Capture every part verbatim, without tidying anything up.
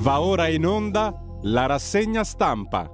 Va ora in onda la rassegna stampa.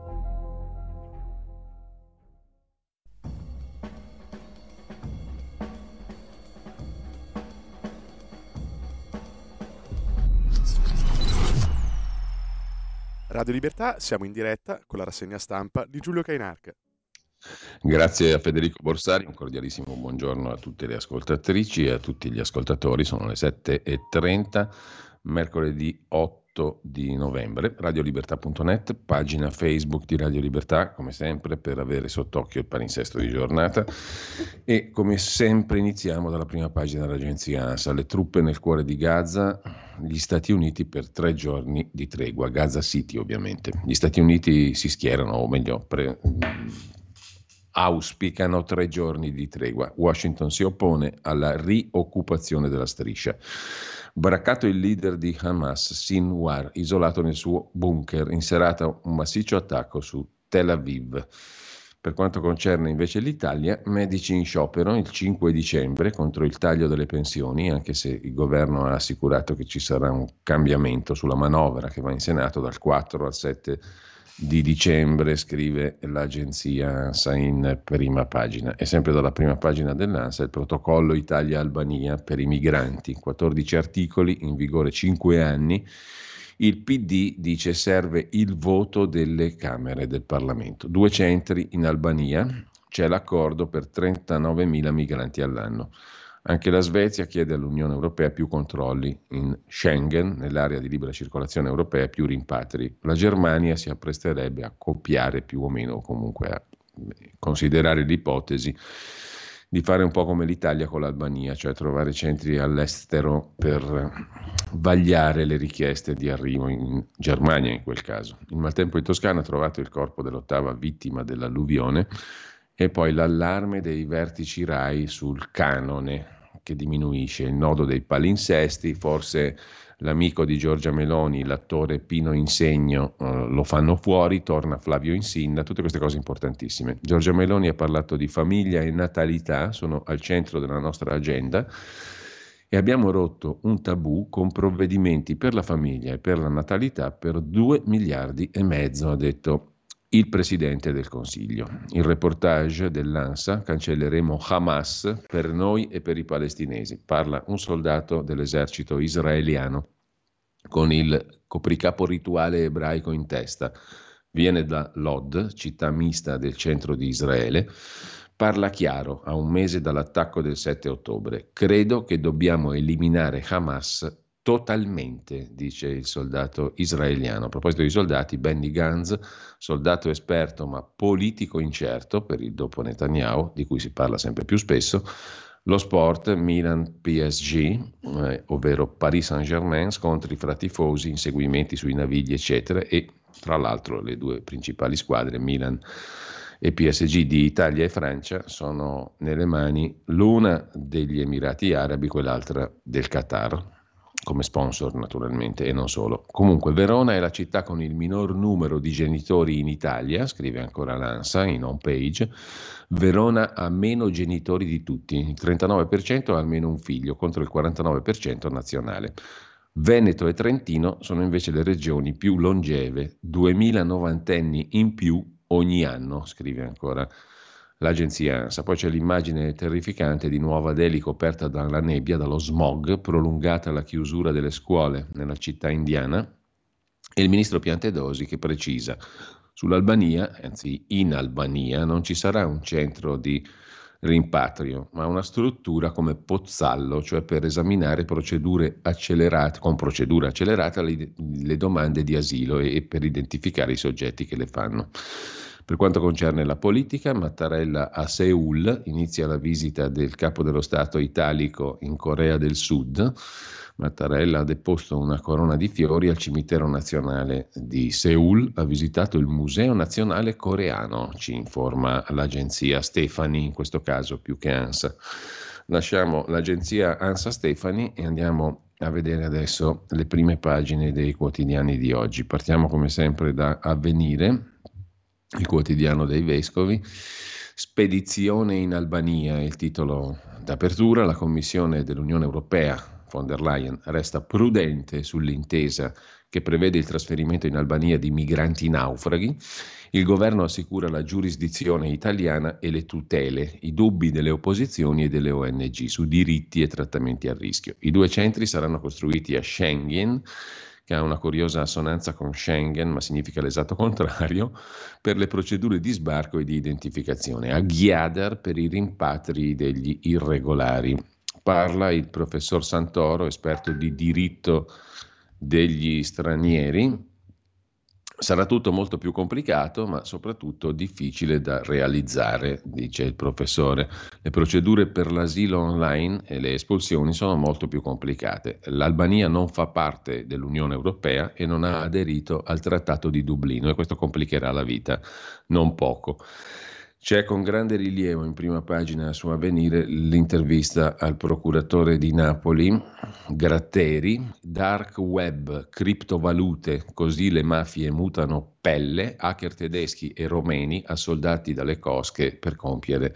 Radio Libertà, siamo in diretta con la rassegna stampa di Giulio Cainarca. Grazie a Federico Borsari, un cordialissimo buongiorno a tutte le ascoltatrici e a tutti gli ascoltatori. Sono le sette e trenta, mercoledì otto di novembre. radiolibertà punto net, pagina Facebook di Radio Libertà, come sempre, per avere sott'occhio il palinsesto di giornata. E come sempre iniziamo dalla prima pagina dell'agenzia ANSA. Le truppe nel cuore di Gaza, gli Stati Uniti per tre giorni di tregua. Gaza City, ovviamente. Gli Stati Uniti si schierano, o meglio, pre- auspicano tre giorni di tregua. Washington si oppone alla rioccupazione della striscia. Baraccato il leader di Hamas, Sinwar, isolato nel suo bunker, in serata un massiccio attacco su Tel Aviv. Per quanto concerne invece l'Italia, medici in sciopero il cinque dicembre contro il taglio delle pensioni, anche se il governo ha assicurato che ci sarà un cambiamento sulla manovra che va in Senato dal quattro al sette di dicembre, scrive l'agenzia ANSA in prima pagina. E sempre dalla prima pagina dell'ANSA il protocollo Italia-Albania per i migranti, quattordici articoli, in vigore cinque anni. Il P D dice serve il voto delle Camere del Parlamento. Due centri in Albania, c'è l'accordo per trentanovemila migranti all'anno. Anche la Svezia chiede all'Unione Europea più controlli in Schengen, nell'area di libera circolazione europea, più rimpatri. La Germania si appresterebbe a copiare più o meno, o comunque a considerare l'ipotesi di fare un po' come l'Italia con l'Albania, cioè trovare centri all'estero per vagliare le richieste di arrivo in Germania in quel caso. Il maltempo in Toscana ha trovato il corpo dell'ottava vittima dell'alluvione. E poi l'allarme dei vertici RAI sul canone che diminuisce, il nodo dei palinsesti, forse l'amico di Giorgia Meloni, l'attore Pino Insegno, eh, lo fanno fuori, torna Flavio Insinna, tutte queste cose importantissime. Giorgia Meloni ha parlato di famiglia e natalità, sono al centro della nostra agenda e abbiamo rotto un tabù con provvedimenti per la famiglia e per la natalità per due miliardi e mezzo, ha detto il Presidente del Consiglio. Il reportage dell'ANSA, cancelleremo Hamas per noi e per i palestinesi. Parla un soldato dell'esercito israeliano con il copricapo rituale ebraico in testa. Viene da Lod, città mista del centro di Israele. Parla chiaro a un mese dall'attacco del sette ottobre. Credo che dobbiamo eliminare Hamas totalmente, dice il soldato israeliano. A proposito di soldati, Benny Gantz, soldato esperto ma politico incerto per il dopo Netanyahu, di cui si parla sempre più spesso. Lo sport, Milan P S G, eh, ovvero Paris Saint-Germain, scontri fra tifosi, inseguimenti sui navigli, eccetera, e tra l'altro le due principali squadre, Milan e P S G di Italia e Francia, sono nelle mani l'una degli Emirati Arabi, quell'altra del Qatar, come sponsor naturalmente, e non solo. Comunque Verona è la città con il minor numero di genitori in Italia, scrive ancora l'ANSA in home page. Verona ha meno genitori di tutti, il trentanove per cento ha almeno un figlio contro il quarantanove per cento nazionale. Veneto e Trentino sono invece le regioni più longeve, duemila novantenni in più ogni anno, scrive ancora l'agenzia ANSA. Poi c'è l'immagine terrificante di Nuova Delhi coperta dalla nebbia, dallo smog, prolungata la chiusura delle scuole nella città indiana, e il ministro Piantedosi che precisa: sull'Albania, anzi in Albania, non ci sarà un centro di rimpatrio, ma una struttura come Pozzallo, cioè per esaminare procedure accelerate, con procedura accelerata le, le domande di asilo e, e per identificare i soggetti che le fanno. Per quanto concerne la politica, Mattarella a Seul, inizia la visita del capo dello Stato italico in Corea del Sud. Mattarella ha deposto una corona di fiori al cimitero nazionale di Seul, ha visitato il Museo Nazionale Coreano, ci informa l'agenzia Stefani, in questo caso più che ANSA. Lasciamo l'agenzia ANSA Stefani e andiamo a vedere adesso le prime pagine dei quotidiani di oggi. Partiamo come sempre da Avvenire, il quotidiano dei vescovi. Spedizione in Albania è il titolo d'apertura. La Commissione dell'Unione Europea von der Leyen resta prudente sull'intesa che prevede il trasferimento in Albania di migranti naufraghi. Il governo assicura la giurisdizione italiana e le tutele, i dubbi delle opposizioni e delle O N G su diritti e trattamenti a rischio. I due centri saranno costruiti a Schengen, che ha una curiosa assonanza con Schengen, ma significa l'esatto contrario, per le procedure di sbarco e di identificazione, a Gjiadar per i rimpatri degli irregolari. Parla il professor Santoro, esperto di diritto degli stranieri. Sarà tutto molto più complicato, ma soprattutto difficile da realizzare, dice il professore. Le procedure per l'asilo online e le espulsioni sono molto più complicate. L'Albania non fa parte dell'Unione Europea e non ha aderito al Trattato di Dublino e questo complicherà la vita non poco. C'è con grande rilievo in prima pagina su Avvenire l'intervista al procuratore di Napoli, Gratteri, dark web, criptovalute, così le mafie mutano pelle, hacker tedeschi e romeni assoldati dalle cosche per compiere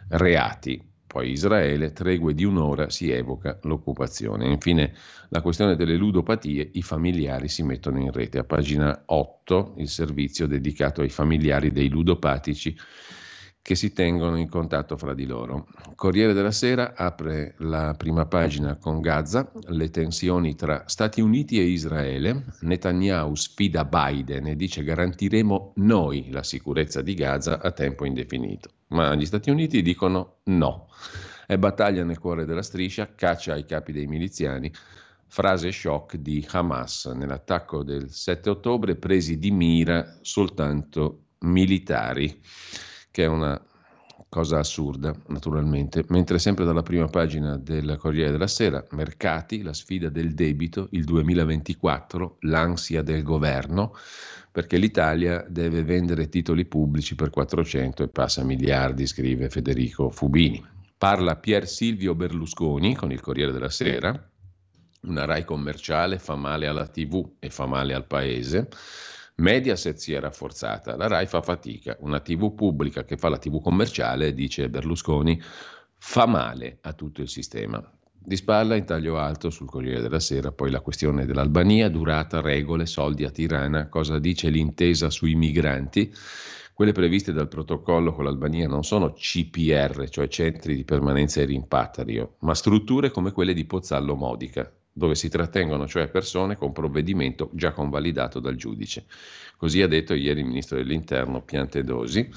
reati. Poi Israele, tregue di un'ora, si evoca l'occupazione. Infine la questione delle ludopatie, i familiari si mettono in rete. A pagina otto il servizio dedicato ai familiari dei ludopatici che si tengono in contatto fra di loro. Corriere della Sera apre la prima pagina con Gaza, le tensioni tra Stati Uniti e Israele. Netanyahu sfida Biden e dice garantiremo noi la sicurezza di Gaza a tempo indefinito. Ma gli Stati Uniti dicono no. È battaglia nel cuore della striscia, caccia ai capi dei miliziani. Frase shock di Hamas. Nell'attacco del sette ottobre presi di mira soltanto militari, che è una cosa assurda, naturalmente. Mentre sempre dalla prima pagina del Corriere della Sera, mercati, la sfida del debito, il duemilaventiquattro, l'ansia del governo, perché l'Italia deve vendere titoli pubblici per quattrocento e passa miliardi, scrive Federico Fubini. Parla Pier Silvio Berlusconi con il Corriere della Sera, una Rai commerciale fa male alla tivù e fa male al paese. Mediaset si è rafforzata, la Rai fa fatica, una tivù pubblica che fa la tivù commerciale, dice Berlusconi, fa male a tutto il sistema. Di spalla in taglio alto sul Corriere della Sera poi la questione dell'Albania, durata, regole, soldi a Tirana, cosa dice l'intesa sui migranti. Quelle previste dal protocollo con l'Albania non sono C P R, cioè centri di permanenza e rimpatrio, ma strutture come quelle di Pozzallo Modica, dove si trattengono cioè persone con provvedimento già convalidato dal giudice. Così ha detto ieri il ministro dell'Interno Piantedosi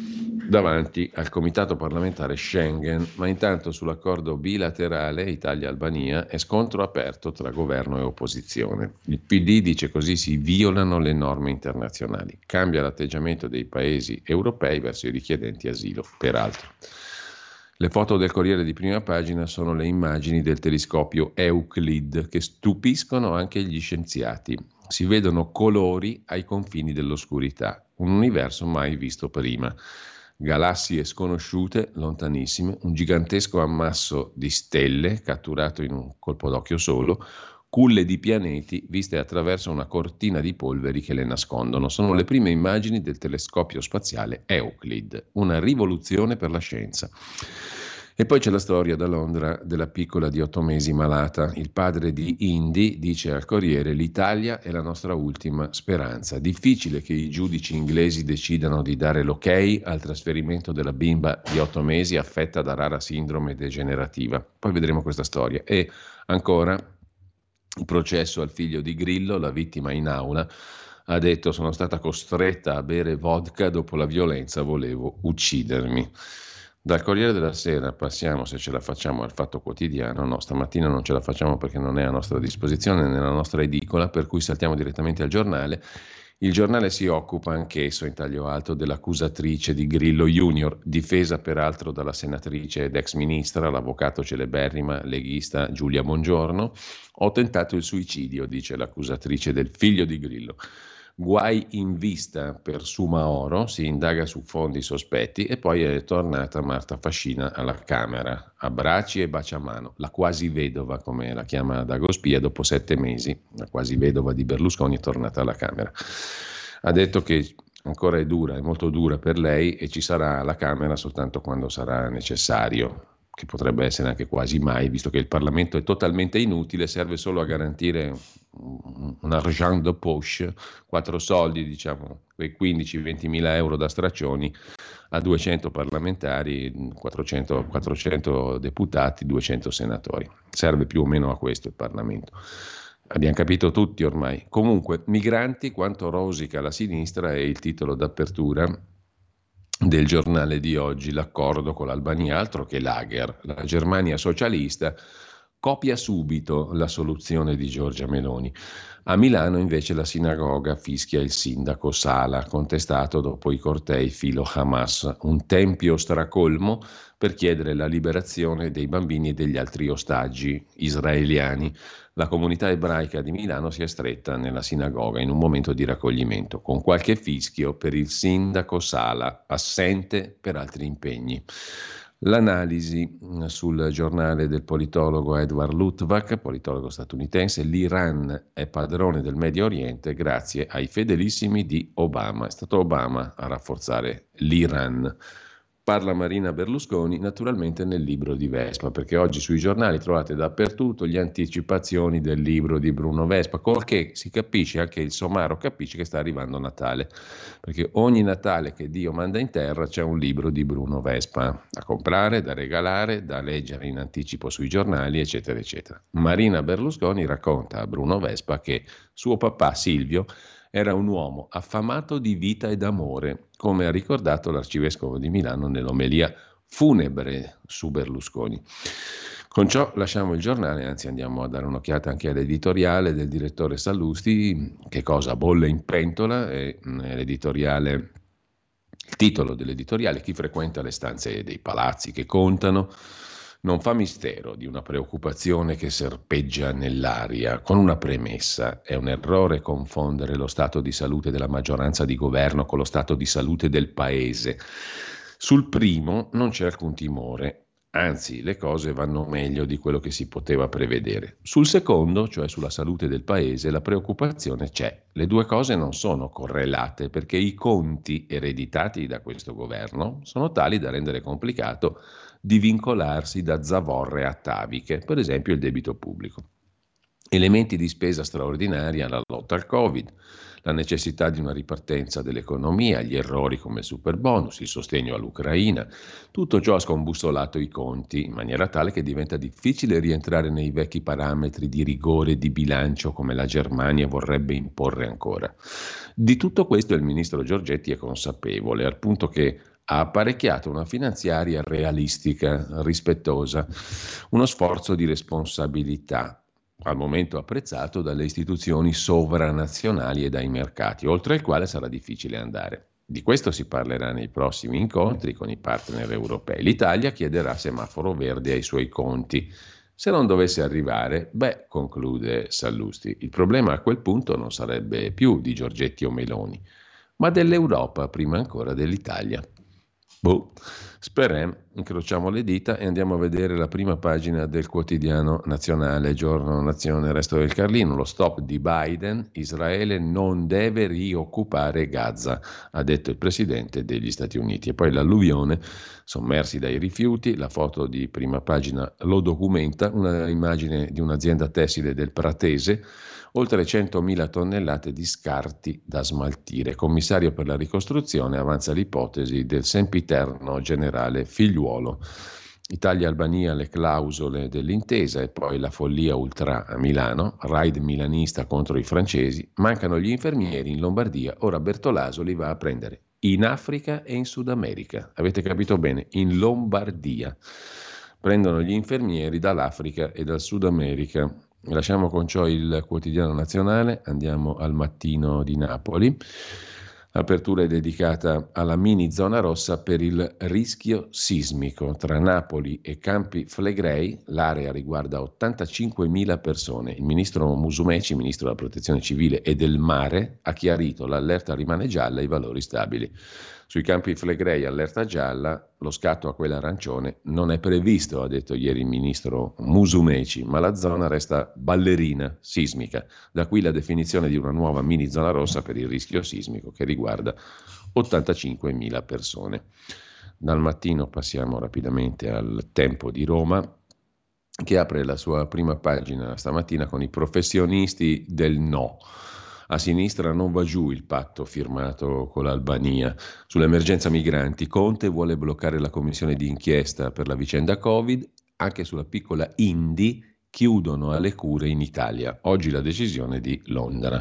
davanti al comitato parlamentare Schengen, ma intanto sull'accordo bilaterale Italia-Albania è scontro aperto tra governo e opposizione. Il P D dice così si violano le norme internazionali, cambia l'atteggiamento dei paesi europei verso i richiedenti asilo, peraltro. Le foto del Corriere di prima pagina sono le immagini del telescopio Euclid che stupiscono anche gli scienziati. Si vedono colori ai confini dell'oscurità, un universo mai visto prima. Galassie sconosciute, lontanissime, un gigantesco ammasso di stelle catturato in un colpo d'occhio solo, culle di pianeti viste attraverso una cortina di polveri che le nascondono. Sono le prime immagini del telescopio spaziale Euclid, una rivoluzione per la scienza. E poi c'è la storia da Londra della piccola di otto mesi malata. Il padre di Indy dice al Corriere: l'Italia è la nostra ultima speranza. Difficile che i giudici inglesi decidano di dare l'ok al trasferimento della bimba di otto mesi affetta da rara sindrome degenerativa. Poi vedremo questa storia. E ancora il processo al figlio di Grillo, la vittima in aula, ha detto: sono stata costretta a bere vodka, dopo la violenza volevo uccidermi. Dal Corriere della Sera passiamo, se ce la facciamo, al Fatto Quotidiano. No, stamattina non ce la facciamo perché non è a nostra disposizione nella nostra edicola, per cui saltiamo direttamente al Giornale. Il Giornale si occupa anch'esso in taglio alto dell'accusatrice di Grillo Junior, difesa peraltro dalla senatrice ed ex ministra, l'avvocato celeberrima leghista Giulia Bongiorno. Ho tentato il suicidio, dice l'accusatrice del figlio di Grillo. Guai in vista per Sumaoro, si indaga su fondi sospetti e poi è tornata Marta Fascina alla Camera, abbracci e baciamano, la quasi vedova come la chiama Dagospia dopo sette mesi, la quasi vedova di Berlusconi è tornata alla Camera. Ha detto che ancora è dura, è molto dura per lei e ci sarà alla Camera soltanto quando sarà necessario. che potrebbe essere anche quasi mai, visto che il Parlamento è totalmente inutile, serve solo a garantire un argent de poche, quattro soldi, diciamo, quei quindici venti mila euro da straccioni a duecento parlamentari, quattrocento, quattrocento deputati, duecento senatori. Serve più o meno a questo il Parlamento. Abbiamo capito tutti ormai. Comunque, migranti, quanto rosica la sinistra è il titolo d'apertura del giornale di oggi. L'accordo con l'Albania, altro che lager. La Germania socialista copia subito la soluzione di Giorgia Meloni. A Milano invece la sinagoga fischia il sindaco Sala, contestato dopo i cortei filo Hamas, un tempio stracolmo per chiedere la liberazione dei bambini e degli altri ostaggi israeliani. La comunità ebraica di Milano si è stretta nella sinagoga in un momento di raccoglimento, con qualche fischio per il sindaco Sala, assente per altri impegni. L'analisi sul giornale del politologo Edward Luttwak, politologo statunitense: l'Iran è padrone del Medio Oriente grazie ai fedelissimi di Obama. È stato Obama a rafforzare l'Iran. Parla Marina Berlusconi, naturalmente nel libro di Vespa, perché oggi sui giornali trovate dappertutto le anticipazioni del libro di Bruno Vespa, col che si capisce, anche il somaro capisce che sta arrivando Natale, perché ogni Natale che Dio manda in terra c'è un libro di Bruno Vespa da comprare, da regalare, da leggere in anticipo sui giornali, eccetera, eccetera. Marina Berlusconi racconta a Bruno Vespa che suo papà Silvio era un uomo affamato di vita e d'amore, come ha ricordato l'arcivescovo di Milano nell'omelia funebre su Berlusconi. Con ciò lasciamo il giornale, anzi andiamo a dare un'occhiata anche all'editoriale del direttore Sallusti. Che cosa bolle in pentola? È l'editoriale, il titolo dell'editoriale: chi frequenta le stanze dei palazzi che contano non fa mistero di una preoccupazione che serpeggia nell'aria, con una premessa: è un errore confondere lo stato di salute della maggioranza di governo con lo stato di salute del paese. Sul primo non c'è alcun timore, anzi le cose vanno meglio di quello che si poteva prevedere. Sul secondo, cioè sulla salute del paese, la preoccupazione c'è. Le due cose non sono correlate, perché i conti ereditati da questo governo sono tali da rendere complicato di vincolarsi da zavorre ataviche, per esempio il debito pubblico. Elementi di spesa straordinaria, la lotta al Covid, la necessità di una ripartenza dell'economia, gli errori come il superbonus, il sostegno all'Ucraina, tutto ciò ha scombussolato i conti in maniera tale che diventa difficile rientrare nei vecchi parametri di rigore di bilancio come la Germania vorrebbe imporre ancora. Di tutto questo il ministro Giorgetti è consapevole, al punto che ha apparecchiato una finanziaria realistica, rispettosa, uno sforzo di responsabilità, al momento apprezzato dalle istituzioni sovranazionali e dai mercati, oltre il quale sarà difficile andare. Di questo si parlerà nei prossimi incontri con i partner europei. L'Italia chiederà semaforo verde ai suoi conti. Se non dovesse arrivare, beh, conclude Sallusti, il problema a quel punto non sarebbe più di Giorgetti o Meloni, ma dell'Europa prima ancora dell'Italia. Boh, speriamo, incrociamo le dita e andiamo a vedere la prima pagina del quotidiano nazionale, Giorno, Nazione, Resto del Carlino. Lo stop di Biden: Israele non deve rioccupare Gaza, ha detto il presidente degli Stati Uniti. E poi l'alluvione, sommersi dai rifiuti, la foto di prima pagina lo documenta, una immagine di un'azienda tessile del Pratese, oltre centomila tonnellate di scarti da smaltire. Commissario per la ricostruzione avanza l'ipotesi del sempiterno generale Figliuolo. Italia-Albania, le clausole dell'intesa e poi la follia ultra a Milano, raid milanista contro i francesi, mancano gli infermieri in Lombardia, ora Bertolaso li va a prendere in Africa e in Sud America. Avete capito bene, in Lombardia. Prendono gli infermieri dall'Africa e dal Sud America. Lasciamo con ciò il quotidiano nazionale, andiamo al Mattino di Napoli. L'apertura è dedicata alla mini zona rossa per il rischio sismico. Tra Napoli e Campi Flegrei l'area riguarda ottantacinquemila persone. Il ministro Musumeci, ministro della Protezione Civile e del Mare, ha chiarito: l'allerta rimane gialla, i valori stabili. Sui Campi Flegrei allerta gialla, lo scatto a quella arancione non è previsto, ha detto ieri il ministro Musumeci, ma la zona resta ballerina sismica. Da qui la definizione di una nuova mini zona rossa per il rischio sismico che riguarda ottantacinquemila persone. Dal Mattino passiamo rapidamente al Tempo di Roma, che apre la sua prima pagina stamattina con i professionisti del no. A sinistra non va giù il patto firmato con l'Albania sull'emergenza migranti. Conte vuole bloccare la commissione di inchiesta per la vicenda Covid. Anche sulla piccola Indy chiudono alle cure in Italia. Oggi la decisione di Londra.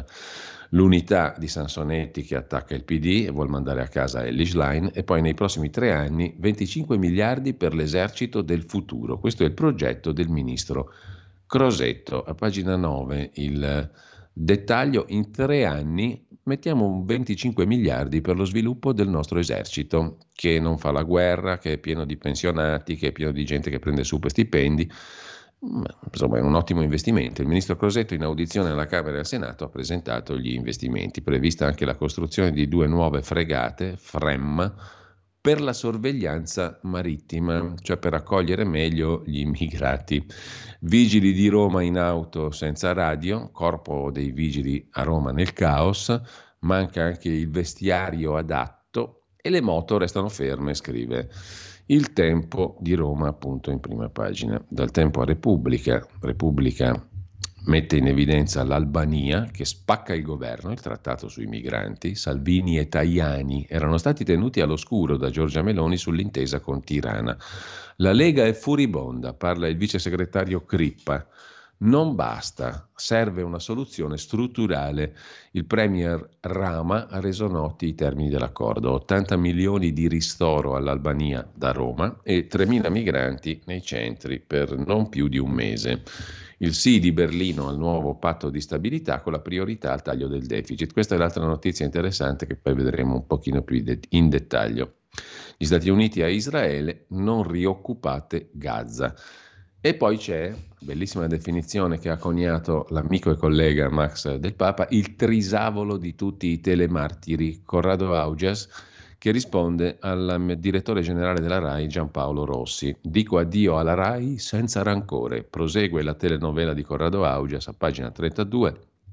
L'unità di Sansonetti che attacca il P D e vuol mandare a casa Elly Schlein, e poi nei prossimi tre anni venticinque miliardi per l'esercito del futuro. Questo è il progetto del ministro Crosetto. A pagina nove il dettaglio: in tre anni mettiamo venticinque miliardi per lo sviluppo del nostro esercito, che non fa la guerra, che è pieno di pensionati, che è pieno di gente che prende super stipendi. Insomma, è un ottimo investimento. Il ministro Crosetto, in audizione alla Camera e al Senato, ha presentato gli investimenti. Prevista anche la costruzione di due nuove fregate F R E M per la sorveglianza marittima, cioè per accogliere meglio gli immigrati. Vigili di Roma in auto senza radio, corpo dei vigili a Roma nel caos, manca anche il vestiario adatto e le moto restano ferme, scrive Il Tempo di Roma, appunto, in prima pagina. Dal Tempo a Repubblica. Repubblica mette in evidenza l'Albania che spacca il governo, il trattato sui migranti. Salvini e Tajani erano stati tenuti all'oscuro da Giorgia Meloni sull'intesa con Tirana. La Lega è furibonda, parla il vice segretario Crippa. Non basta, serve una soluzione strutturale. Il premier Rama ha reso noti i termini dell'accordo: ottanta milioni di ristoro all'Albania da Roma e tremila migranti nei centri per non più di un mese. Il sì di Berlino al nuovo patto di stabilità con la priorità al taglio del deficit. Questa è l'altra notizia interessante che poi vedremo un pochino più in dettaglio. Gli Stati Uniti a Israele: non rioccupate Gaza. E poi c'è, bellissima definizione che ha coniato l'amico e collega Max Del Papa, il trisavolo di tutti i telemartiri. Corrado Augias che risponde al direttore generale della RAI Giampaolo Rossi. Dico addio alla RAI senza rancore. Prosegue la telenovela di Corrado Augias a pagina trentadue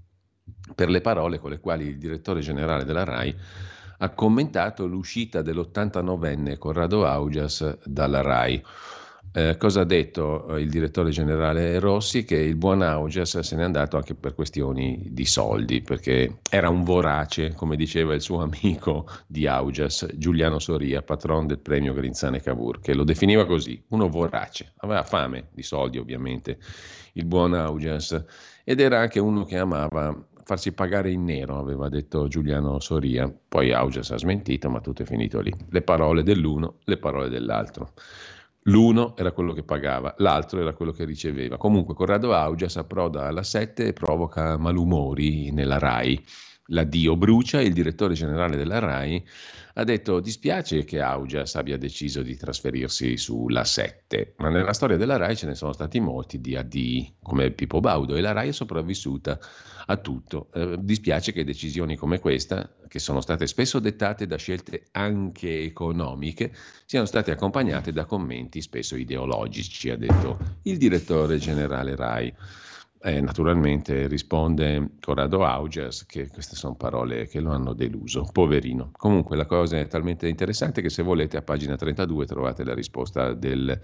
per le parole con le quali il direttore generale della RAI ha commentato l'uscita dell'ottantanovenne Corrado Augias dalla RAI. Eh, cosa ha detto eh, il direttore generale Rossi? Che il buon Augias se n'è andato anche per questioni di soldi, perché era un vorace, come diceva il suo amico di Augias, Giuliano Soria, patron del premio Grinzane Cavour, che lo definiva così, uno vorace. Aveva fame di soldi, ovviamente, il buon Augias, ed era anche uno che amava farsi pagare in nero, aveva detto Giuliano Soria. Poi Augias ha smentito, ma tutto è finito lì. Le parole dell'uno, le parole dell'altro. L'uno era quello che pagava, l'altro era quello che riceveva. Comunque Corrado Augias approda alla sette e provoca malumori nella RAI. L'addio brucia. Il direttore generale della RAI ha detto: dispiace che Augias abbia deciso di trasferirsi sulla sette, ma nella storia della RAI ce ne sono stati molti di addii, come Pippo Baudo, e la RAI è sopravvissuta a tutto. Eh, dispiace che decisioni come questa, che sono state spesso dettate da scelte anche economiche, siano state accompagnate da commenti spesso ideologici, ha detto il direttore generale RAI. Eh, naturalmente risponde Corrado Augias che queste sono parole che lo hanno deluso, poverino. Comunque la cosa è talmente interessante che, se volete, a pagina trentadue trovate la risposta del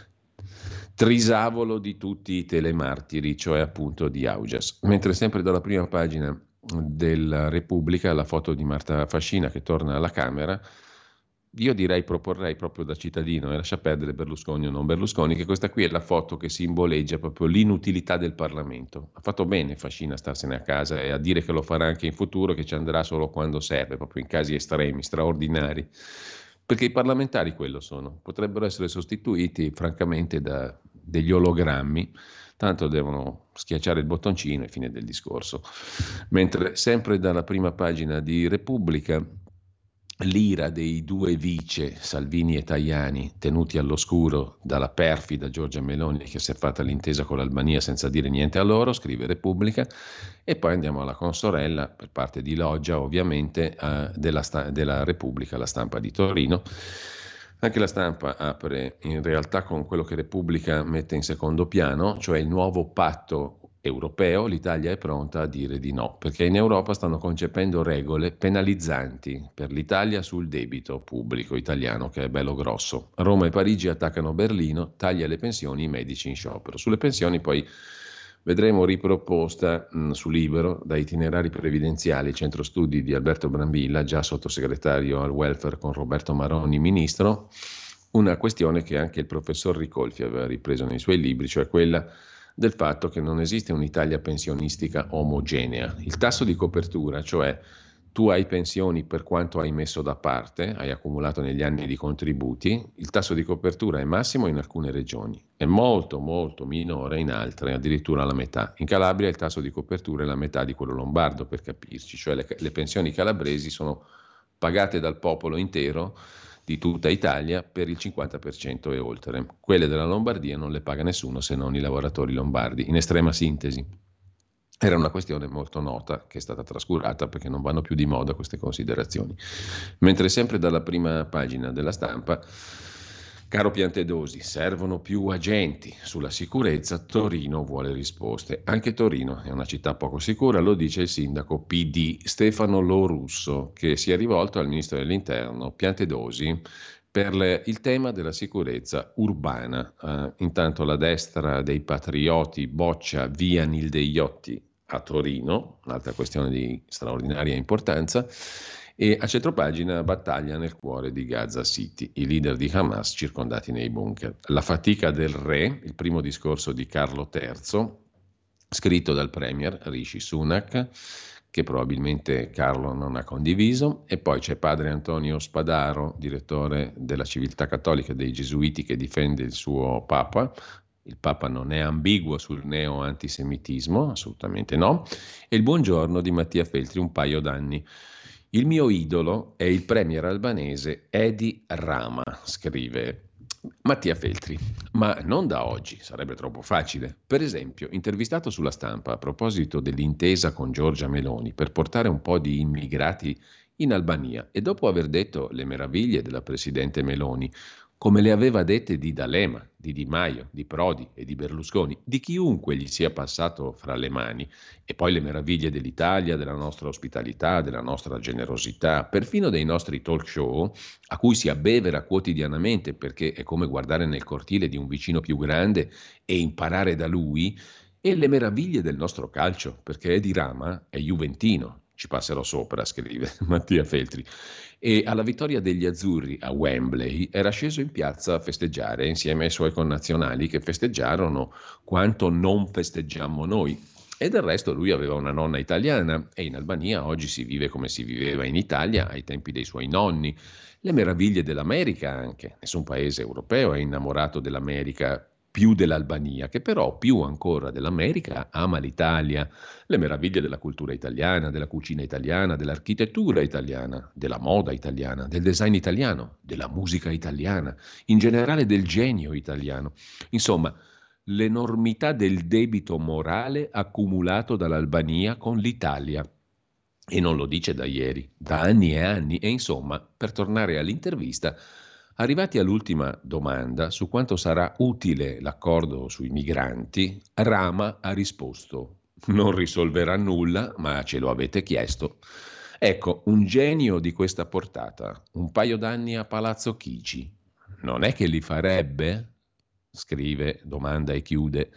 trisavolo di tutti i telemartiri, cioè appunto di Augias. Mentre sempre dalla prima pagina della Repubblica la foto di Marta Fascina che torna alla Camera. Io direi, proporrei proprio da cittadino, e lascia perdere Berlusconi o non Berlusconi, che questa qui è la foto che simboleggia proprio l'inutilità del Parlamento. Ha fatto bene Fascina a starsene a casa e a dire che lo farà anche in futuro, che ci andrà solo quando serve, proprio in casi estremi, straordinari. Perché i parlamentari quello sono. Potrebbero essere sostituiti, francamente, da degli ologrammi. Tanto devono schiacciare il bottoncino e fine del discorso. Mentre sempre dalla prima pagina di Repubblica, l'ira dei due vice, Salvini e Tajani, tenuti all'oscuro dalla perfida Giorgia Meloni, che si è fatta l'intesa con l'Albania senza dire niente a loro, scrive Repubblica. E poi andiamo alla consorella, per parte di Loggia ovviamente, eh, della, sta- della Repubblica, la Stampa di Torino. Anche la Stampa apre in realtà con quello che Repubblica mette in secondo piano, cioè il nuovo patto europeo, l'Italia è pronta a dire di no, perché in Europa stanno concependo regole penalizzanti per l'Italia sul debito pubblico italiano, che è bello grosso. Roma e Parigi attaccano Berlino, taglia le pensioni, i medici in sciopero. Sulle pensioni poi vedremo riproposta mh, su Libero da Itinerari Previdenziali, centro studi di Alberto Brambilla, già sottosegretario al welfare con Roberto Maroni, ministro, una questione che anche il professor Ricolfi aveva ripreso nei suoi libri, cioè quella del fatto che non esiste un'Italia pensionistica omogenea. Il tasso di copertura, cioè tu hai pensioni per quanto hai messo da parte, hai accumulato negli anni di contributi, il tasso di copertura è massimo in alcune regioni, è molto molto minore in altre, addirittura la metà. In Calabria il tasso di copertura è la metà di quello lombardo, per capirci, cioè le, le pensioni calabresi sono pagate dal popolo intero di tutta Italia per il cinquanta per cento e oltre. Quelle della Lombardia non le paga nessuno se non i lavoratori lombardi. In estrema sintesi, era una questione molto nota che è stata trascurata perché non vanno più di moda queste considerazioni. Mentre sempre dalla prima pagina della Stampa, caro Piantedosi, servono più agenti sulla sicurezza, Torino vuole risposte. Anche Torino è una città poco sicura, lo dice il sindaco P D Stefano Lorusso, che si è rivolto al ministro dell'Interno Piantedosi per le, il tema della sicurezza urbana. Uh, intanto la destra dei patrioti boccia via Nilde-Iotti a Torino, un'altra questione di straordinaria importanza, e a centropagina battaglia nel cuore di Gaza City, i leader di Hamas circondati nei bunker. La fatica del re, il primo discorso di Carlo terzo, scritto dal premier Rishi Sunak, che probabilmente Carlo non ha condiviso, e poi c'è padre Antonio Spadaro, direttore della Civiltà Cattolica dei Gesuiti, che difende il suo Papa. Il Papa non è ambiguo sul neo-antisemitismo, assolutamente no, e il buongiorno di Mattia Feltri, un paio d'anni. Il mio idolo è il premier albanese Edi Rama, scrive Mattia Feltri, ma non da oggi, sarebbe troppo facile. Per esempio, intervistato sulla Stampa a proposito dell'intesa con Giorgia Meloni per portare un po' di immigrati in Albania e dopo aver detto le meraviglie della presidente Meloni, come le aveva dette di D'Alema, di Di Maio, di Prodi e di Berlusconi, di chiunque gli sia passato fra le mani, e poi le meraviglie dell'Italia, della nostra ospitalità, della nostra generosità, perfino dei nostri talk show, a cui si abbevera quotidianamente perché è come guardare nel cortile di un vicino più grande e imparare da lui, e le meraviglie del nostro calcio, perché Edi Rama è juventino. Ci passerò sopra, scrive Mattia Feltri. E alla vittoria degli azzurri a Wembley era sceso in piazza a festeggiare insieme ai suoi connazionali che festeggiarono quanto non festeggiammo noi. E del resto lui aveva una nonna italiana e in Albania oggi si vive come si viveva in Italia ai tempi dei suoi nonni. Le meraviglie dell'America anche. Nessun paese europeo è innamorato dell'America più dell'Albania, che però più ancora dell'America ama l'Italia, le meraviglie della cultura italiana, della cucina italiana, dell'architettura italiana, della moda italiana, del design italiano, della musica italiana, in generale del genio italiano. Insomma, l'enormità del debito morale accumulato dall'Albania con l'Italia. E non lo dice da ieri, da anni e anni. E insomma, per tornare all'intervista, arrivati all'ultima domanda su quanto sarà utile l'accordo sui migranti, Rama ha risposto: non risolverà nulla, ma ce lo avete chiesto. Ecco, un genio di questa portata, un paio d'anni a Palazzo Chigi, non è che li farebbe? Scrive, domanda e chiude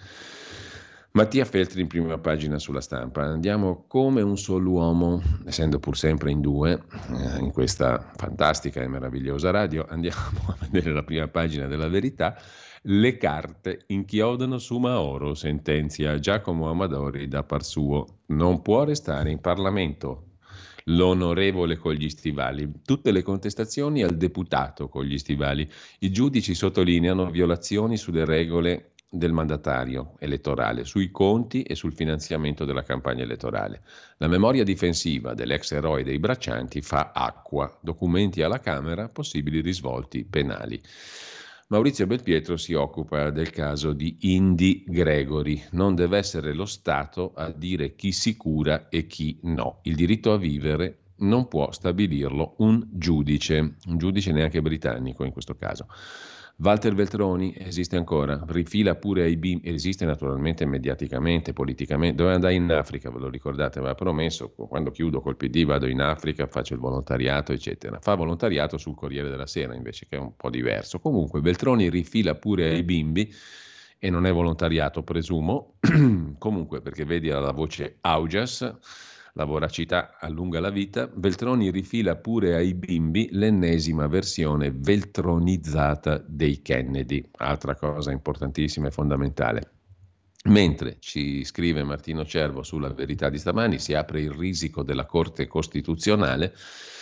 Mattia Feltri in prima pagina sulla Stampa. Andiamo come un solo uomo, essendo pur sempre in due, eh, in questa fantastica e meravigliosa radio, andiamo a vedere la prima pagina della Verità. Le carte inchiodano su Mauro, sentenzia Giacomo Amadori da par suo. Non può restare in Parlamento l'onorevole con gli stivali. Tutte le contestazioni al deputato con gli stivali. I giudici sottolineano violazioni sulle regole del mandatario elettorale, sui conti e sul finanziamento della campagna elettorale. La memoria difensiva dell'ex eroe dei braccianti fa acqua. Documenti alla Camera, possibili risvolti penali. Maurizio Belpietro si occupa del caso di Indy Gregory. Non deve essere lo Stato a dire chi si cura e chi no. Il diritto a vivere non può stabilirlo un giudice, un giudice neanche britannico in questo caso. Walter Veltroni esiste ancora, rifila pure ai bimbi, esiste naturalmente mediaticamente, politicamente, doveva andare in Africa, ve lo ricordate, aveva promesso, quando chiudo col P D vado in Africa, faccio il volontariato, eccetera. Fa volontariato sul Corriere della Sera invece, che è un po' diverso. Comunque Veltroni rifila pure ai bimbi, e non è volontariato, presumo, comunque perché vedi alla voce Augias, la voracità allunga la vita, Veltroni rifila pure ai bimbi l'ennesima versione veltronizzata dei Kennedy, altra cosa importantissima e fondamentale. Mentre, ci scrive Martino Cervo sulla Verità di stamani, si apre il risico della Corte Costituzionale.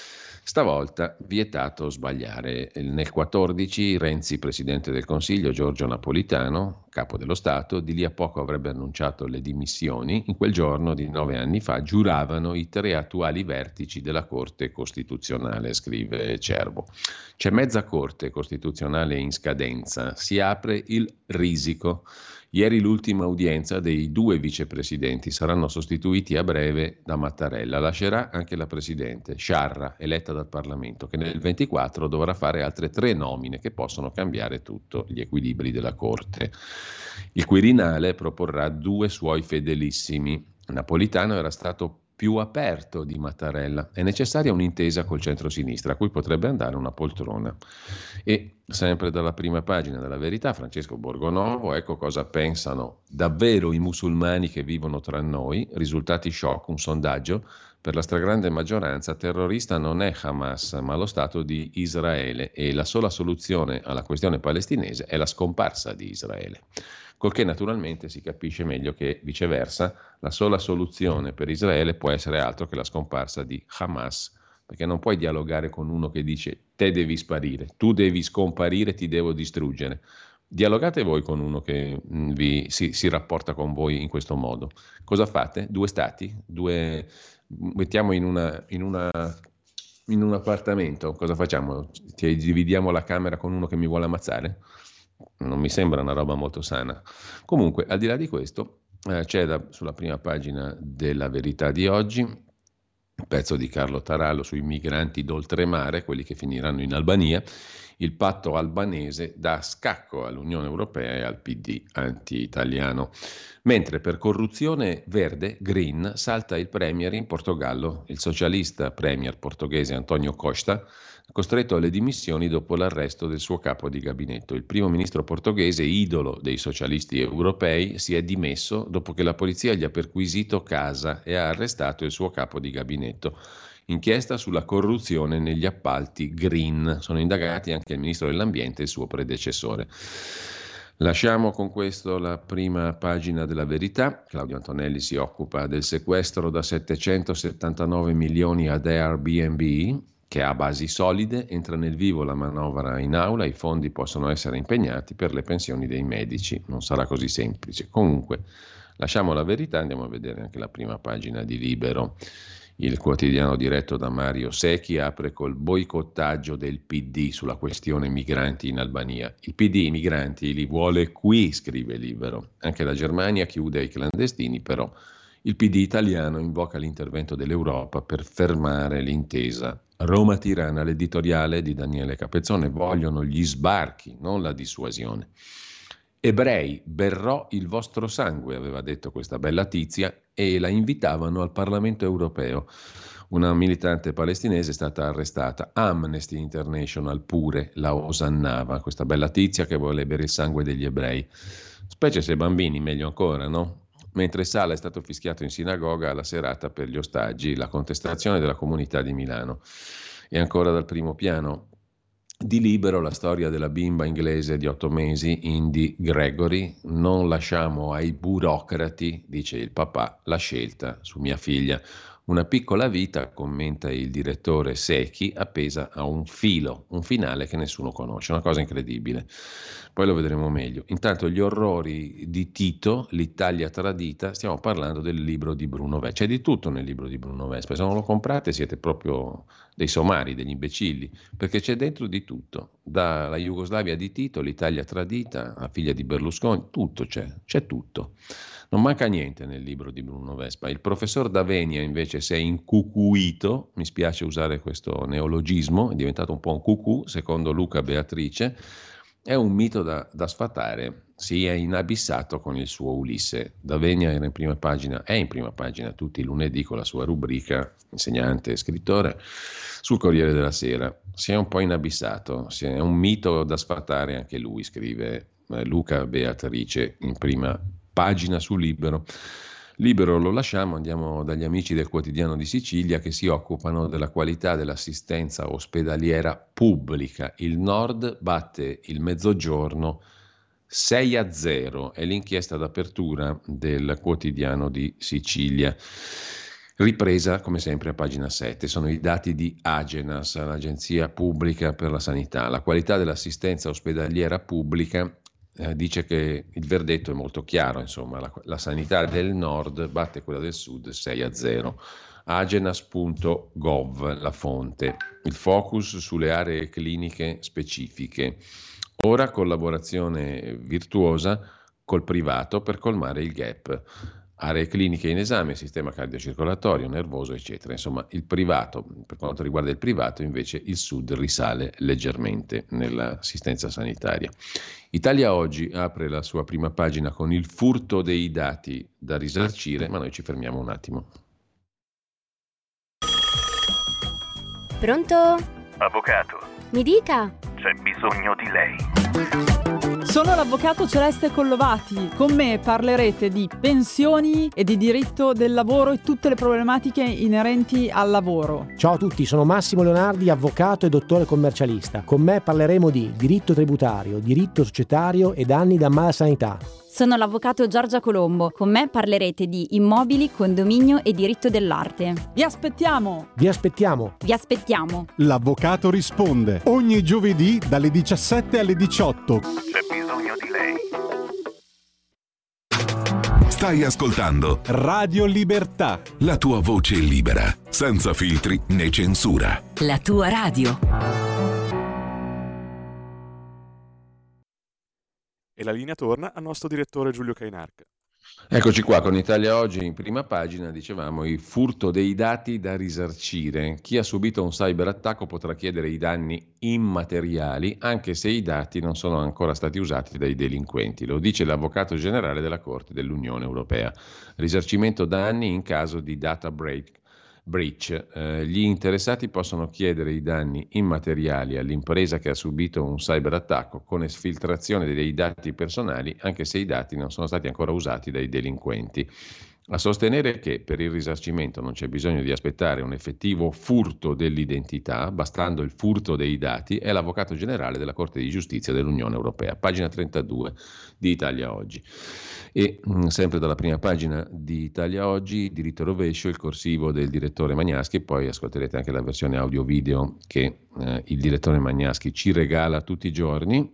Stavolta vietato sbagliare. Nel quattordici Renzi, presidente del Consiglio, Giorgio Napolitano, capo dello Stato, di lì a poco avrebbe annunciato le dimissioni. In quel giorno di nove anni fa giuravano i tre attuali vertici della Corte Costituzionale, scrive Cervo. C'è mezza Corte Costituzionale in scadenza, si apre il risico. Ieri l'ultima udienza dei due vicepresidenti, saranno sostituiti a breve da Mattarella. Lascerà anche la presidente Sciarra, eletta dal Parlamento, che nel ventiquattro dovrà fare altre tre nomine che possono cambiare tutto gli equilibri della Corte. Il Quirinale proporrà due suoi fedelissimi. Napolitano era stato più aperto di Mattarella. È necessaria un'intesa col centro-sinistra, a cui potrebbe andare una poltrona. E sempre dalla prima pagina della Verità, Francesco Borgonovo, ecco cosa pensano davvero i musulmani che vivono tra noi. Risultati shock, un sondaggio: per la stragrande maggioranza terrorista non è Hamas, ma lo Stato di Israele, e la sola soluzione alla questione palestinese è la scomparsa di Israele. Col che naturalmente si capisce meglio che, viceversa, la sola soluzione per Israele può essere altro che la scomparsa di Hamas, perché non puoi dialogare con uno che dice te devi sparire, tu devi scomparire, ti devo distruggere. Dialogate voi con uno che mh, vi, si, si rapporta con voi in questo modo. Cosa fate? Due stati? Due, mettiamo in, una, in, una, in un appartamento, cosa facciamo? Ti dividiamo la camera con uno che mi vuole ammazzare? Non mi sembra una roba molto sana. Comunque, al di là di questo, eh, c'è da, sulla prima pagina della Verità di oggi un pezzo di Carlo Tarallo sui migranti d'oltremare, quelli che finiranno in Albania. Il patto albanese dà scacco all'Unione Europea e al P D anti-italiano. Mentre per corruzione verde, green, salta il premier in Portogallo, il socialista premier portoghese António Costa, costretto alle dimissioni dopo l'arresto del suo capo di gabinetto. Il primo ministro portoghese, idolo dei socialisti europei, si è dimesso dopo che la polizia gli ha perquisito casa e ha arrestato il suo capo di gabinetto. Inchiesta sulla corruzione negli appalti green. Sono indagati anche il ministro dell'ambiente e il suo predecessore. Lasciamo con questo la prima pagina della Verità. Claudio Antonelli si occupa del sequestro da settecentosettantanove milioni ad Airbnb, che ha basi solide. Entra nel vivo la manovra in aula, i fondi possono essere impegnati per le pensioni dei medici. Non sarà così semplice. Comunque, lasciamo la Verità, andiamo a vedere anche la prima pagina di Libero. Il quotidiano diretto da Mario Secchi apre col boicottaggio del P D sulla questione migranti in Albania. Il P D i migranti li vuole qui, scrive Libero. Anche la Germania chiude ai clandestini, però il P D italiano invoca l'intervento dell'Europa per fermare l'intesa. Roma-Tirana, l'editoriale di Daniele Capezzone: vogliono gli sbarchi, non la dissuasione. Ebrei, berrò il vostro sangue, aveva detto questa bella tizia, e la invitavano al Parlamento europeo. Una militante palestinese è stata arrestata. Amnesty International pure la osannava, questa bella tizia che vuole bere il sangue degli ebrei. Specie se bambini, meglio ancora, no? Mentre Sala è stato fischiato in sinagoga alla serata per gli ostaggi, la contestazione della comunità di Milano. E ancora dal primo piano di Libero la storia della bimba inglese di otto mesi, Indy Gregory. Non lasciamo ai burocrati, dice il papà, la scelta su mia figlia. Una piccola vita, commenta il direttore Secchi, appesa a un filo, un finale che nessuno conosce, una cosa incredibile. Poi lo vedremo meglio. Intanto gli orrori di Tito, l'Italia tradita, stiamo parlando del libro di Bruno Vespa. C'è di tutto nel libro di Bruno Vespa, se non lo comprate siete proprio dei somari, degli imbecilli, perché c'è dentro di tutto, dalla Jugoslavia di Tito, l'Italia tradita, la figlia di Berlusconi, tutto c'è, c'è tutto. Non manca niente nel libro di Bruno Vespa. Il professor D'Avenia invece si è incucuito, mi spiace usare questo neologismo, è diventato un po' un cucù, secondo Luca Beatrice, È un mito da, da sfatare. Si è inabissato con il suo Ulisse. D'Avegna era in prima pagina, è in prima pagina tutti i lunedì con la sua rubrica, insegnante e scrittore, sul Corriere della Sera. Si è un po' inabissato, si è un mito da sfatare anche lui, scrive eh, Luca Beatrice in prima pagina su Libero. Libero lo lasciamo, andiamo dagli amici del Quotidiano di Sicilia che si occupano della qualità dell'assistenza ospedaliera pubblica. Il Nord batte il Mezzogiorno sei a zero, è l'inchiesta d'apertura del Quotidiano di Sicilia. Ripresa come sempre a pagina sette, sono i dati di Agenas, l'Agenzia Pubblica per la Sanità. La qualità dell'assistenza ospedaliera pubblica Eh, dice che il verdetto è molto chiaro, insomma, la, la sanità del nord batte quella del sud sei a zero. agenas punto gov, la fonte. Il focus sulle aree cliniche specifiche. Ora collaborazione virtuosa col privato per colmare il gap. Aree cliniche in esame, sistema cardiocircolatorio, nervoso, eccetera. Insomma, il privato, per quanto riguarda il privato, invece il sud risale leggermente nell'assistenza sanitaria. Italia Oggi apre la sua prima pagina con il furto dei dati da risarcire, ma noi ci fermiamo un attimo. Pronto? Avvocato, Mi dica. c'è bisogno di lei. Sono l'avvocato Celeste Collovati. Con me parlerete di pensioni e di diritto del lavoro e tutte le problematiche inerenti al lavoro. Ciao a tutti, sono Massimo Leonardi, avvocato e dottore commercialista. Con me parleremo di diritto tributario, diritto societario e danni da malasanità. Sono l'avvocato Giorgia Colombo. Con me parlerete di immobili, condominio e diritto dell'arte. Vi aspettiamo! Vi aspettiamo! Vi aspettiamo! L'avvocato risponde ogni giovedì dalle diciassette alle diciotto. C'è bisogno di lei. Stai ascoltando Radio Libertà. la tua voce libera, senza filtri né censura. La tua radio. E la linea torna al nostro direttore Giulio Cainarca. Eccoci qua con Italia Oggi in prima pagina, dicevamo il furto dei dati da risarcire. Chi ha subito un cyberattacco potrà chiedere i danni immateriali anche se i dati non sono ancora stati usati dai delinquenti, lo dice l'avvocato generale della Corte dell'Unione Europea. Risarcimento danni in caso di data break. Breach. Eh, gli interessati possono chiedere i danni immateriali all'impresa che ha subito un cyberattacco con esfiltrazione dei dati personali, anche se i dati non sono stati ancora usati dai delinquenti. A sostenere che per il risarcimento non c'è bisogno di aspettare un effettivo furto dell'identità, bastando il furto dei dati, è l'avvocato generale della Corte di Giustizia dell'Unione Europea, pagina trentadue di Italia Oggi. E mh, sempre dalla prima pagina di Italia Oggi, diritto rovescio, il corsivo del direttore Magnaschi, poi ascolterete anche la versione audio-video che eh, il direttore Magnaschi ci regala tutti i giorni.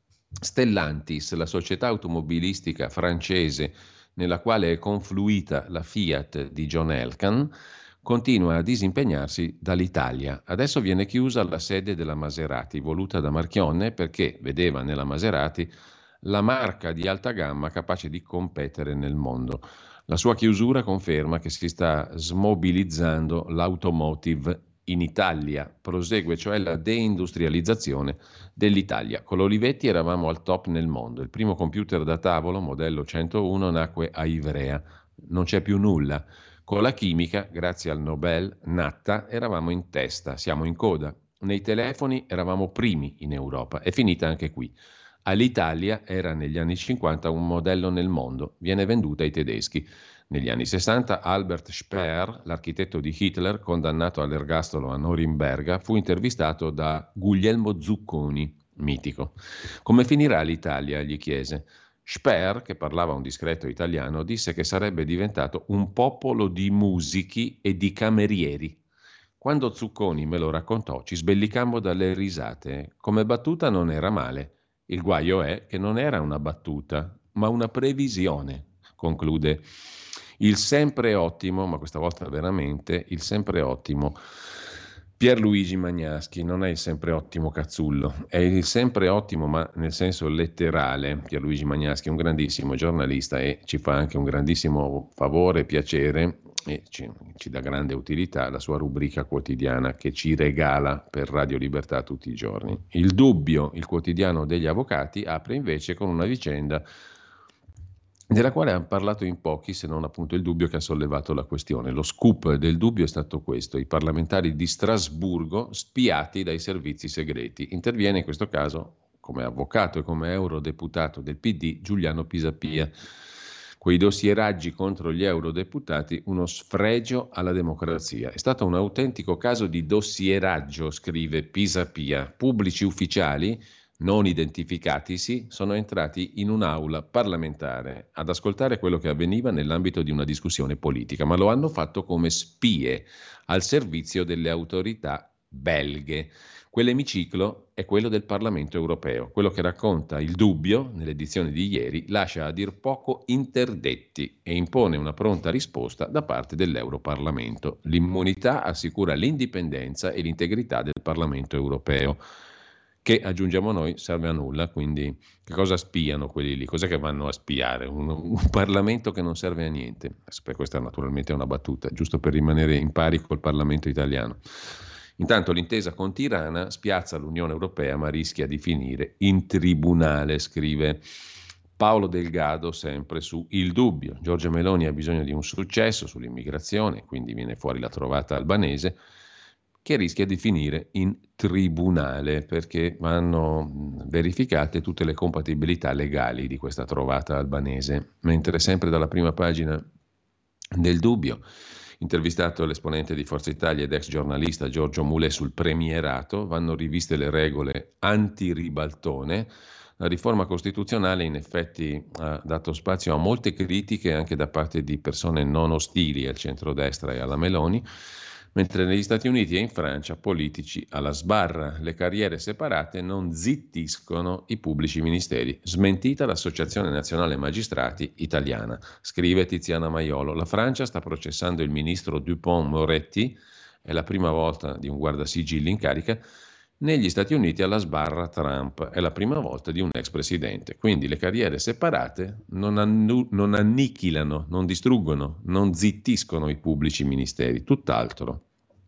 Stellantis, la società automobilistica francese nella quale è confluita la Fiat di John Elkann, continua a disimpegnarsi dall'Italia. Adesso viene chiusa la sede della Maserati, voluta da Marchionne perché vedeva nella Maserati la marca di alta gamma capace di competere nel mondo. La sua chiusura conferma che si sta smobilizzando l'automotive in Italia, prosegue cioè la deindustrializzazione dell'Italia. Con l'Olivetti eravamo al top nel mondo. Il primo computer da tavolo, modello centouno, nacque a Ivrea. Non c'è più nulla. Con la chimica, grazie al Nobel Natta, eravamo in testa, siamo in coda. Nei telefoni eravamo primi in Europa. È finita anche qui. All'Italia era negli anni cinquanta un modello nel mondo. Viene venduta ai tedeschi. Negli anni sessanta Albert Speer, l'architetto di Hitler, condannato all'ergastolo a Norimberga, fu intervistato da Guglielmo Zucconi, mitico. Come finirà l'Italia? Gli chiese. Speer, che parlava un discreto italiano, disse che sarebbe diventato un popolo di musichi e di camerieri. Quando Zucconi me lo raccontò, ci sbellicammo dalle risate. Come battuta non era male. Il guaio è che non era una battuta, ma una previsione, conclude. Il sempre ottimo, ma questa volta veramente, il sempre ottimo Pierluigi Magnaschi non è il sempre ottimo Cazzullo, è il sempre ottimo ma nel senso letterale. Pierluigi Magnaschi è un grandissimo giornalista e ci fa anche un grandissimo favore e piacere e ci, ci dà grande utilità la sua rubrica quotidiana che ci regala per Radio Libertà tutti i giorni. Il Dubbio, il quotidiano degli avvocati, apre invece con una vicenda della quale hanno parlato in pochi, se non appunto il Dubbio che ha sollevato la questione. Lo scoop del Dubbio è stato questo: i parlamentari di Strasburgo spiati dai servizi segreti. Interviene in questo caso come avvocato e come eurodeputato del P D Giuliano Pisapia. Quei dossieraggi contro gli eurodeputati, uno sfregio alla democrazia. È stato un autentico caso di dossieraggio, scrive Pisapia. Pubblici ufficiali non identificatisi sono entrati in un'aula parlamentare ad ascoltare quello che avveniva nell'ambito di una discussione politica, ma lo hanno fatto come spie al servizio delle autorità belghe. Quell'emiciclo è quello del Parlamento europeo. Quello che racconta il Dubbio nell'edizione di ieri lascia a dir poco interdetti e impone una pronta risposta da parte dell'Europarlamento. L'immunità assicura l'indipendenza e l'integrità del Parlamento europeo, che aggiungiamo noi serve a nulla. Quindi che cosa spiano quelli lì? Cos'è che vanno a spiare? Un, un Parlamento che non serve a niente. Questa naturalmente è una battuta, giusto per rimanere in pari col Parlamento italiano. Intanto l'intesa con Tirana spiazza l'Unione Europea ma rischia di finire in tribunale, scrive Paolo Delgado sempre su Il Dubbio. Giorgia Meloni ha bisogno di un successo sull'immigrazione, quindi viene fuori la trovata albanese, che rischia di finire in tribunale perché vanno verificate tutte le compatibilità legali di questa trovata albanese. Mentre sempre dalla prima pagina del Dubbio, intervistato l'esponente di Forza Italia ed ex giornalista Giorgio Mulè sul premierato, vanno riviste le regole anti-ribaltone. La riforma costituzionale in effetti ha dato spazio a molte critiche anche da parte di persone non ostili al centrodestra e alla Meloni, mentre negli Stati Uniti e in Francia politici alla sbarra. Le carriere separate non zittiscono i pubblici ministeri. Smentita l'Associazione Nazionale Magistrati italiana. Scrive Tiziana Maiolo. La Francia sta processando il ministro Dupont-Moretti, è la prima volta di un guardasigilli in carica. Negli Stati Uniti alla sbarra Trump, è la prima volta di un ex presidente. Quindi le carriere separate non, annu- non annichilano, non distruggono, non zittiscono i pubblici ministeri, tutt'altro.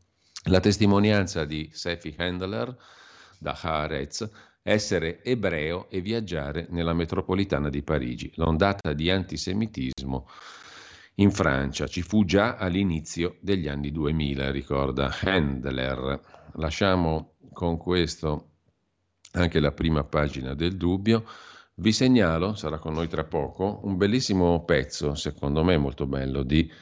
La testimonianza di Sefi Handler da Haaretz: essere ebreo e viaggiare nella metropolitana di Parigi. L'ondata di antisemitismo in Francia ci fu già all'inizio degli anni duemila, ricorda Handler. Lasciamo con questo anche la prima pagina del Dubbio. Vi segnalo, sarà con noi tra poco, un bellissimo pezzo, secondo me molto bello, di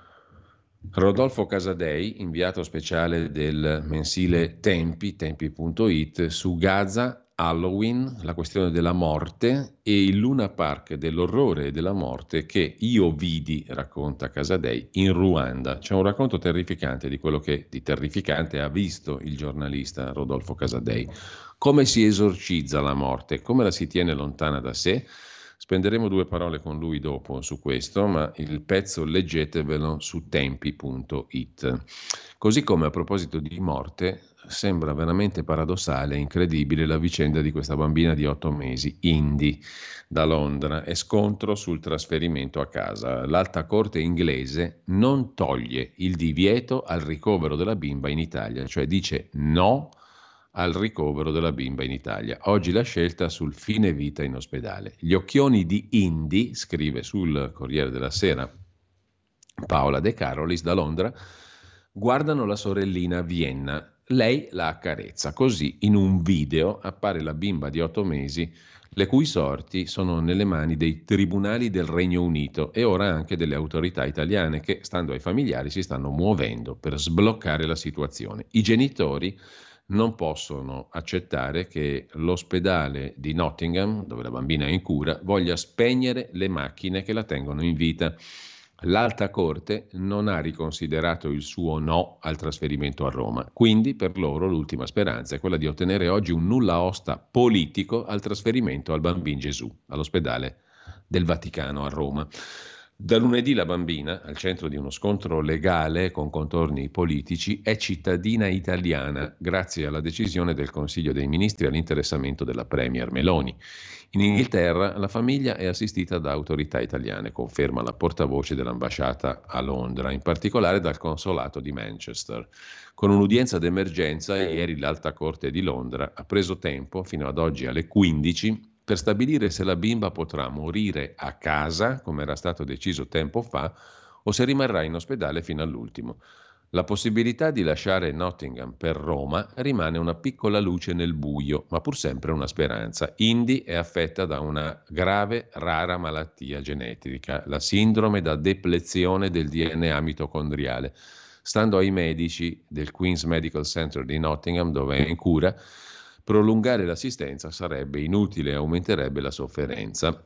Rodolfo Casadei, inviato speciale del mensile Tempi, tempi punto it, su Gaza, Halloween, la questione della morte e il Luna Park dell'orrore e della morte che io vidi, racconta Casadei, in Ruanda. C'è un racconto terrificante di quello che di terrificante ha visto il giornalista Rodolfo Casadei. Come si esorcizza la morte, come la si tiene lontana da sé. Spenderemo due parole con lui dopo su questo, ma il pezzo leggetevelo su tempi punto it. Così come a proposito di morte, sembra veramente paradossale e incredibile la vicenda di questa bambina di otto mesi, Indy, da Londra, e scontro sul trasferimento a casa. L'Alta Corte inglese non toglie il divieto al ricovero della bimba in Italia, cioè dice no al ricovero della bimba in Italia. Oggi la scelta sul fine vita in ospedale. Gli occhioni di Indy, scrive sul Corriere della Sera Paola De Carolis da Londra, guardano la sorellina Vienna. Lei la accarezza. Così in un video appare la bimba di otto mesi, le cui sorti sono nelle mani dei tribunali del Regno Unito e ora anche delle autorità italiane che, stando ai familiari, si stanno muovendo per sbloccare la situazione. I genitori non possono accettare che l'ospedale di Nottingham, dove la bambina è in cura, voglia spegnere le macchine che la tengono in vita. L'Alta Corte non ha riconsiderato il suo no al trasferimento a Roma, quindi per loro l'ultima speranza è quella di ottenere oggi un nulla osta politico al trasferimento al Bambin Gesù, all'ospedale del Vaticano a Roma. Da lunedì la bambina, al centro di uno scontro legale con contorni politici, è cittadina italiana grazie alla decisione del Consiglio dei Ministri e all'interessamento della Premier Meloni. In Inghilterra la famiglia è assistita da autorità italiane, conferma la portavoce dell'ambasciata a Londra, in particolare dal consolato di Manchester. Con un'udienza d'emergenza, ieri l'Alta Corte di Londra ha preso tempo, fino ad oggi alle quindici, per stabilire se la bimba potrà morire a casa, come era stato deciso tempo fa, o se rimarrà in ospedale fino all'ultimo. La possibilità di lasciare Nottingham per Roma rimane una piccola luce nel buio, ma pur sempre una speranza. Indy è affetta da una grave, rara malattia genetica, la sindrome da deplezione del D N A mitocondriale. Stando ai medici del Queen's Medical Center di Nottingham, dove è in cura, prolungare l'assistenza sarebbe inutile e aumenterebbe la sofferenza.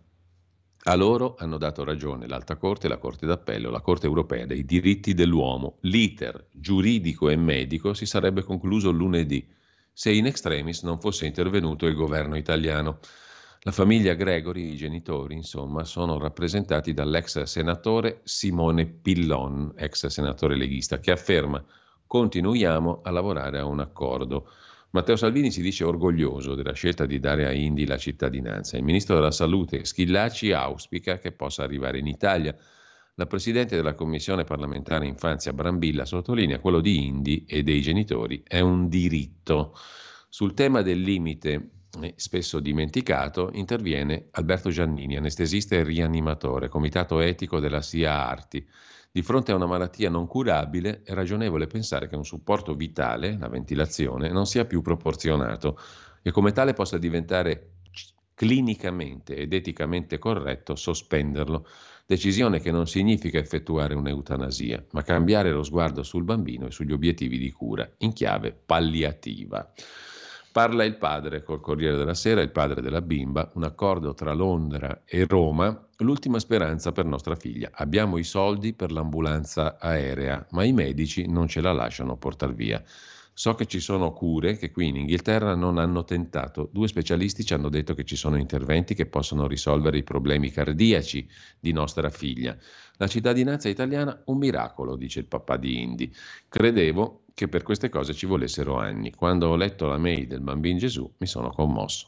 A loro hanno dato ragione l'Alta Corte, la Corte d'Appello, la Corte Europea dei diritti dell'uomo. L'iter giuridico e medico si sarebbe concluso lunedì, se in extremis non fosse intervenuto il governo italiano. La famiglia Gregory, i genitori, insomma, sono rappresentati dall'ex senatore Simone Pillon, ex senatore leghista, che afferma: continuiamo a lavorare a un accordo. Matteo Salvini si dice orgoglioso della scelta di dare a Indy la cittadinanza. Il ministro della Salute Schillaci auspica che possa arrivare in Italia. La presidente della Commissione parlamentare Infanzia Brambilla sottolinea: quello di Indy e dei genitori è un diritto. Sul tema del limite, spesso dimenticato, interviene Alberto Giannini, anestesista e rianimatore, comitato etico della S I A Arti. Di fronte a una malattia non curabile è ragionevole pensare che un supporto vitale, la ventilazione, non sia più proporzionato e come tale possa diventare clinicamente ed eticamente corretto sospenderlo. Decisione che non significa effettuare un'eutanasia, ma cambiare lo sguardo sul bambino e sugli obiettivi di cura in chiave palliativa. Parla il padre col Corriere della Sera, il padre della bimba, un accordo tra Londra e Roma, l'ultima speranza per nostra figlia. Abbiamo i soldi per l'ambulanza aerea, ma i medici non ce la lasciano portar via. So che ci sono cure che qui in Inghilterra non hanno tentato. Due specialisti ci hanno detto che ci sono interventi che possono risolvere i problemi cardiaci di nostra figlia. La cittadinanza italiana, un miracolo, dice il papà di Indy. Credevo che per queste cose ci volessero anni. Quando ho letto la mail del Bambin Gesù mi sono commosso.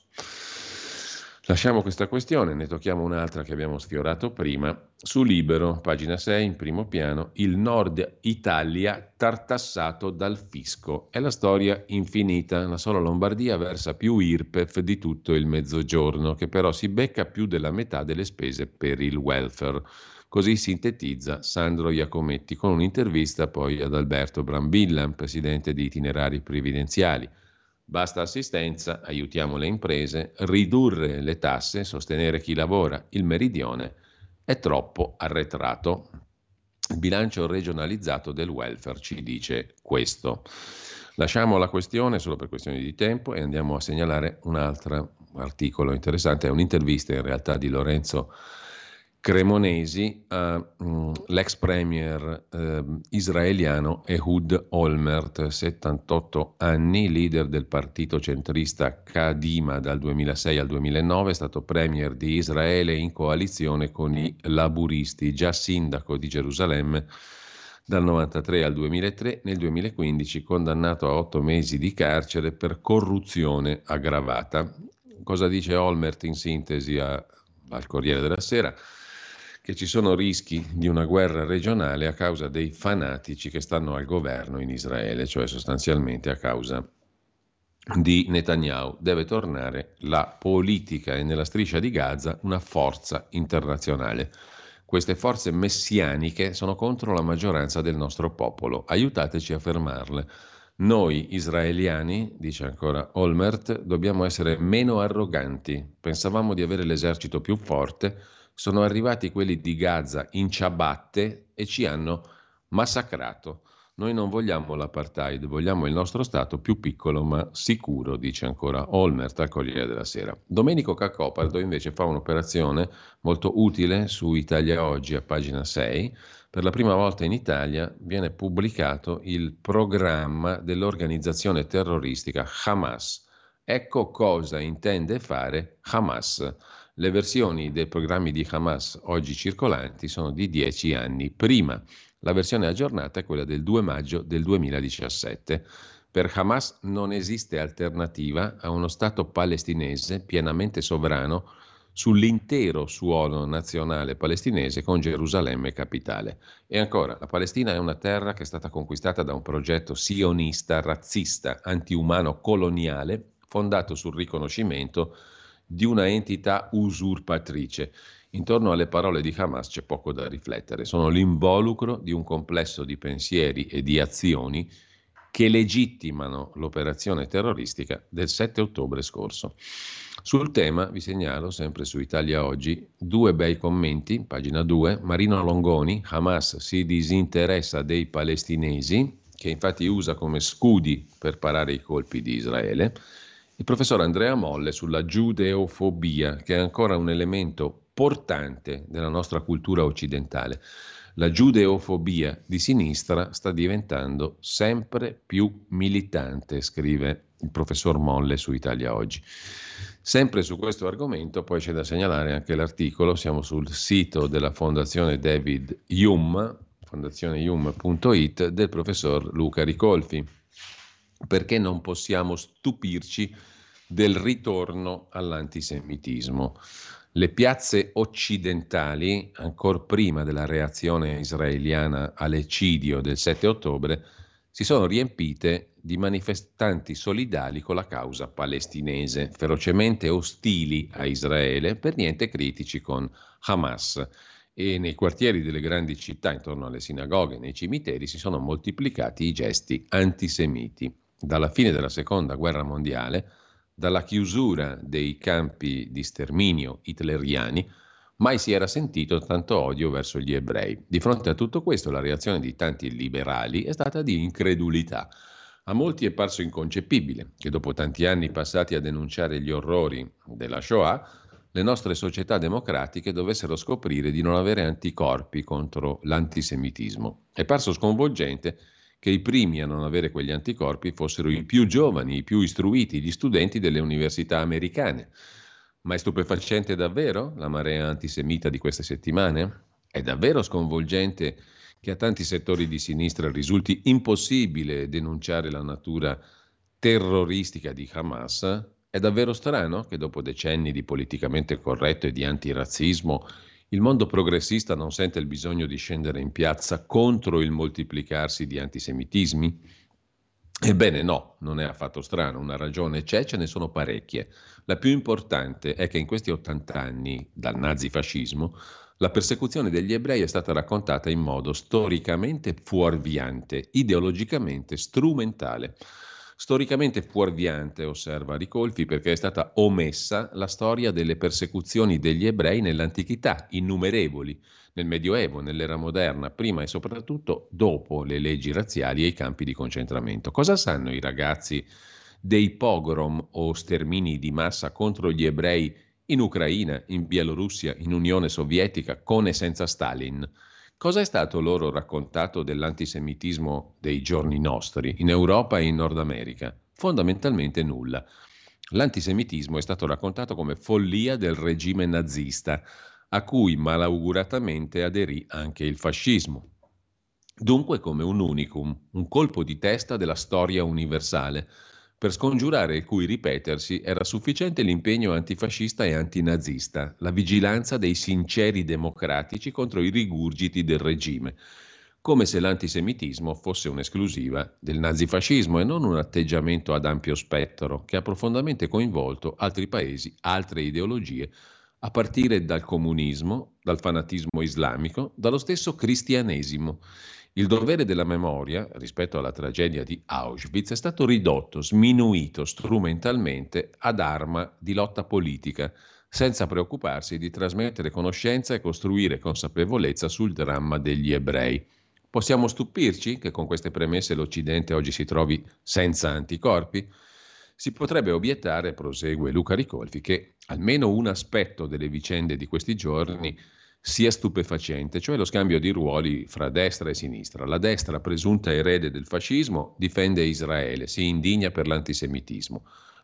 Lasciamo questa questione, ne tocchiamo un'altra che abbiamo sfiorato prima. Su Libero, pagina sei, in primo piano, il Nord Italia tartassato dal fisco. È la storia infinita. La sola Lombardia versa più I R P E F di tutto il Mezzogiorno, che però si becca più della metà delle spese per il welfare. Così sintetizza Sandro Iacometti con un'intervista poi ad Alberto Brambilla, presidente di Itinerari Previdenziali. Basta assistenza, aiutiamo le imprese, ridurre le tasse, sostenere chi lavora. Il meridione è troppo arretrato. Il bilancio regionalizzato del welfare ci dice questo. Lasciamo la questione solo per questioni di tempo e andiamo a segnalare un altro articolo interessante. È un'intervista in realtà di Lorenzo Cremonesi all'ex premier eh, israeliano Ehud Olmert, settantotto anni, leader del partito centrista Kadima dal duemilasei al duemilanove, è stato premier di Israele in coalizione con i laburisti, già sindaco di Gerusalemme dal novantatré al duemilatré, nel duemilaquindici condannato a otto mesi di carcere per corruzione aggravata. Cosa dice Olmert in sintesi a, al Corriere della Sera? Che ci sono rischi di una guerra regionale a causa dei fanatici che stanno al governo in Israele, cioè sostanzialmente a causa di Netanyahu. Deve tornare la politica e nella striscia di Gaza una forza internazionale. Queste forze messianiche sono contro la maggioranza del nostro popolo. Aiutateci a fermarle. Noi israeliani, dice ancora Olmert, dobbiamo essere meno arroganti. Pensavamo di avere l'esercito più forte. Sono arrivati quelli di Gaza in ciabatte e ci hanno massacrato. Noi non vogliamo l'apartheid, vogliamo il nostro Stato più piccolo ma sicuro, dice ancora Olmert al Corriere della Sera. Domenico Cacopardo invece fa un'operazione molto utile su Italia Oggi a pagina sei. Per la prima volta in Italia viene pubblicato il programma dell'organizzazione terroristica Hamas. Ecco cosa intende fare Hamas. Le versioni dei programmi di Hamas oggi circolanti sono di dieci anni prima. La versione aggiornata è quella del due maggio del duemiladiciassette. Per Hamas non esiste alternativa a uno Stato palestinese pienamente sovrano sull'intero suolo nazionale palestinese con Gerusalemme capitale. E ancora, la Palestina è una terra che è stata conquistata da un progetto sionista, razzista, antiumano, coloniale, fondato sul riconoscimento di una entità usurpatrice. Intorno alle parole di Hamas c'è poco da riflettere, sono l'involucro di un complesso di pensieri e di azioni che legittimano l'operazione terroristica del sette ottobre scorso. Sul tema vi segnalo, sempre su Italia Oggi, due bei commenti, pagina due, Marino Longoni, Hamas si disinteressa dei palestinesi, che infatti usa come scudi per parare i colpi di Israele, il professor Andrea Molle sulla giudeofobia, che è ancora un elemento portante della nostra cultura occidentale. La giudeofobia di sinistra sta diventando sempre più militante, scrive il professor Molle su Italia Oggi. Sempre su questo argomento poi c'è da segnalare anche l'articolo, siamo sul sito della Fondazione David Hume, fondazione hume punto it, del professor Luca Ricolfi. Perché non possiamo stupirci del ritorno all'antisemitismo? Le piazze occidentali, ancor prima della reazione israeliana all'eccidio del sette ottobre, si sono riempite di manifestanti solidali con la causa palestinese, ferocemente ostili a Israele, per niente critici con Hamas. E nei quartieri delle grandi città, intorno alle sinagoghe, nei cimiteri, si sono moltiplicati i gesti antisemiti. Dalla fine della seconda guerra mondiale, dalla chiusura dei campi di sterminio hitleriani, mai si era sentito tanto odio verso gli ebrei. Di fronte a tutto questo, la reazione di tanti liberali è stata di incredulità. A molti è parso inconcepibile che dopo tanti anni passati a denunciare gli orrori della Shoah, le nostre società democratiche dovessero scoprire di non avere anticorpi contro l'antisemitismo. È parso sconvolgente che i primi a non avere quegli anticorpi fossero i più giovani, i più istruiti, gli studenti delle università americane. Ma è stupefacente davvero la marea antisemita di queste settimane? È davvero sconvolgente che a tanti settori di sinistra risulti impossibile denunciare la natura terroristica di Hamas? È davvero strano che dopo decenni di politicamente corretto e di antirazzismo il mondo progressista non sente il bisogno di scendere in piazza contro il moltiplicarsi di antisemitismi? Ebbene no, non è affatto strano, una ragione c'è, ce ne sono parecchie. La più importante è che in questi ottanta anni dal nazifascismo la persecuzione degli ebrei è stata raccontata in modo storicamente fuorviante, ideologicamente strumentale. Storicamente fuorviante, osserva Ricolfi, perché è stata omessa la storia delle persecuzioni degli ebrei nell'antichità, innumerevoli, nel Medioevo, nell'era moderna, prima e soprattutto dopo le leggi razziali e i campi di concentramento. Cosa sanno i ragazzi dei pogrom o stermini di massa contro gli ebrei in Ucraina, in Bielorussia, in Unione Sovietica, con e senza Stalin? Cosa è stato loro raccontato dell'antisemitismo dei giorni nostri, in Europa e in Nord America? Fondamentalmente nulla. L'antisemitismo è stato raccontato come follia del regime nazista, a cui malauguratamente aderì anche il fascismo. Dunque come un unicum, un colpo di testa della storia universale, per scongiurare il cui ripetersi era sufficiente l'impegno antifascista e antinazista, la vigilanza dei sinceri democratici contro i rigurgiti del regime, come se l'antisemitismo fosse un'esclusiva del nazifascismo e non un atteggiamento ad ampio spettro che ha profondamente coinvolto altri paesi, altre ideologie, a partire dal comunismo, dal fanatismo islamico, dallo stesso cristianesimo. Il dovere della memoria, rispetto alla tragedia di Auschwitz, è stato ridotto, sminuito strumentalmente ad arma di lotta politica, senza preoccuparsi di trasmettere conoscenza e costruire consapevolezza sul dramma degli ebrei. Possiamo stupirci che con queste premesse l'Occidente oggi si trovi senza anticorpi? Si potrebbe obiettare, prosegue Luca Ricolfi, che almeno un aspetto delle vicende di questi giorni sia stupefacente, cioè lo scambio di ruoli fra destra e sinistra. La destra, presunta erede del fascismo, difende Israele, si indigna per l'antisemitismo.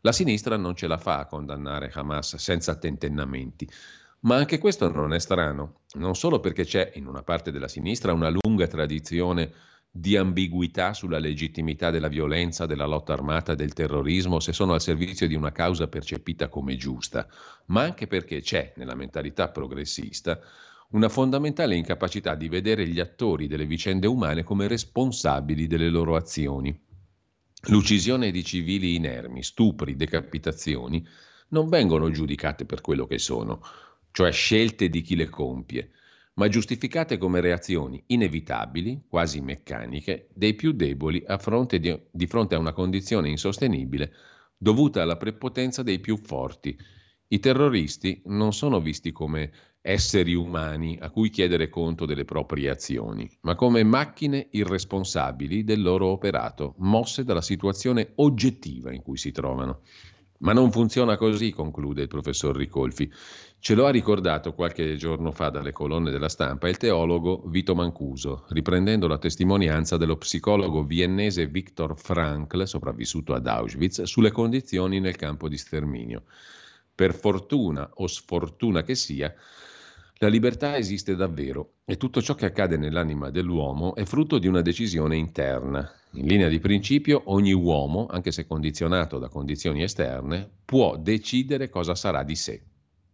La sinistra non ce la fa a condannare Hamas senza tentennamenti. Ma anche questo non è strano, non solo perché c'è in una parte della sinistra una lunga tradizione di ambiguità sulla legittimità della violenza, della lotta armata, del terrorismo, se sono al servizio di una causa percepita come giusta, ma anche perché c'è nella mentalità progressista una fondamentale incapacità di vedere gli attori delle vicende umane come responsabili delle loro azioni. L'uccisione di civili inermi, stupri, decapitazioni non vengono giudicate per quello che sono, cioè scelte di chi le compie, ma giustificate come reazioni inevitabili, quasi meccaniche, dei più deboli a fronte di, di fronte a una condizione insostenibile dovuta alla prepotenza dei più forti. I terroristi non sono visti come esseri umani a cui chiedere conto delle proprie azioni, ma come macchine irresponsabili del loro operato, mosse dalla situazione oggettiva in cui si trovano. Ma non funziona così, conclude il professor Ricolfi. Ce lo ha ricordato qualche giorno fa dalle colonne della Stampa il teologo Vito Mancuso, riprendendo la testimonianza dello psicologo viennese Viktor Frankl, sopravvissuto ad Auschwitz, sulle condizioni nel campo di sterminio. Per fortuna o sfortuna che sia, la libertà esiste davvero e tutto ciò che accade nell'anima dell'uomo è frutto di una decisione interna. In linea di principio, ogni uomo, anche se condizionato da condizioni esterne, può decidere cosa sarà di sé.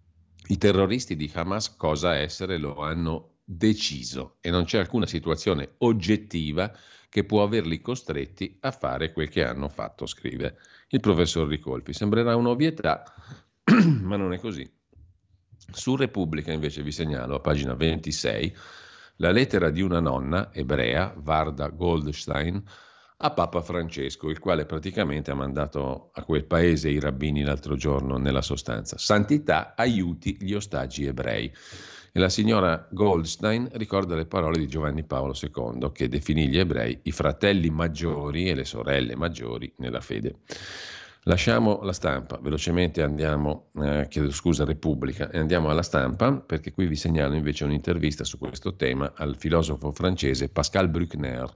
I terroristi di Hamas cosa essere lo hanno deciso e non c'è alcuna situazione oggettiva che può averli costretti a fare quel che hanno fatto, scrive il professor Ricolfi. Sembrerà un'ovvietà, ma non è così. Su Repubblica invece vi segnalo a pagina ventisei la lettera di una nonna ebrea, Varda Goldstein, a Papa Francesco, il quale praticamente ha mandato a quel paese i rabbini l'altro giorno nella sostanza: santità, aiuti gli ostaggi ebrei. E la signora Goldstein ricorda le parole di Giovanni Paolo secondo, che definì gli ebrei i fratelli maggiori e le sorelle maggiori nella fede. Lasciamo la Stampa, velocemente andiamo, eh, chiedo scusa, Repubblica, e andiamo alla Stampa, perché qui vi segnalo invece un'intervista su questo tema al filosofo francese Pascal Bruckner.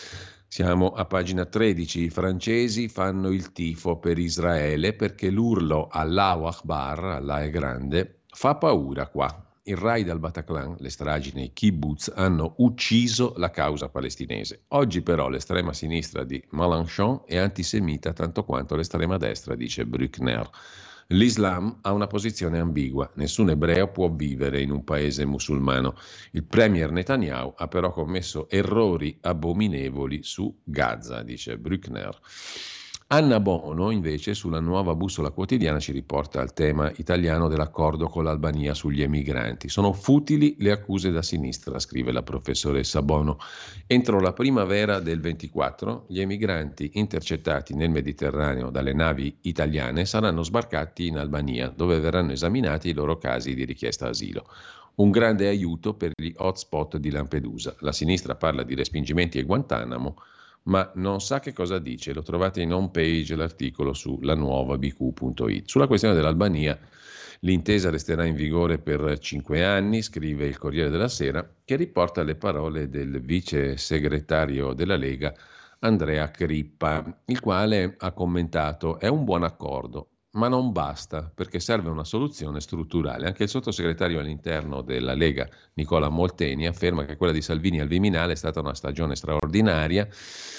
Siamo a pagina tredici. I francesi fanno il tifo per Israele perché l'urlo Allahu Akbar, Allah è grande, fa paura qua. Il raid al Bataclan, le stragi nei kibbutz, hanno ucciso la causa palestinese. Oggi però l'estrema sinistra di Mélenchon è antisemita tanto quanto l'estrema destra, dice Bruckner. L'Islam ha una posizione ambigua. Nessun ebreo può vivere in un paese musulmano. Il premier Netanyahu ha però commesso errori abominevoli su Gaza, dice Bruckner. Anna Bono, invece, sulla Nuova Bussola Quotidiana ci riporta al tema italiano dell'accordo con l'Albania sugli emigranti. Sono futili le accuse da sinistra, scrive la professoressa Bono. Entro la primavera del ventiquattro, gli emigranti intercettati nel Mediterraneo dalle navi italiane saranno sbarcati in Albania, dove verranno esaminati i loro casi di richiesta asilo. Un grande aiuto per gli hotspot di Lampedusa. La sinistra parla di respingimenti e Guantanamo, ma non sa che cosa dice. Lo trovate in home page l'articolo su la nuova b q punto i t. Sulla questione dell'Albania, l'intesa resterà in vigore per cinque anni, scrive il Corriere della Sera, che riporta le parole del vice segretario della Lega Andrea Crippa, il quale ha commentato: è un buon accordo, ma non basta, perché serve una soluzione strutturale. Anche il sottosegretario all'interno della Lega, Nicola Molteni, afferma che quella di Salvini al Viminale è stata una stagione straordinaria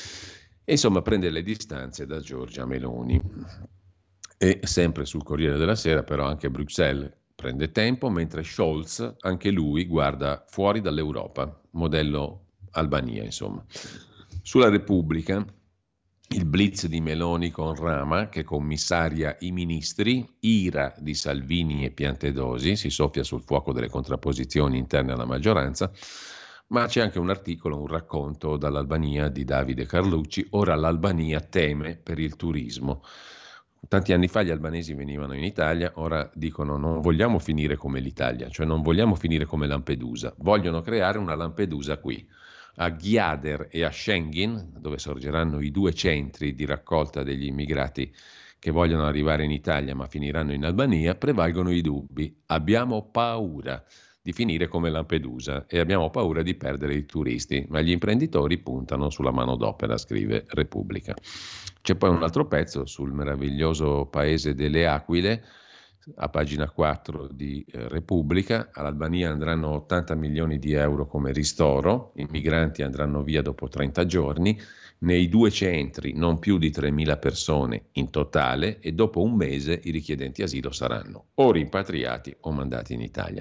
e insomma prende le distanze da Giorgia Meloni. E sempre sul Corriere della Sera però anche Bruxelles prende tempo, mentre Scholz, anche lui, guarda fuori dall'Europa, modello Albania insomma. Sulla Repubblica, il blitz di Meloni con Rama, che commissaria i ministri, ira di Salvini e Piantedosi, si soffia sul fuoco delle contrapposizioni interne alla maggioranza, ma c'è anche un articolo, un racconto dall'Albania di Davide Carlucci. Ora l'Albania teme per il turismo. Tanti anni fa gli albanesi venivano in Italia, ora dicono non vogliamo finire come l'Italia, cioè non vogliamo finire come Lampedusa, vogliono creare una Lampedusa qui. A Gjader e a Schengen, dove sorgeranno i due centri di raccolta degli immigrati che vogliono arrivare in Italia ma finiranno in Albania, prevalgono i dubbi. Abbiamo paura di finire come Lampedusa e abbiamo paura di perdere i turisti, ma gli imprenditori puntano sulla manodopera, scrive Repubblica. C'è poi un altro pezzo sul meraviglioso paese delle aquile, a pagina quattro di eh, Repubblica. All'Albania andranno ottanta milioni di euro come ristoro, i migranti andranno via dopo trenta giorni, nei due centri non più di tremila persone in totale e dopo un mese i richiedenti asilo saranno o rimpatriati o mandati in Italia.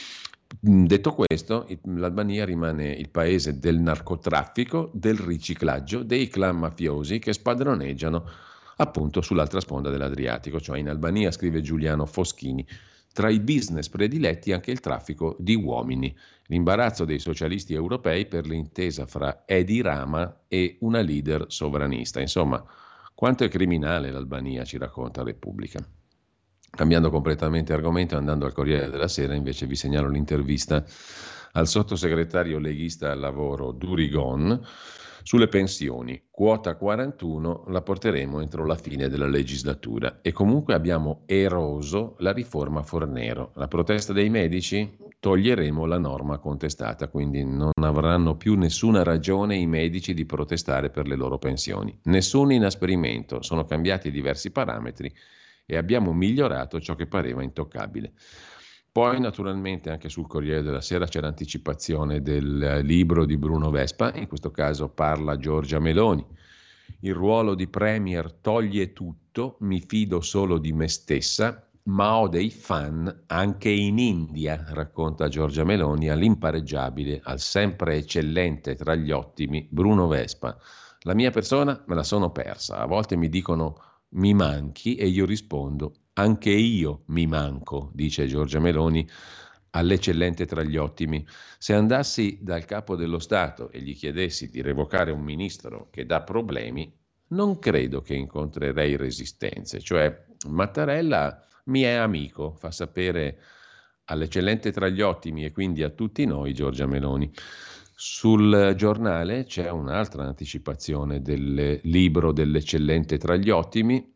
Detto questo, l'Albania rimane il paese del narcotraffico, del riciclaggio, dei clan mafiosi che spadroneggiano appunto sull'altra sponda dell'Adriatico, cioè in Albania, scrive Giuliano Foschini, tra i business prediletti anche il traffico di uomini, l'imbarazzo dei socialisti europei per l'intesa fra Edi Rama e una leader sovranista. Insomma, quanto è criminale l'Albania, ci racconta Repubblica. Cambiando completamente argomento, andando al Corriere della Sera, invece vi segnalo l'intervista al sottosegretario leghista al lavoro Durigon sulle pensioni. Quota quarantuno la porteremo entro la fine della legislatura e comunque abbiamo eroso la riforma Fornero. La protesta dei medici? Toglieremo la norma contestata, quindi non avranno più nessuna ragione i medici di protestare per le loro pensioni. Nessun inasperimento, sono cambiati diversi parametri e abbiamo migliorato ciò che pareva intoccabile. Poi naturalmente anche sul Corriere della Sera c'è l'anticipazione del libro di Bruno Vespa, in questo caso parla Giorgia Meloni. Il ruolo di premier toglie tutto, mi fido solo di me stessa, ma ho dei fan anche in India, racconta Giorgia Meloni all'impareggiabile, al sempre eccellente tra gli ottimi Bruno Vespa. La mia persona me la sono persa, a volte mi dicono mi manchi e io rispondo anche io mi manco, dice Giorgia Meloni all'eccellente tra gli ottimi. Se andassi dal capo dello Stato e gli chiedessi di revocare un ministro che dà problemi, non credo che incontrerei resistenze. Cioè Mattarella mi è amico, fa sapere all'eccellente tra gli ottimi e quindi a tutti noi Giorgia Meloni. Sul giornale c'è un'altra anticipazione del libro dell'eccellente tra gli ottimi,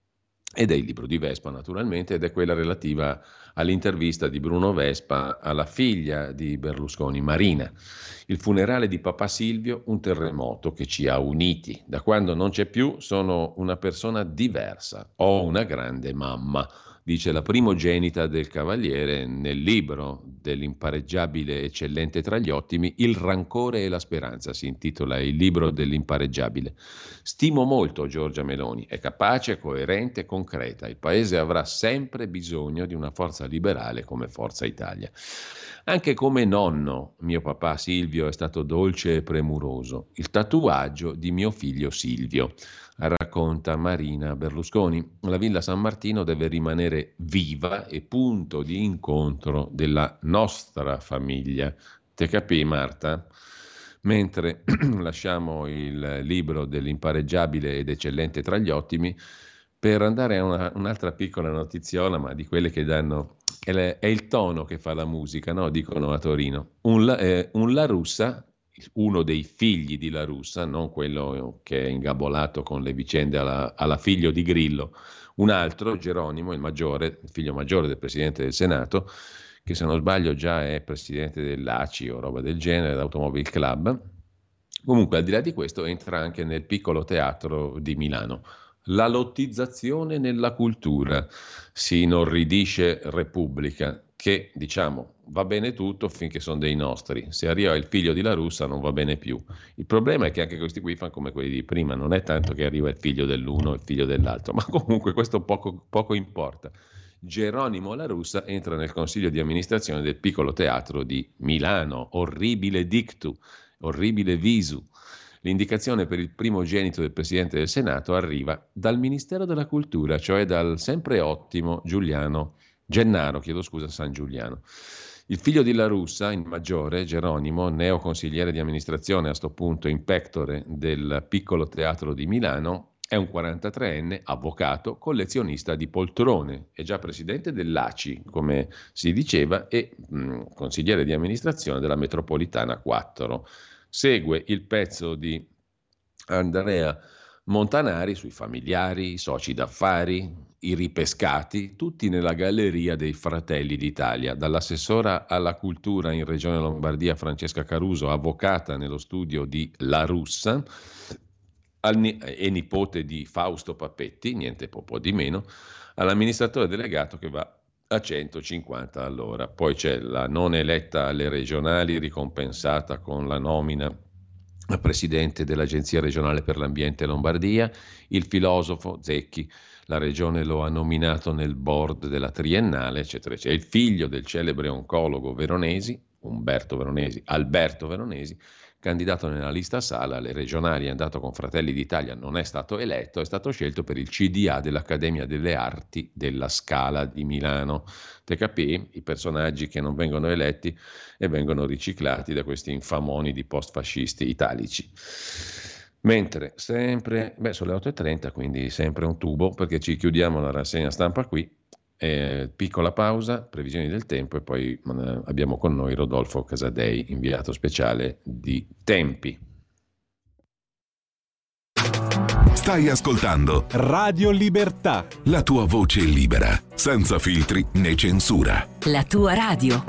ed è il libro di Vespa naturalmente, ed è quella relativa all'intervista di Bruno Vespa alla figlia di Berlusconi, Marina. Il funerale di papà Silvio, un terremoto che ci ha uniti. Da quando non c'è più sono una persona diversa, ho una grande mamma, dice la primogenita del Cavaliere nel libro dell'impareggiabile eccellente tra gli ottimi, Il rancore e la speranza, si intitola il libro dell'impareggiabile. Stimo molto Giorgia Meloni, è capace, coerente, concreta. Il paese avrà sempre bisogno di una forza liberale come Forza Italia. Anche come nonno, mio papà Silvio è stato dolce e premuroso. Il tatuaggio di mio figlio Silvio, racconta Marina Berlusconi. La Villa San Martino deve rimanere viva e punto di incontro della nostra famiglia. Te capì, Marta? Mentre lasciamo il libro dell'impareggiabile ed eccellente tra gli ottimi per andare a una, un'altra piccola notiziola, ma di quelle che danno, è, è il tono che fa la musica, no? Dicono a Torino. Un, eh, un La Russa, uno dei figli di La Russa, non quello che è ingabolato con le vicende alla, alla figlio di Grillo, un altro, Geronimo, il maggiore, il figlio maggiore del Presidente del Senato, che se non sbaglio già è Presidente dell'A C I o roba del genere, l'Automobile Club. Comunque, al di là di questo, entra anche nel piccolo teatro di Milano. La lottizzazione nella cultura, si inorridisce Repubblica, che diciamo va bene tutto finché sono dei nostri, se arriva il figlio di La Russa non va bene più. Il problema è che anche questi qui fanno come quelli di prima, non è tanto che arriva il figlio dell'uno e il figlio dell'altro, ma comunque questo poco, poco importa. Geronimo La Russa entra nel consiglio di amministrazione del piccolo teatro di Milano, orribile dictu, orribile visu. L'indicazione per il primogenito del Presidente del Senato arriva dal Ministero della Cultura, cioè dal sempre ottimo Giuliano Gennaro, chiedo scusa, San Giuliano. Il figlio di La Russa, in maggiore, Geronimo, neoconsigliere di amministrazione a sto punto in pectore del piccolo teatro di Milano, è un quarantatreenne, avvocato, collezionista di poltrone, è già presidente dell'A C I, come si diceva, e mh, consigliere di amministrazione della Metropolitana quattro. Segue il pezzo di Andrea Montanari sui familiari, i soci d'affari, i ripescati, tutti nella galleria dei Fratelli d'Italia, dall'assessora alla cultura in Regione Lombardia Francesca Caruso, avvocata nello studio di La Russa, al ni- e nipote di Fausto Papetti, niente po', po' di meno, all'amministratore delegato che va a centocinquanta all'ora. Poi c'è la non eletta alle regionali, ricompensata con la nomina a presidente dell'Agenzia regionale per l'ambiente Lombardia, il filosofo Zecchi, la regione lo ha nominato nel board della triennale, eccetera, eccetera. Il figlio del celebre oncologo Veronesi, Umberto Veronesi, Alberto Veronesi, candidato nella lista Sala alle regionali, è andato con Fratelli d'Italia, non è stato eletto, è stato scelto per il C D A dell'Accademia delle Arti della Scala di Milano. Te capì? I personaggi che non vengono eletti e vengono riciclati da questi infamoni di post-fascisti italici. Mentre sempre, beh, sono le otto e trenta, quindi sempre un tubo, perché ci chiudiamo la rassegna stampa qui. Eh, piccola pausa, previsioni del tempo e poi eh, abbiamo con noi Rodolfo Casadei, inviato speciale di Tempi. Stai ascoltando Radio Libertà, la tua voce libera, senza filtri né censura. La tua radio.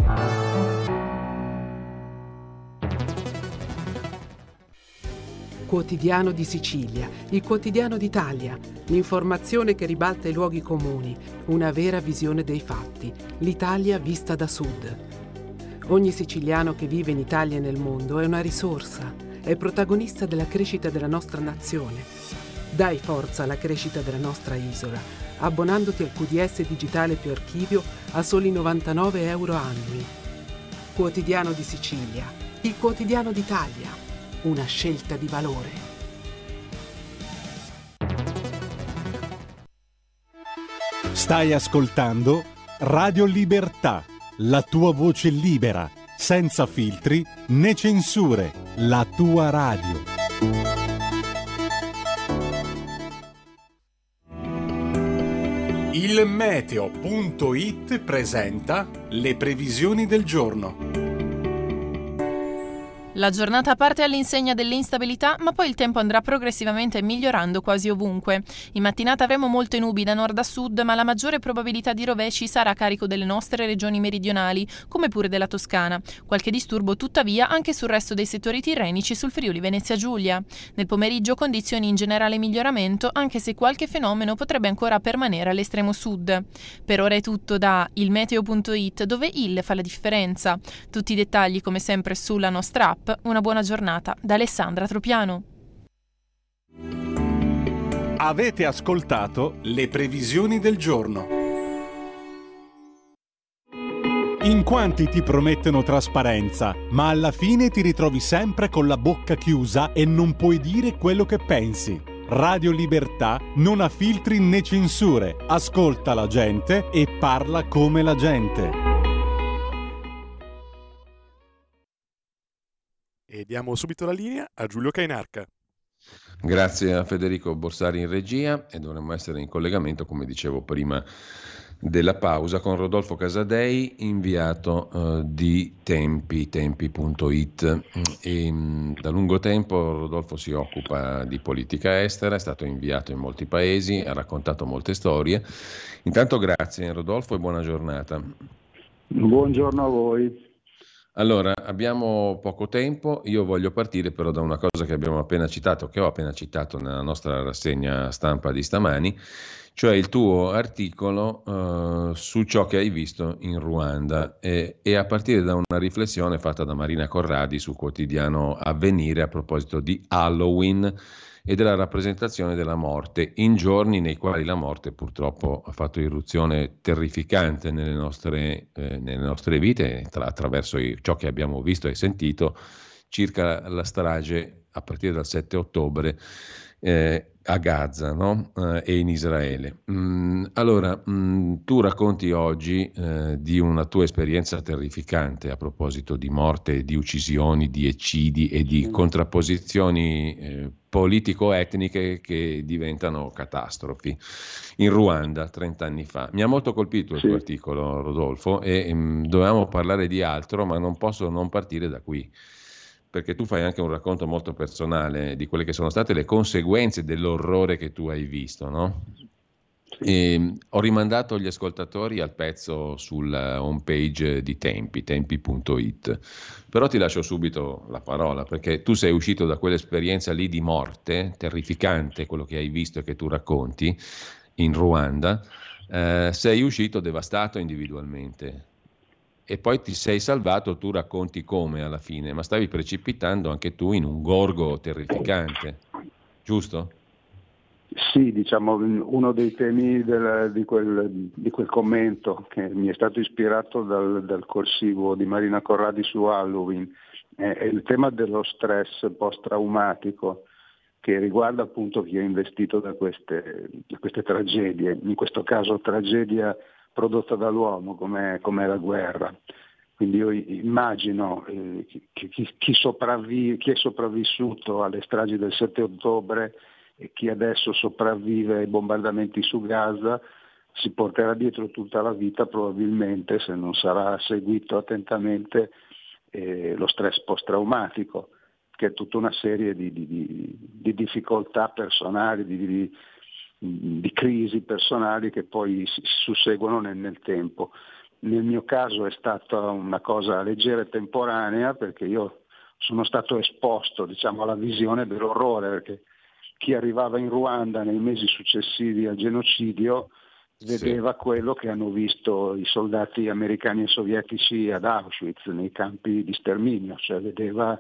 Quotidiano di Sicilia, il quotidiano d'Italia, l'informazione che ribalta i luoghi comuni, una vera visione dei fatti, l'Italia vista da sud. Ogni siciliano che vive in Italia e nel mondo è una risorsa, è protagonista della crescita della nostra nazione. Dai forza alla crescita della nostra isola, abbonandoti al Q D S digitale più archivio a soli novantanove euro annui. Quotidiano di Sicilia, il quotidiano d'Italia. Una scelta di valore. Stai ascoltando Radio Libertà, la tua voce libera, senza filtri né censure, la tua radio. Il meteo punto it presenta le previsioni del giorno. La giornata parte all'insegna dell'instabilità, ma poi il tempo andrà progressivamente migliorando quasi ovunque. In mattinata avremo molte nubi da nord a sud, ma la maggiore probabilità di rovesci sarà a carico delle nostre regioni meridionali, come pure della Toscana. Qualche disturbo tuttavia anche sul resto dei settori tirrenici e sul Friuli Venezia Giulia. Nel pomeriggio condizioni in generale miglioramento, anche se qualche fenomeno potrebbe ancora permanere all'estremo sud. Per ora è tutto da il meteo punto it, dove il fa la differenza. Tutti i dettagli come sempre sulla nostra app. Una buona giornata da Alessandra Tropiano. Avete ascoltato le previsioni del giorno. In quanti ti promettono trasparenza, ma alla fine ti ritrovi sempre con la bocca chiusa e non puoi dire quello che pensi. Radio Libertà non ha filtri né censure, ascolta la gente e parla come la gente. E diamo subito la linea a Giulio Cainarca. Grazie a Federico Borsari in regia e dovremmo essere in collegamento, come dicevo prima della pausa, con Rodolfo Casadei, inviato uh, di Tempi, tempi punto it. E, mh, da lungo tempo Rodolfo si occupa di politica estera, è stato inviato in molti paesi, ha raccontato molte storie. Intanto grazie Rodolfo e buona giornata. Buongiorno a voi. Allora, abbiamo poco tempo, io voglio partire però da una cosa che abbiamo appena citato, che ho appena citato nella nostra rassegna stampa di stamani, cioè il tuo articolo uh, su ciò che hai visto in Ruanda e, e a partire da una riflessione fatta da Marina Corradi sul quotidiano Avvenire a proposito di Halloween e della rappresentazione della morte, in giorni nei quali la morte purtroppo ha fatto irruzione terrificante nelle nostre, eh, nelle nostre vite, tra, attraverso i, ciò che abbiamo visto e sentito circa la strage a partire dal sette ottobre eh, a Gaza, no? eh, e in Israele. Mm, allora, mm, tu racconti oggi eh, di una tua esperienza terrificante a proposito di morte, di uccisioni, di eccidi e di contrapposizioni eh, politico-etniche che diventano catastrofi. In Ruanda, trent'anni fa. Mi ha molto colpito il sì. tuo articolo, Rodolfo, e um, dovevamo parlare di altro, ma non posso non partire da qui, perché tu fai anche un racconto molto personale di quelle che sono state le conseguenze dell'orrore che tu hai visto, no? E ho rimandato gli ascoltatori al pezzo sulla homepage di Tempi, tempi punto it, però ti lascio subito la parola, perché tu sei uscito da quell'esperienza lì di morte, terrificante, quello che hai visto e che tu racconti in Ruanda, eh, sei uscito devastato individualmente e poi ti sei salvato, tu racconti come alla fine, ma stavi precipitando anche tu in un gorgo terrificante, giusto? Sì, diciamo, uno dei temi del, di, quel, di quel commento che mi è stato ispirato dal, dal corsivo di Marina Corradi su Halloween è, è il tema dello stress post-traumatico, che riguarda appunto chi è investito da queste, da queste tragedie, in questo caso tragedia prodotta dall'uomo come è la guerra. Quindi io immagino eh, chi, chi, chi, sopravvi- chi è sopravvissuto alle stragi del sette ottobre e chi adesso sopravvive ai bombardamenti su Gaza si porterà dietro tutta la vita probabilmente, se non sarà seguito attentamente, eh, lo stress post-traumatico, che è tutta una serie di, di, di, di difficoltà personali, di, di, di crisi personali che poi si susseguono nel, nel tempo. Nel mio caso è stata una cosa leggera e temporanea, perché io sono stato esposto, diciamo, alla visione dell'orrore, perché chi arrivava in Ruanda nei mesi successivi al genocidio vedeva sì. quello che hanno visto i soldati americani e sovietici ad Auschwitz, nei campi di sterminio, cioè vedeva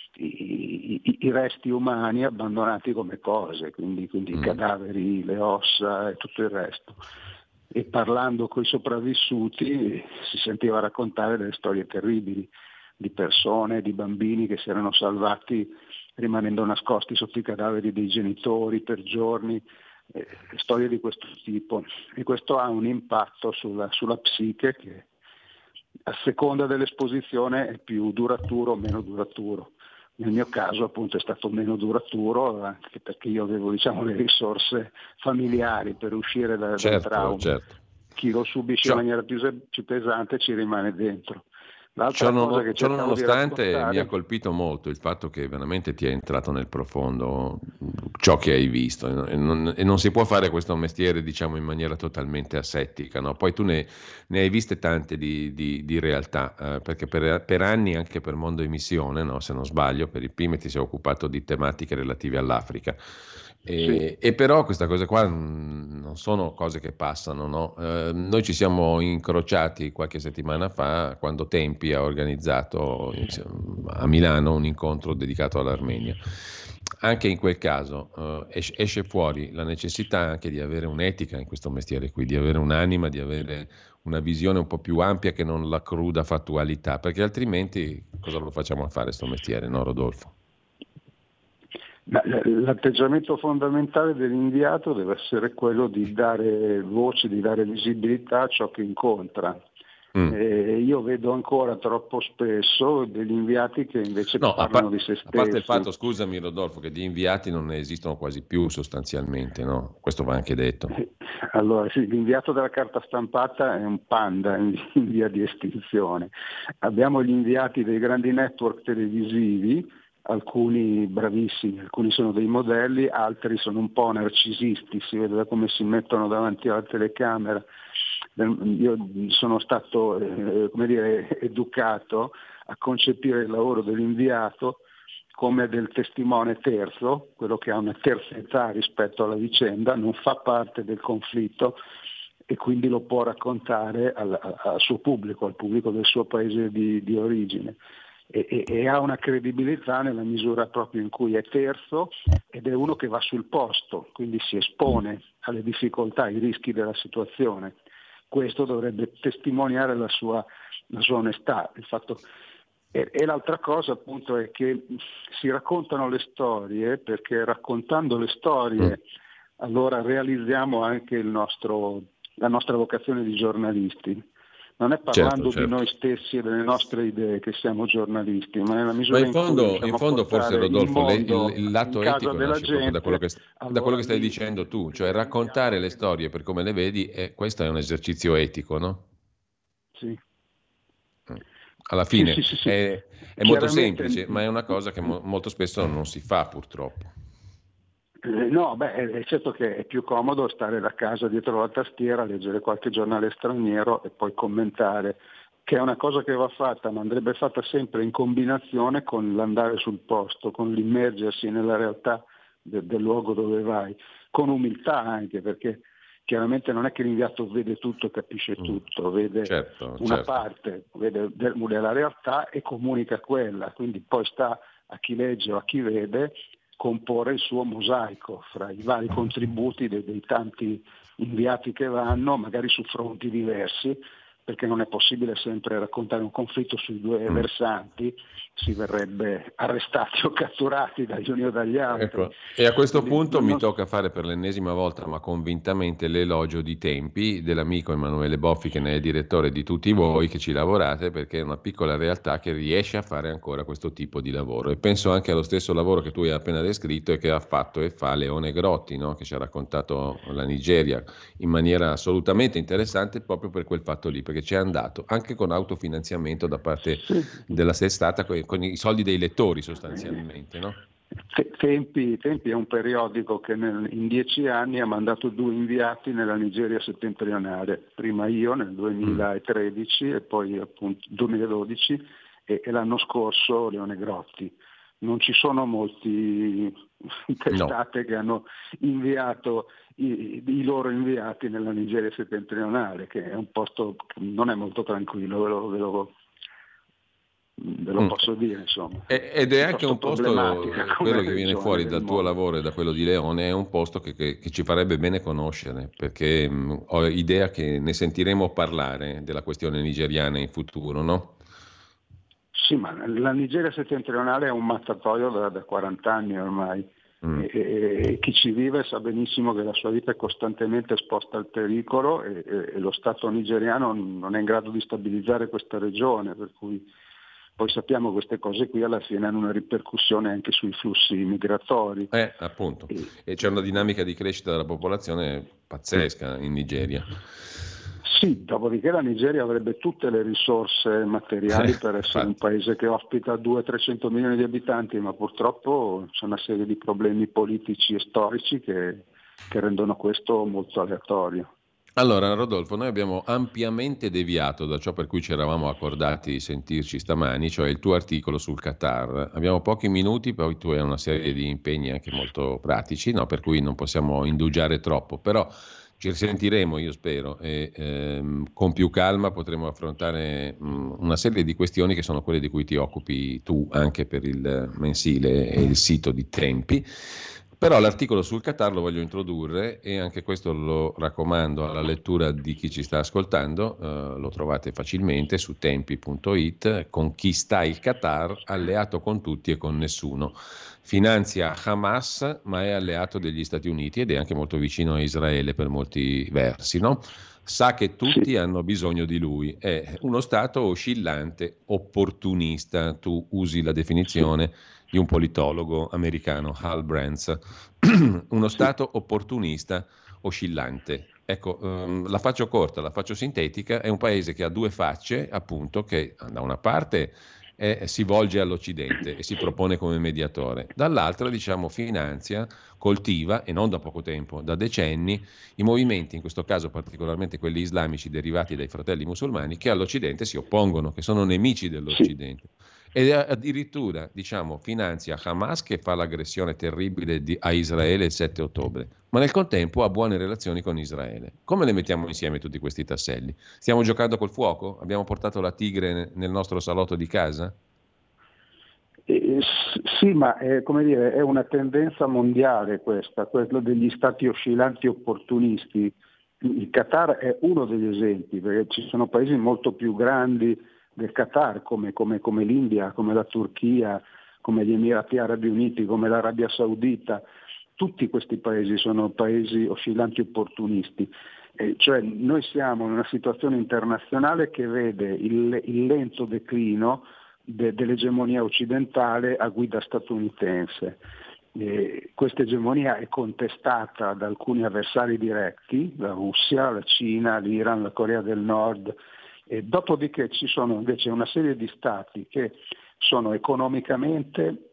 i, i, i resti umani abbandonati come cose, quindi, quindi mm. i cadaveri, le ossa e tutto il resto. E parlando con i sopravvissuti si sentiva raccontare delle storie terribili di persone, di bambini che si erano salvati rimanendo nascosti sotto i cadaveri dei genitori per giorni, eh, storie di questo tipo. E questo ha un impatto sulla, sulla psiche che a seconda dell'esposizione è più duraturo o meno duraturo. Nel mio caso appunto è stato meno duraturo, anche perché io avevo, diciamo, le risorse familiari per uscire da, certo, dal trauma. Certo. Chi lo subisce Ciò. in maniera più, più pesante ci rimane dentro. Ciò, non, che ciò nonostante raccontare... mi ha colpito molto il fatto che veramente ti è entrato nel profondo ciò che hai visto e non, e non si può fare questo mestiere, diciamo, in maniera totalmente asettica, no? Poi tu ne, ne hai viste tante di, di, di realtà, eh, perché per, per anni anche per Mondo Emissione, no? Se non sbaglio, per il P I M E ti sei occupato di tematiche relative all'Africa. E, sì. e però queste cose qua non sono cose che passano, no? Eh, noi ci siamo incrociati qualche settimana fa quando Tempi ha organizzato a Milano un incontro dedicato all'Armenia. Anche in quel caso eh, esce, esce fuori la necessità anche di avere un'etica in questo mestiere qui, di avere un'anima, di avere una visione un po' più ampia che non la cruda fattualità, perché altrimenti cosa lo facciamo a fare sto mestiere, no Rodolfo? L'atteggiamento fondamentale dell'inviato deve essere quello di dare voce, di dare visibilità a ciò che incontra. Mm. E io vedo ancora troppo spesso degli inviati che invece no, parlano par- di se stessi. A parte il fatto, scusami Rodolfo, che di inviati non ne esistono quasi più sostanzialmente, no? Questo va anche detto. Allora sì, l'inviato della carta stampata è un panda in via di estinzione. Abbiamo gli inviati dei grandi network televisivi, alcuni bravissimi, alcuni sono dei modelli, altri sono un po' narcisisti, si vede da come si mettono davanti alla telecamera. Io sono stato eh, come dire, educato a concepire il lavoro dell'inviato come del testimone terzo, quello che ha una terzietà rispetto alla vicenda, non fa parte del conflitto e quindi lo può raccontare al, al suo pubblico, al pubblico del suo paese di, di origine. E, e, e ha una credibilità nella misura proprio in cui è terzo ed è uno che va sul posto, quindi si espone alle difficoltà, ai rischi della situazione. Questo dovrebbe testimoniare la sua, la sua onestà. Il fatto, e, e l'altra cosa appunto è che si raccontano le storie, perché raccontando le storie allora realizziamo anche il nostro, la nostra vocazione di giornalisti. Non è parlando certo, certo. di noi stessi e delle nostre idee che siamo giornalisti, ma nella misura ma in fondo, in cui in fondo forse Rodolfo il, il, il lato etico nasce gente, proprio da quello, che, allora, da quello che stai dicendo tu, cioè raccontare le storie per come le vedi, e questo è un esercizio etico, no? Sì. Alla fine sì, sì, sì, sì. è, è molto semplice, ma è una cosa che mo- molto spesso non si fa purtroppo. Eh, no, beh, è certo che è più comodo stare da casa dietro la tastiera, leggere qualche giornale straniero e poi commentare, che è una cosa che va fatta, ma andrebbe fatta sempre in combinazione con l'andare sul posto, con l'immergersi nella realtà de- del luogo dove vai, con umiltà anche, perché chiaramente non è che l'inviato vede tutto, capisce tutto, vede certo, una certo. parte vede de- della realtà e comunica quella, quindi poi sta a chi legge o a chi vede comporre il suo mosaico fra i vari contributi dei, dei tanti inviati che vanno, magari su fronti diversi, perché non è possibile sempre raccontare un conflitto sui due Mm. versanti, si verrebbe arrestati o catturati dagli uni o dagli altri. Ecco, e a questo Quindi, punto non- mi non- tocca fare per l'ennesima volta, ma convintamente, l'elogio di Tempi dell'amico Emanuele Boffi, che ne è direttore, di tutti voi che ci lavorate, perché è una piccola realtà che riesce a fare ancora questo tipo di lavoro. E penso anche allo stesso lavoro che tu hai appena descritto e che ha fatto e fa Leone Grotti, no? Che ci ha raccontato la Nigeria in maniera assolutamente interessante proprio per quel fatto lì, perché ci è andato anche con autofinanziamento da parte della testata, co- con i soldi dei lettori sostanzialmente, no? Te- Tempi, Tempi è un periodico che nel- in dieci anni ha mandato due inviati nella Nigeria settentrionale, prima io nel duemilatredici e poi appunto duemiladodici e, e l'anno scorso Leone Grotti. Non ci sono molti testate che hanno inviato i, i loro inviati nella Nigeria settentrionale, che è un posto che non è molto tranquillo, ve lo, ve lo, ve lo Mm. posso dire, insomma. E- Ed è anche Piuttosto un posto, problematica eh, come quello che viene regione fuori del dal tuo mondo. lavoro e da quello di Leone, è un posto che, che- che ci farebbe bene conoscere, perché mh, ho idea che ne sentiremo parlare della questione nigeriana in futuro, no? Sì, ma la Nigeria settentrionale è un mattatoio da, da quaranta anni ormai. Mm. E, e- e chi ci vive sa benissimo che la sua vita è costantemente esposta al pericolo e, e- e lo Stato nigeriano non è in grado di stabilizzare questa regione, per cui poi sappiamo che queste cose qui alla fine hanno una ripercussione anche sui flussi migratori. Eh, appunto. E c'è una dinamica di crescita della popolazione pazzesca in Nigeria. Sì, dopodiché la Nigeria avrebbe tutte le risorse materiali per essere un paese che ospita duecento trecento milioni di abitanti, ma purtroppo c'è una serie di problemi politici e storici che, che rendono questo molto aleatorio. Allora, Rodolfo, noi abbiamo ampiamente deviato da ciò per cui ci eravamo accordati di sentirci stamani, cioè il tuo articolo sul Qatar. Abbiamo pochi minuti, poi tu hai una serie di impegni anche molto pratici, no? Per cui non possiamo indugiare troppo, però ci risentiremo, io spero, e ehm, con più calma potremo affrontare mh, una serie di questioni che sono quelle di cui ti occupi tu anche per il mensile e il sito di Tempi. Però l'articolo sul Qatar lo voglio introdurre e anche questo lo raccomando alla lettura di chi ci sta ascoltando, eh, lo trovate facilmente su tempi punto it, con chi sta il Qatar, alleato con tutti e con nessuno. Finanzia Hamas ma è alleato degli Stati Uniti ed è anche molto vicino a Israele per molti versi, no? Sa che tutti hanno bisogno di lui, è uno Stato oscillante, opportunista, tu usi la definizione di un politologo americano, Hal Brands, uno Stato opportunista, oscillante. Ecco, ehm, la faccio corta, la faccio sintetica, è un paese che ha due facce, appunto, che da una parte è, si volge all'Occidente e si propone come mediatore, dall'altra, diciamo, finanzia, coltiva, e non da poco tempo, da decenni, i movimenti, in questo caso particolarmente quelli islamici derivati dai fratelli musulmani, che all'Occidente si oppongono, che sono nemici dell'Occidente. Ed addirittura, diciamo, finanzia Hamas, che fa l'aggressione terribile di, a Israele il sette ottobre, ma nel contempo ha buone relazioni con Israele. Come le mettiamo insieme tutti questi tasselli? Stiamo giocando col fuoco? Abbiamo portato la tigre nel nostro salotto di casa? Eh, sì, ma è, come dire, è una tendenza mondiale questa, quello degli stati oscillanti opportunisti. Il Qatar è uno degli esempi, perché ci sono paesi molto più grandi del Qatar, come, come, come l'India, come la Turchia, come gli Emirati Arabi Uniti, come l'Arabia Saudita. Tutti questi paesi sono paesi oscillanti opportunisti. Eh, cioè noi siamo in una situazione internazionale che vede il, il lento declino de, dell'egemonia occidentale a guida statunitense. Eh, questa egemonia è contestata da alcuni avversari diretti, la Russia, la Cina, l'Iran, la Corea del Nord. E dopodiché ci sono invece una serie di stati che sono economicamente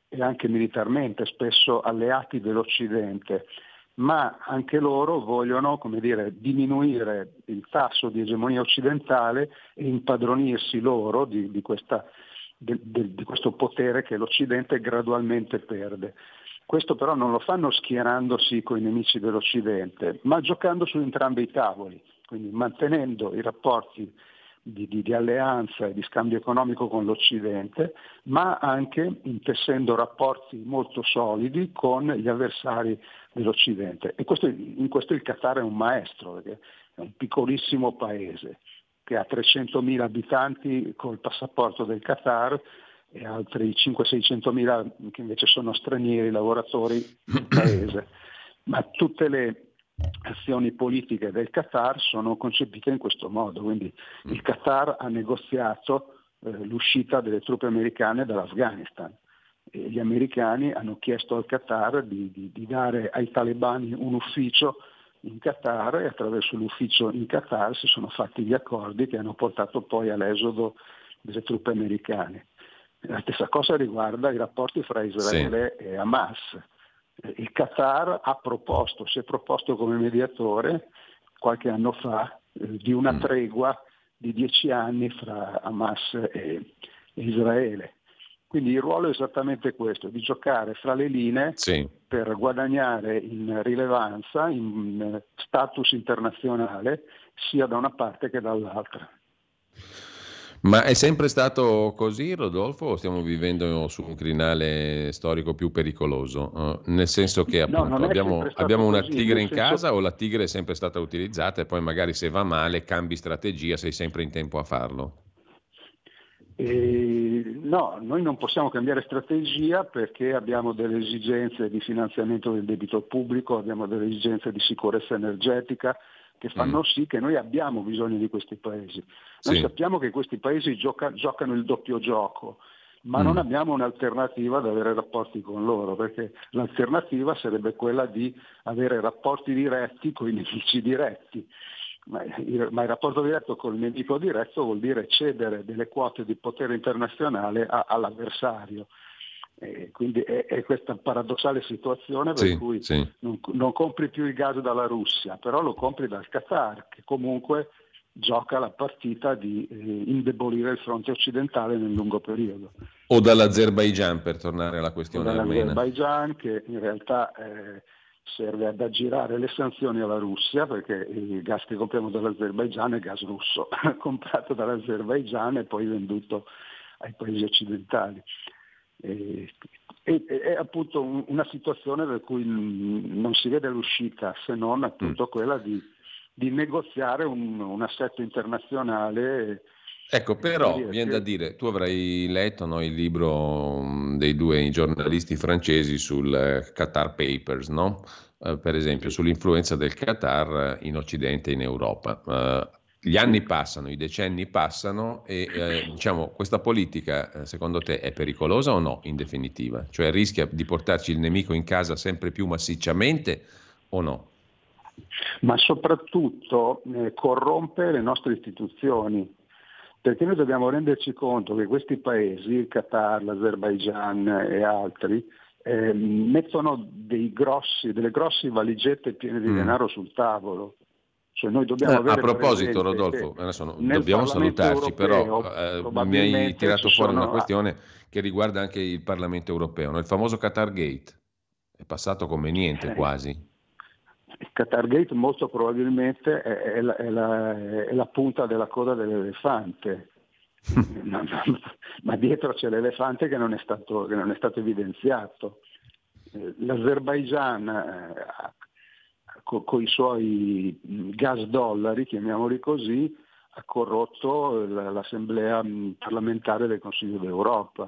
e anche militarmente spesso alleati dell'Occidente, ma anche loro vogliono, come dire, diminuire il tasso di egemonia occidentale e impadronirsi loro di, di, questa, de, de, di questo potere che l'Occidente gradualmente perde. Questo però non lo fanno schierandosi con i nemici dell'Occidente, ma giocando su entrambi i tavoli, quindi mantenendo i rapporti Di, di, di alleanza e di scambio economico con l'Occidente, ma anche intessendo rapporti molto solidi con gli avversari dell'Occidente. E questo, in questo il Qatar è un maestro, perché è un piccolissimo paese che ha trecentomila abitanti col passaporto del Qatar e altri cinquecento-seicentomila che invece sono stranieri, lavoratori del paese. Ma tutte le azioni politiche del Qatar sono concepite in questo modo, quindi il Qatar ha negoziato eh, l'uscita delle truppe americane dall'Afghanistan e gli americani hanno chiesto al Qatar di, di, di dare ai talebani un ufficio in Qatar e attraverso l'ufficio in Qatar si sono fatti gli accordi che hanno portato poi all'esodo delle truppe americane. La stessa cosa riguarda i rapporti fra Israele sì. e Hamas. Il Qatar ha proposto, si è proposto come mediatore qualche anno fa eh, di una mm. tregua di dieci anni fra Hamas e, e Israele. Quindi il ruolo è esattamente questo, di giocare fra le linee sì. per guadagnare in rilevanza, in status internazionale, sia da una parte che dall'altra. Ma è sempre stato così, Rodolfo, o stiamo vivendo su un crinale storico più pericoloso? Uh, nel senso che appunto no, abbiamo, abbiamo una così, tigre in senso... casa o la tigre è sempre stata utilizzata e poi magari se va male cambi strategia, sei sempre in tempo a farlo? Eh, no, noi non possiamo cambiare strategia perché abbiamo delle esigenze di finanziamento del debito pubblico, abbiamo delle esigenze di sicurezza energetica, che fanno mm. sì che noi abbiamo bisogno di questi paesi. Noi sì. sappiamo che questi paesi gioca, giocano il doppio gioco, ma mm. non abbiamo un'alternativa ad avere rapporti con loro, perché l'alternativa sarebbe quella di avere rapporti diretti con i nemici diretti. Ma il, ma il rapporto diretto col nemico diretto vuol dire cedere delle quote di potere internazionale a, all'avversario. E quindi è, è questa paradossale situazione per sì, cui sì. Non, non compri più il gas dalla Russia, però lo compri dal Qatar, che comunque gioca la partita di eh, indebolire il fronte occidentale nel lungo periodo. O dall'Azerbaigian, per tornare alla questione armena. Dall'Azerbaigian, che in realtà eh, serve ad aggirare le sanzioni alla Russia, perché il gas che compriamo dall'Azerbaigian è gas russo, comprato dall'Azerbaigian e poi venduto ai paesi occidentali. E, e, è appunto un, una situazione per cui non si vede l'uscita se non appunto mm. quella di, di negoziare un, un assetto internazionale. Ecco, però viene da dire, tu avrai letto no, il libro dei due giornalisti francesi sul Qatar Papers, no? Uh, per esempio sull'influenza del Qatar in Occidente e in Europa. Uh, Gli anni passano, i decenni passano e eh, diciamo questa politica eh, secondo te è pericolosa o no in definitiva? Cioè rischia di portarci il nemico in casa sempre più massicciamente o no? Ma soprattutto eh, corrompe le nostre istituzioni, perché noi dobbiamo renderci conto che questi paesi, il Qatar, l'Azerbaigian e altri, eh, mettono dei grossi, delle grosse valigette piene di mm. denaro sul tavolo. Cioè noi dobbiamo eh, a proposito Rodolfo, adesso no, dobbiamo salutarci, però eh, mi hai tirato fuori sono... una questione che riguarda anche il Parlamento europeo, no? Il famoso Qatar Gate è passato come niente eh, quasi. Il Qatar Gate molto probabilmente è, è, la, è, la, è la punta della coda dell'elefante, no, no, ma dietro c'è l'elefante che non è stato, che non è stato evidenziato. L'Azerbaigian eh, con i suoi gas dollari, chiamiamoli così, ha corrotto l'assemblea parlamentare del Consiglio d'Europa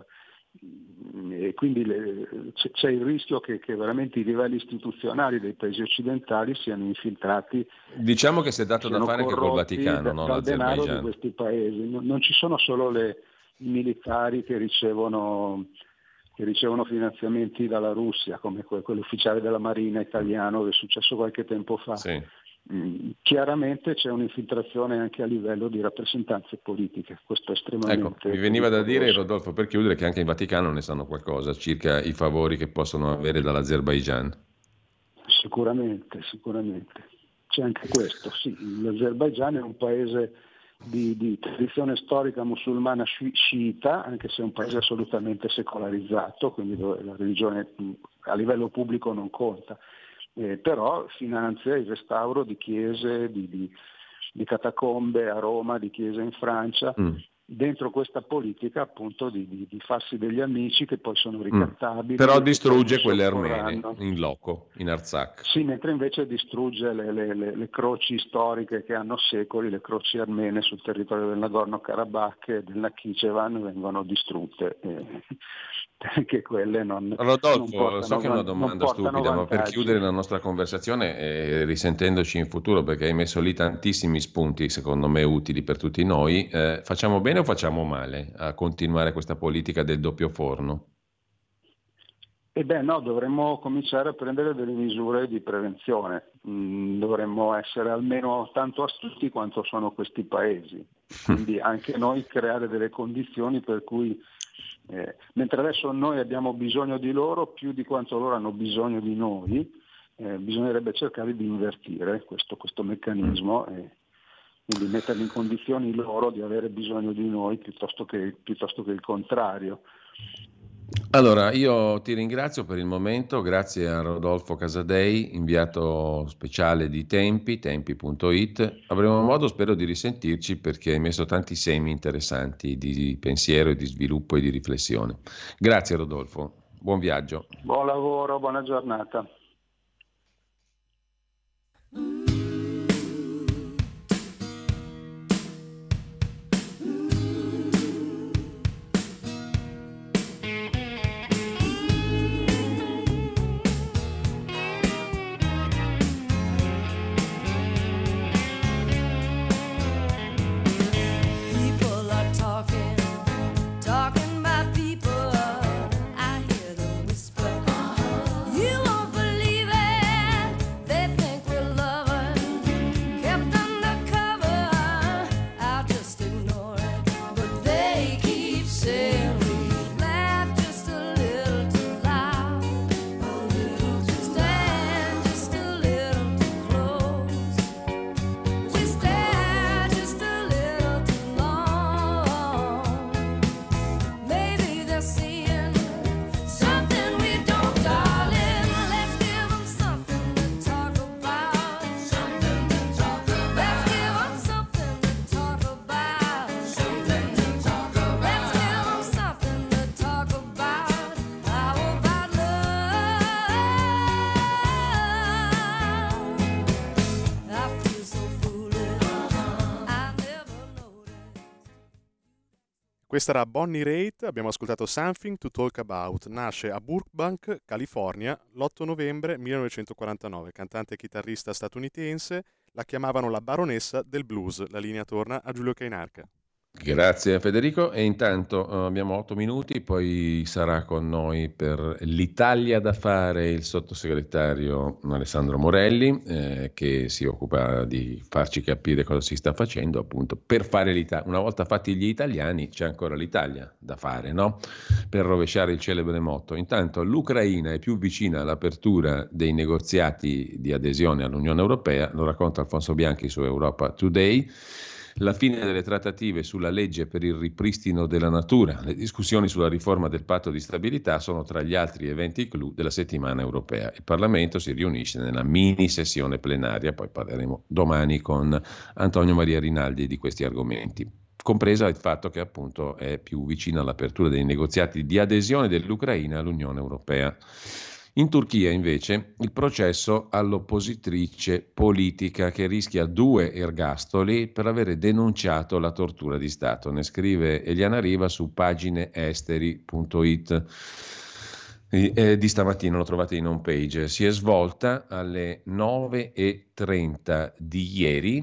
e quindi le, c'è il rischio che, che veramente i livelli istituzionali dei paesi occidentali siano infiltrati. Diciamo che si è dato da fare anche col Vaticano, da, no? dal denaro di L'Azerbaigian. Questi paesi. Non, non ci sono solo le, i militari che ricevono che ricevono finanziamenti dalla Russia, come quello ufficiale della Marina italiano che è successo qualche tempo fa. Sì. Mm, chiaramente c'è un'infiltrazione anche a livello di rappresentanze politiche, questo è estremamente Ecco, mi veniva da dire, pericoloso. Rodolfo, per chiudere, che anche in Vaticano ne sanno qualcosa circa i favori che possono avere dall'Azerbaigian. Sicuramente, sicuramente. C'è anche questo, sì. L'Azerbaigian è un paese di, di tradizione storica musulmana sci- sciita, anche se è un paese assolutamente secolarizzato, quindi dove la religione mh, a livello pubblico non conta. Eh, però finanzia il restauro di chiese, di, di, di catacombe a Roma, di chiese in Francia, Mm. dentro questa politica appunto di, di, di farsi degli amici che poi sono ricattabili. Mm. Però e che distrugge poi quelle soccorranno. armene in loco, in Artsakh. Sì, mentre invece distrugge le, le, le, le croci storiche che hanno secoli, le croci armene sul territorio del Nagorno-Karabakh e del Nakhichevan vengono distrutte. Eh, perché quelle non, Rodolfo, non portano, so che è una non domanda portano stupida, ma per vantaggi. chiudere la nostra conversazione, eh, risentendoci in futuro, perché hai messo lì tantissimi spunti, secondo me utili per tutti noi, eh, facciamo bene o facciamo male a continuare questa politica del doppio forno? E beh no, dovremmo cominciare a prendere delle misure di prevenzione, mm, dovremmo essere almeno tanto astuti quanto sono questi paesi, quindi anche noi creare delle condizioni per cui, eh, mentre adesso noi abbiamo bisogno di loro più di quanto loro hanno bisogno di noi, eh, bisognerebbe cercare di invertire questo, questo meccanismo e quindi metterli in condizioni loro di avere bisogno di noi piuttosto che, piuttosto che il contrario. Allora, io ti ringrazio per il momento, grazie a Rodolfo Casadei, inviato speciale di Tempi, tempi punto it. Avremo modo, spero, di risentirci perché hai messo tanti semi interessanti di pensiero e di sviluppo e di riflessione. Grazie Rodolfo, buon viaggio. Buon lavoro, buona giornata. Questa era Bonnie Raitt, abbiamo ascoltato Something to Talk About, nasce a Burbank, California, l'otto novembre millenovecentoquarantanove, cantante e chitarrista statunitense, la chiamavano la baronessa del blues, la linea torna a Giulio Cainarca. Grazie Federico, e intanto eh, abbiamo otto minuti, poi sarà con noi per l'Italia da fare il sottosegretario Alessandro Morelli, eh, che si occupa di farci capire cosa si sta facendo appunto per fare l'Italia. Una volta fatti gli italiani c'è ancora l'Italia da fare, no? Per rovesciare il celebre motto. Intanto l'Ucraina è più vicina all'apertura dei negoziati di adesione all'Unione Europea, lo racconta Alfonso Bianchi su Europa Today. La fine delle trattative sulla legge per il ripristino della natura, le discussioni sulla riforma del patto di stabilità sono tra gli altri eventi clou della settimana europea. Il Parlamento si riunisce nella mini sessione plenaria, poi parleremo domani con Antonio Maria Rinaldi di questi argomenti, compresa il fatto che appunto è più vicina all'apertura dei negoziati di adesione dell'Ucraina all'Unione Europea. In Turchia, invece, il processo all'oppositrice politica che rischia due ergastoli per avere denunciato la tortura di Stato. Ne scrive Eliana Riva su pagine esteri punto it. eh, di stamattina, lo trovate in home page, si è svolta alle nove e trenta di ieri,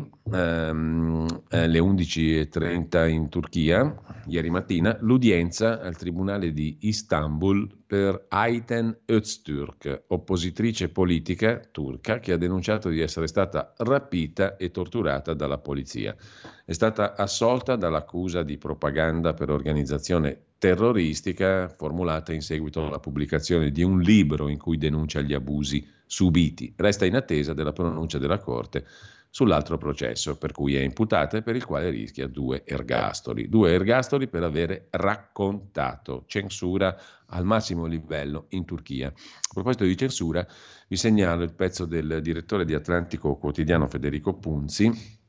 ehm, alle undici e trenta in Turchia, ieri mattina, l'udienza al Tribunale di Istanbul per Ayten Öztürk, oppositrice politica turca che ha denunciato di essere stata rapita e torturata dalla polizia. È stata assolta dall'accusa di propaganda per organizzazione terroristica formulata in seguito alla pubblicazione di un libro in cui denuncia gli abusi subiti. Resta in attesa della pronuncia della Corte sull'altro processo per cui è imputata e per il quale rischia due ergastoli. Due ergastoli per avere raccontato. Censura al massimo livello in Turchia. A proposito di censura, vi segnalo il pezzo del direttore di Atlantico Quotidiano Federico Punzi,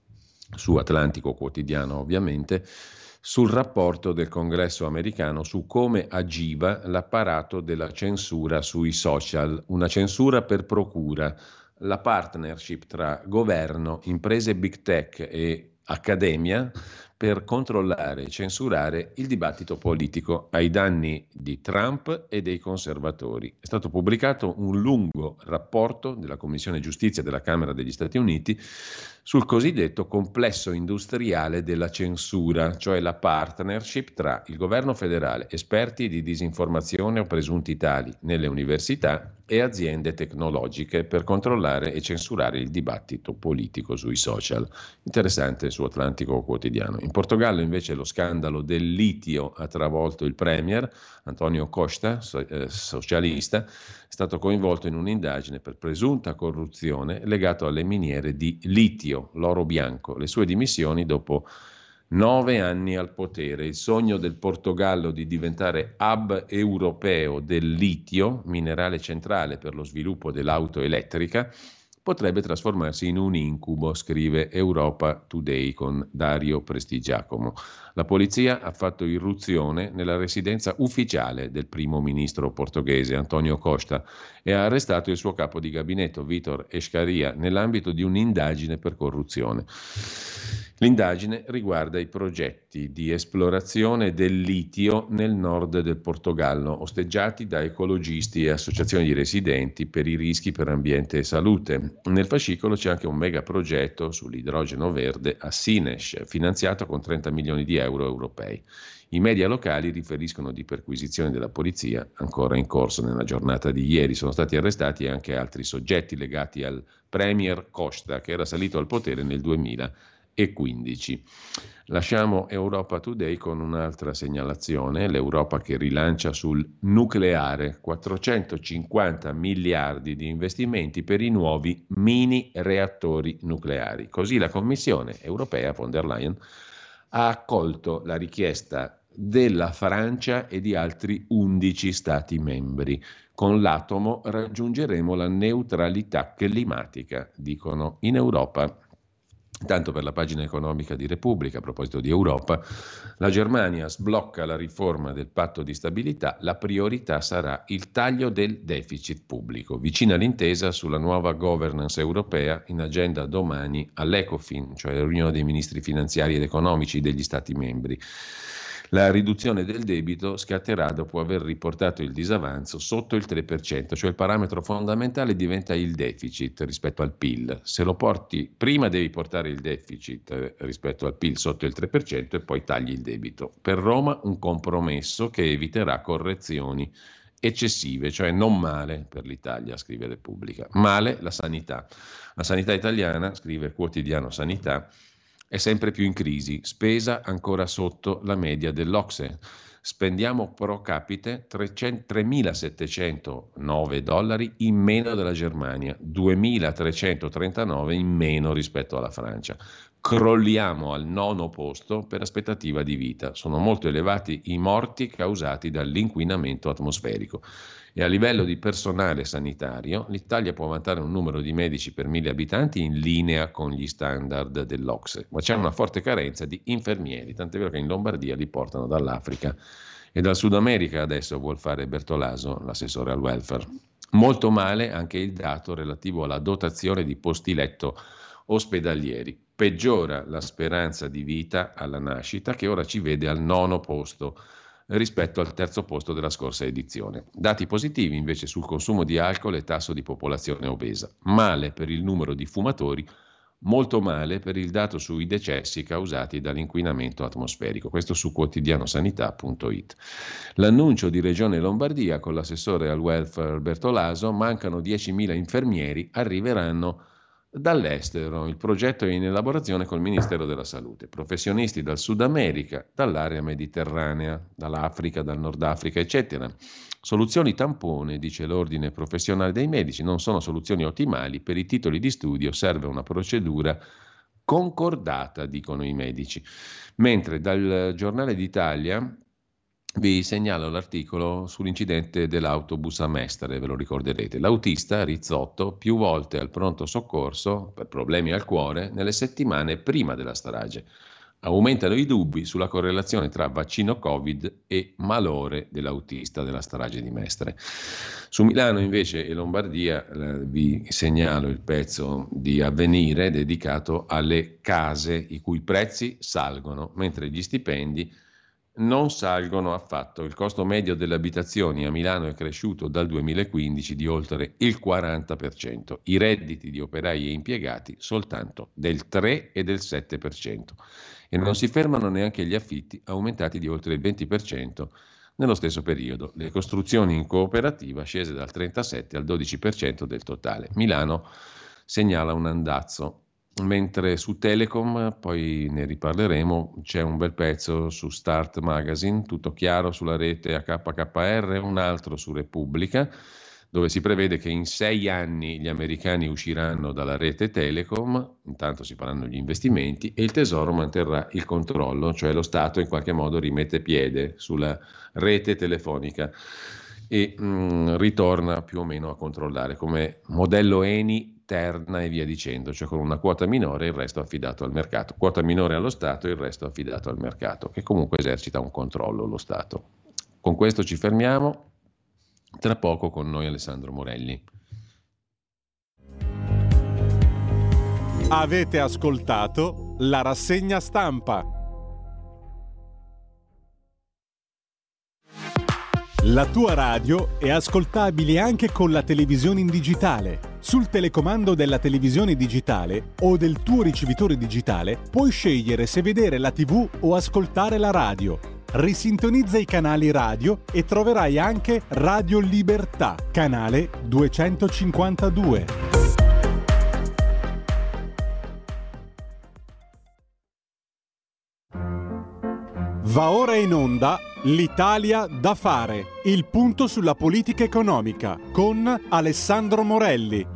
su Atlantico Quotidiano ovviamente, sul rapporto del Congresso americano su come agiva l'apparato della censura sui social, una censura per procura, la partnership tra governo, imprese big tech e accademia per controllare e censurare il dibattito politico ai danni di Trump e dei conservatori. È stato pubblicato un lungo rapporto della Commissione Giustizia della Camera degli Stati Uniti sul cosiddetto complesso industriale della censura, cioè la partnership tra il governo federale, esperti di disinformazione o presunti tali nelle università e aziende tecnologiche per controllare e censurare il dibattito politico sui social. Interessante su Atlantico Quotidiano. In Portogallo invece lo scandalo del litio ha travolto il premier António Costa, so, eh, socialista, è stato coinvolto in un'indagine per presunta corruzione legata alle miniere di litio, l'oro bianco. Le sue dimissioni dopo nove anni al potere. Il sogno del Portogallo di diventare hub europeo del litio, minerale centrale per lo sviluppo dell'auto elettrica, potrebbe trasformarsi in un incubo, scrive Europa Today con Dario Prestigiacomo. La polizia ha fatto irruzione nella residenza ufficiale del primo ministro portoghese António Costa e ha arrestato il suo capo di gabinetto Vítor Escaria nell'ambito di un'indagine per corruzione. L'indagine riguarda i progetti di esplorazione del litio nel nord del Portogallo, osteggiati da ecologisti e associazioni di residenti per i rischi per ambiente e salute. Nel fascicolo c'è anche un megaprogetto sull'idrogeno verde a Sines, finanziato con trenta milioni di euro europei. I media locali riferiscono di perquisizioni della polizia ancora in corso nella giornata di ieri. Sono stati arrestati anche altri soggetti legati al premier Costa, che era salito al potere nel duemilaquindici. Lasciamo Europa Today con un'altra segnalazione, l'Europa che rilancia sul nucleare, quattrocentocinquanta miliardi di investimenti per i nuovi mini reattori nucleari. Così la Commissione europea, von der Leyen, ha accolto la richiesta della Francia e di altri undici Stati membri. Con l'atomo raggiungeremo la neutralità climatica, dicono in Europa. Tanto per la pagina economica di Repubblica, a proposito di Europa, la Germania sblocca la riforma del patto di stabilità, la priorità sarà il taglio del deficit pubblico. Vicina l'intesa sulla nuova governance europea in agenda domani all'Ecofin, cioè la riunione dei ministri finanziari ed economici degli Stati membri. La riduzione del debito scatterà dopo aver riportato il disavanzo sotto il tre per cento, cioè il parametro fondamentale diventa il deficit rispetto al P I L. Se lo porti, prima devi portare il deficit rispetto al P I L sotto il tre per cento e poi tagli il debito. Per Roma un compromesso che eviterà correzioni eccessive, cioè non male per l'Italia, scrive Repubblica. Male la sanità. La sanità italiana, scrive Quotidiano Sanità, è sempre più in crisi, spesa ancora sotto la media dell'O C S E. Spendiamo pro capite tremilasettecentonove dollari in meno della Germania, duemilatrecentotrentanove in meno rispetto alla Francia. Crolliamo al nono posto per aspettativa di vita. Sono molto elevati i morti causati dall'inquinamento atmosferico. E a livello di personale sanitario, l'Italia può vantare un numero di medici per mille abitanti in linea con gli standard dell'O C S E, ma c'è una forte carenza di infermieri, tant'è vero che in Lombardia li portano dall'Africa e dal Sud America, adesso vuol fare Bertolaso, l'assessore al welfare. Molto male anche il dato relativo alla dotazione di posti letto ospedalieri. Peggiora la speranza di vita alla nascita, che ora ci vede al nono posto. rispetto al terzo posto della scorsa edizione. Dati positivi invece sul consumo di alcol e tasso di popolazione obesa. Male per il numero di fumatori, molto male per il dato sui decessi causati dall'inquinamento atmosferico. Questo su quotidianosanità punto it. L'annuncio di Regione Lombardia con l'assessore al welfare Bertolaso: mancano diecimila infermieri, arriveranno dall'estero. Il progetto è in elaborazione col Ministero della Salute. Professionisti dal Sud America, dall'area mediterranea, dall'Africa, dal Nord Africa, eccetera. Soluzioni tampone, dice l'Ordine Professionale dei Medici, non sono soluzioni ottimali. Per i titoli di studio serve una procedura concordata, dicono i medici. Mentre dal Giornale d'Italia vi segnalo l'articolo sull'incidente dell'autobus a Mestre, ve lo ricorderete. L'autista, Rizzotto, più volte al pronto soccorso per problemi al cuore nelle settimane prima della strage. Aumentano i dubbi sulla correlazione tra vaccino Covid e malore dell'autista della strage di Mestre. Su Milano invece e Lombardia eh, vi segnalo il pezzo di Avvenire dedicato alle case i cui prezzi salgono, mentre gli stipendi non salgono affatto. Il costo medio delle abitazioni a Milano è cresciuto dal duemilaquindici di oltre il quaranta per cento. I redditi di operai e impiegati soltanto del tre e del sette per cento. E non si fermano neanche gli affitti, aumentati di oltre il venti per cento nello stesso periodo. Le costruzioni in cooperativa scese dal trentasette al dodici per cento del totale. Milano segnala un andazzo. Mentre su Telecom, poi ne riparleremo, c'è un bel pezzo su Start Magazine, tutto chiaro sulla rete A K K R, un altro su Repubblica, dove si prevede che in sei anni gli americani usciranno dalla rete Telecom, intanto si faranno gli investimenti e il Tesoro manterrà il controllo, cioè lo Stato in qualche modo rimette piede sulla rete telefonica e mh, ritorna più o meno a controllare come modello Eni, Terna e via dicendo, cioè con una quota minore e il resto affidato al mercato. Quota minore allo Stato e il resto affidato al mercato, che comunque esercita un controllo lo Stato. Con questo ci fermiamo, tra poco con noi Alessandro Morelli. Avete ascoltato la rassegna stampa. La tua radio è ascoltabile anche con la televisione in digitale. Sul telecomando della televisione digitale o del tuo ricevitore digitale puoi scegliere se vedere la tivù o ascoltare la radio. Risintonizza i canali radio e troverai anche Radio Libertà, canale duecentocinquantadue. Va ora in onda L'Italia da fare, il punto sulla politica economica con Alessandro Morelli.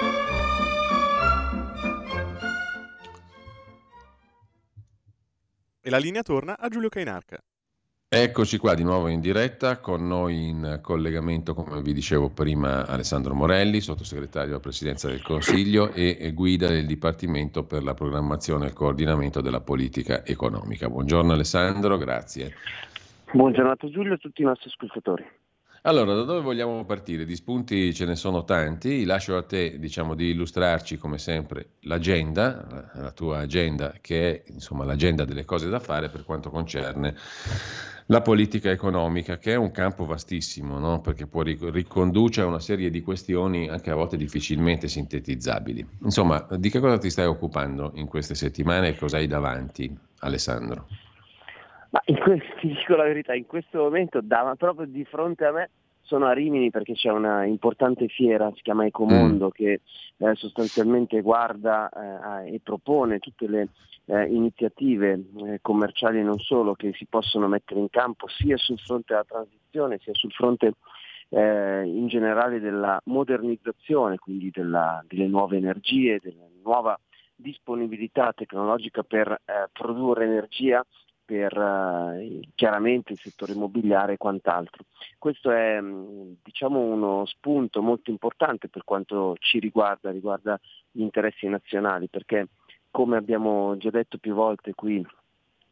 E la linea torna a Giulio Cainarca. Eccoci qua di nuovo in diretta, con noi in collegamento, come vi dicevo prima, Alessandro Morelli, sottosegretario alla Presidenza del Consiglio e guida del Dipartimento per la programmazione e il coordinamento della politica economica. Buongiorno Alessandro, grazie. Buongiorno a Giulio e a tutti i nostri ascoltatori. Allora, da dove vogliamo partire? Di spunti ce ne sono tanti, lascio a te, diciamo, di illustrarci come sempre l'agenda, la tua agenda, che è insomma l'agenda delle cose da fare per quanto concerne la politica economica, che è un campo vastissimo, no? Perché poi riconduce a una serie di questioni anche a volte difficilmente sintetizzabili. Insomma, di che cosa ti stai occupando in queste settimane e cosa hai davanti, Alessandro? Ma in questo, ti dico la verità, in questo momento da, proprio di fronte a me sono a Rimini perché c'è una importante fiera, si chiama Ecomondo, mm. che eh, sostanzialmente guarda eh, e propone tutte le eh, iniziative eh, commerciali e non solo che si possono mettere in campo sia sul fronte della transizione sia sul fronte eh, in generale della modernizzazione, quindi della, delle nuove energie, della nuova disponibilità tecnologica per eh, produrre energia per uh, chiaramente il settore immobiliare e quant'altro. Questo è diciamo uno spunto molto importante per quanto ci riguarda, riguarda gli interessi nazionali, perché come abbiamo già detto più volte qui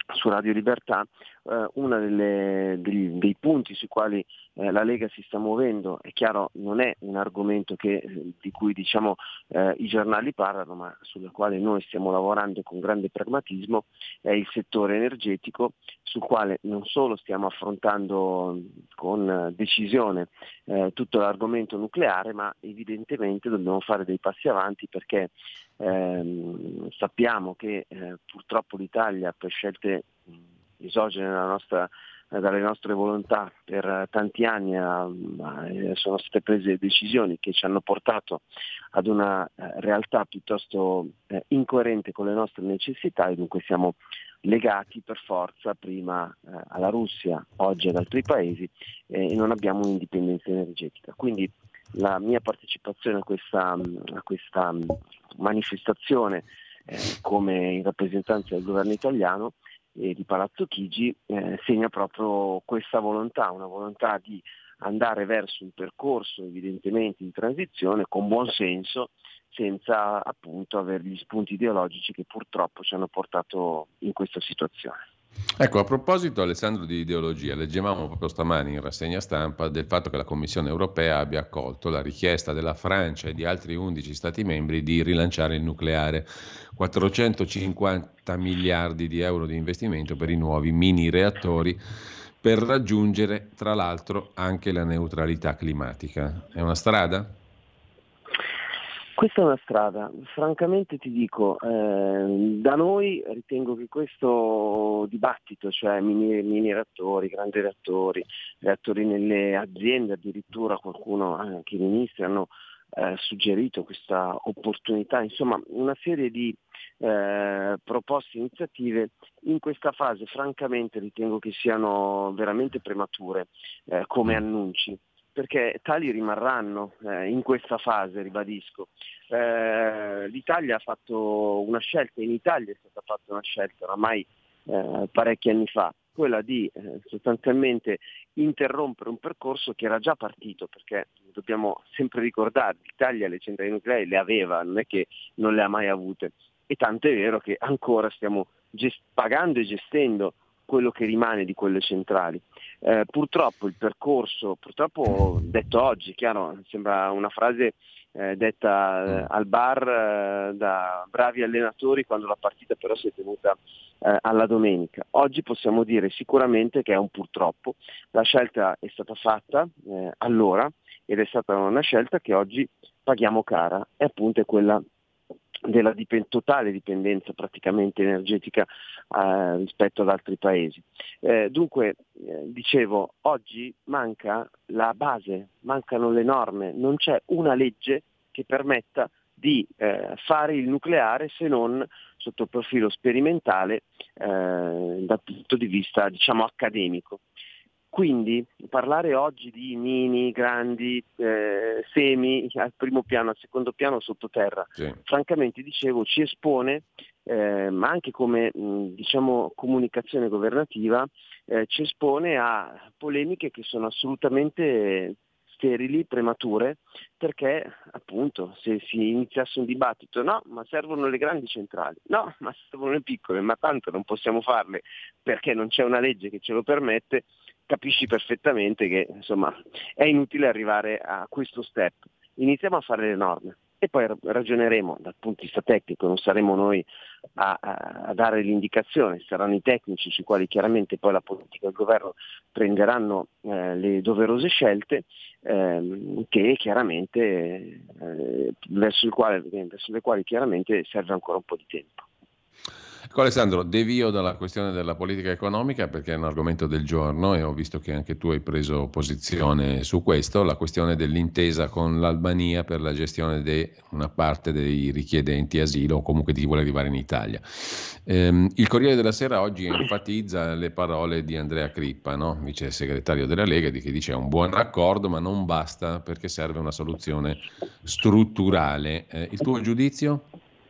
su Radio Libertà, eh, uno dei, dei punti sui quali eh, la Lega si sta muovendo, è chiaro non è un argomento che, di cui diciamo eh, i giornali parlano, ma sul quale noi stiamo lavorando con grande pragmatismo, è il settore energetico, sul quale non solo stiamo affrontando con decisione eh, tutto l'argomento nucleare, ma evidentemente dobbiamo fare dei passi avanti perché ehm, sappiamo che eh, purtroppo l'Italia per scelte esogene dalla nostra, dalle nostre volontà per tanti anni eh, sono state prese decisioni che ci hanno portato ad una eh, realtà piuttosto eh, incoerente con le nostre necessità, e dunque siamo legati per forza prima eh, alla Russia, oggi ad altri paesi, eh, e non abbiamo un'indipendenza energetica. Quindi la mia partecipazione a questa, a questa manifestazione eh, come in rappresentanza del governo italiano e di Palazzo Chigi eh, segna proprio questa volontà, una volontà di andare verso un percorso evidentemente di transizione con buon senso, senza appunto avere gli spunti ideologici che purtroppo ci hanno portato in questa situazione. Ecco, a proposito, Alessandro, di ideologia, leggevamo proprio stamani in rassegna stampa del fatto che la Commissione europea abbia accolto la richiesta della Francia e di altri undici Stati membri di rilanciare il nucleare, quattrocentocinquanta miliardi di euro di investimento per i nuovi mini reattori per raggiungere, tra l'altro, anche la neutralità climatica. È una strada? Questa è una strada, francamente ti dico, eh, da noi ritengo che questo dibattito, cioè mini, mini reattori, grandi reattori, reattori nelle aziende, addirittura qualcuno, anche i ministri hanno eh, suggerito questa opportunità, insomma una serie di eh, proposte, iniziative, in questa fase francamente ritengo che siano veramente premature eh, come annunci, perché tali rimarranno eh, in questa fase, ribadisco. Eh, L'Italia ha fatto una scelta, in Italia è stata fatta una scelta oramai eh, parecchi anni fa, quella di eh, sostanzialmente interrompere un percorso che era già partito, perché dobbiamo sempre ricordare, l'Italia le centrali nucleari le aveva, non è che non le ha mai avute, e tanto è vero che ancora stiamo gest- pagando e gestendo quello che rimane di quelle centrali. Eh, purtroppo il percorso, purtroppo detto oggi, chiaro, sembra una frase eh, detta eh, al bar eh, da bravi allenatori quando la partita però si è tenuta eh, alla domenica. Oggi possiamo dire sicuramente che è un purtroppo, la scelta è stata fatta eh, allora ed è stata una scelta che oggi paghiamo cara, e appunto è quella della dipend- totale dipendenza praticamente energetica eh, rispetto ad altri paesi. Eh, dunque, eh, dicevo, oggi manca la base, mancano le norme, non c'è una legge che permetta di eh, fare il nucleare se non sotto il profilo sperimentale eh, dal punto di vista, diciamo, accademico. Quindi parlare oggi di mini, grandi, eh, semi, al primo piano, al secondo piano, sottoterra, sì. Francamente dicevo ci espone, eh, ma anche come mh, diciamo comunicazione governativa, eh, ci espone a polemiche che sono assolutamente sterili, premature, perché appunto se si iniziasse un dibattito, no, ma servono le grandi centrali, no, ma servono le piccole, ma tanto non possiamo farle perché non c'è una legge che ce lo permette, capisci perfettamente che insomma è inutile arrivare a questo step. Iniziamo a fare le norme e poi ragioneremo dal punto di vista tecnico, non saremo noi a, a, a dare l'indicazione, saranno i tecnici sui quali chiaramente poi la politica e il governo prenderanno eh, le doverose scelte eh, che chiaramente eh, verso, il quale, verso le quali chiaramente serve ancora un po' di tempo. Ecco Alessandro, devio dalla questione della politica economica perché è un argomento del giorno e ho visto che anche tu hai preso posizione su questo, la questione dell'intesa con l'Albania per la gestione di una parte dei richiedenti asilo o comunque di chi vuole arrivare in Italia. Ehm, il Corriere della Sera oggi enfatizza le parole di Andrea Crippa, no? Vice segretario della Lega, di che dice è un buon accordo ma non basta perché serve una soluzione strutturale. Eh, il tuo giudizio?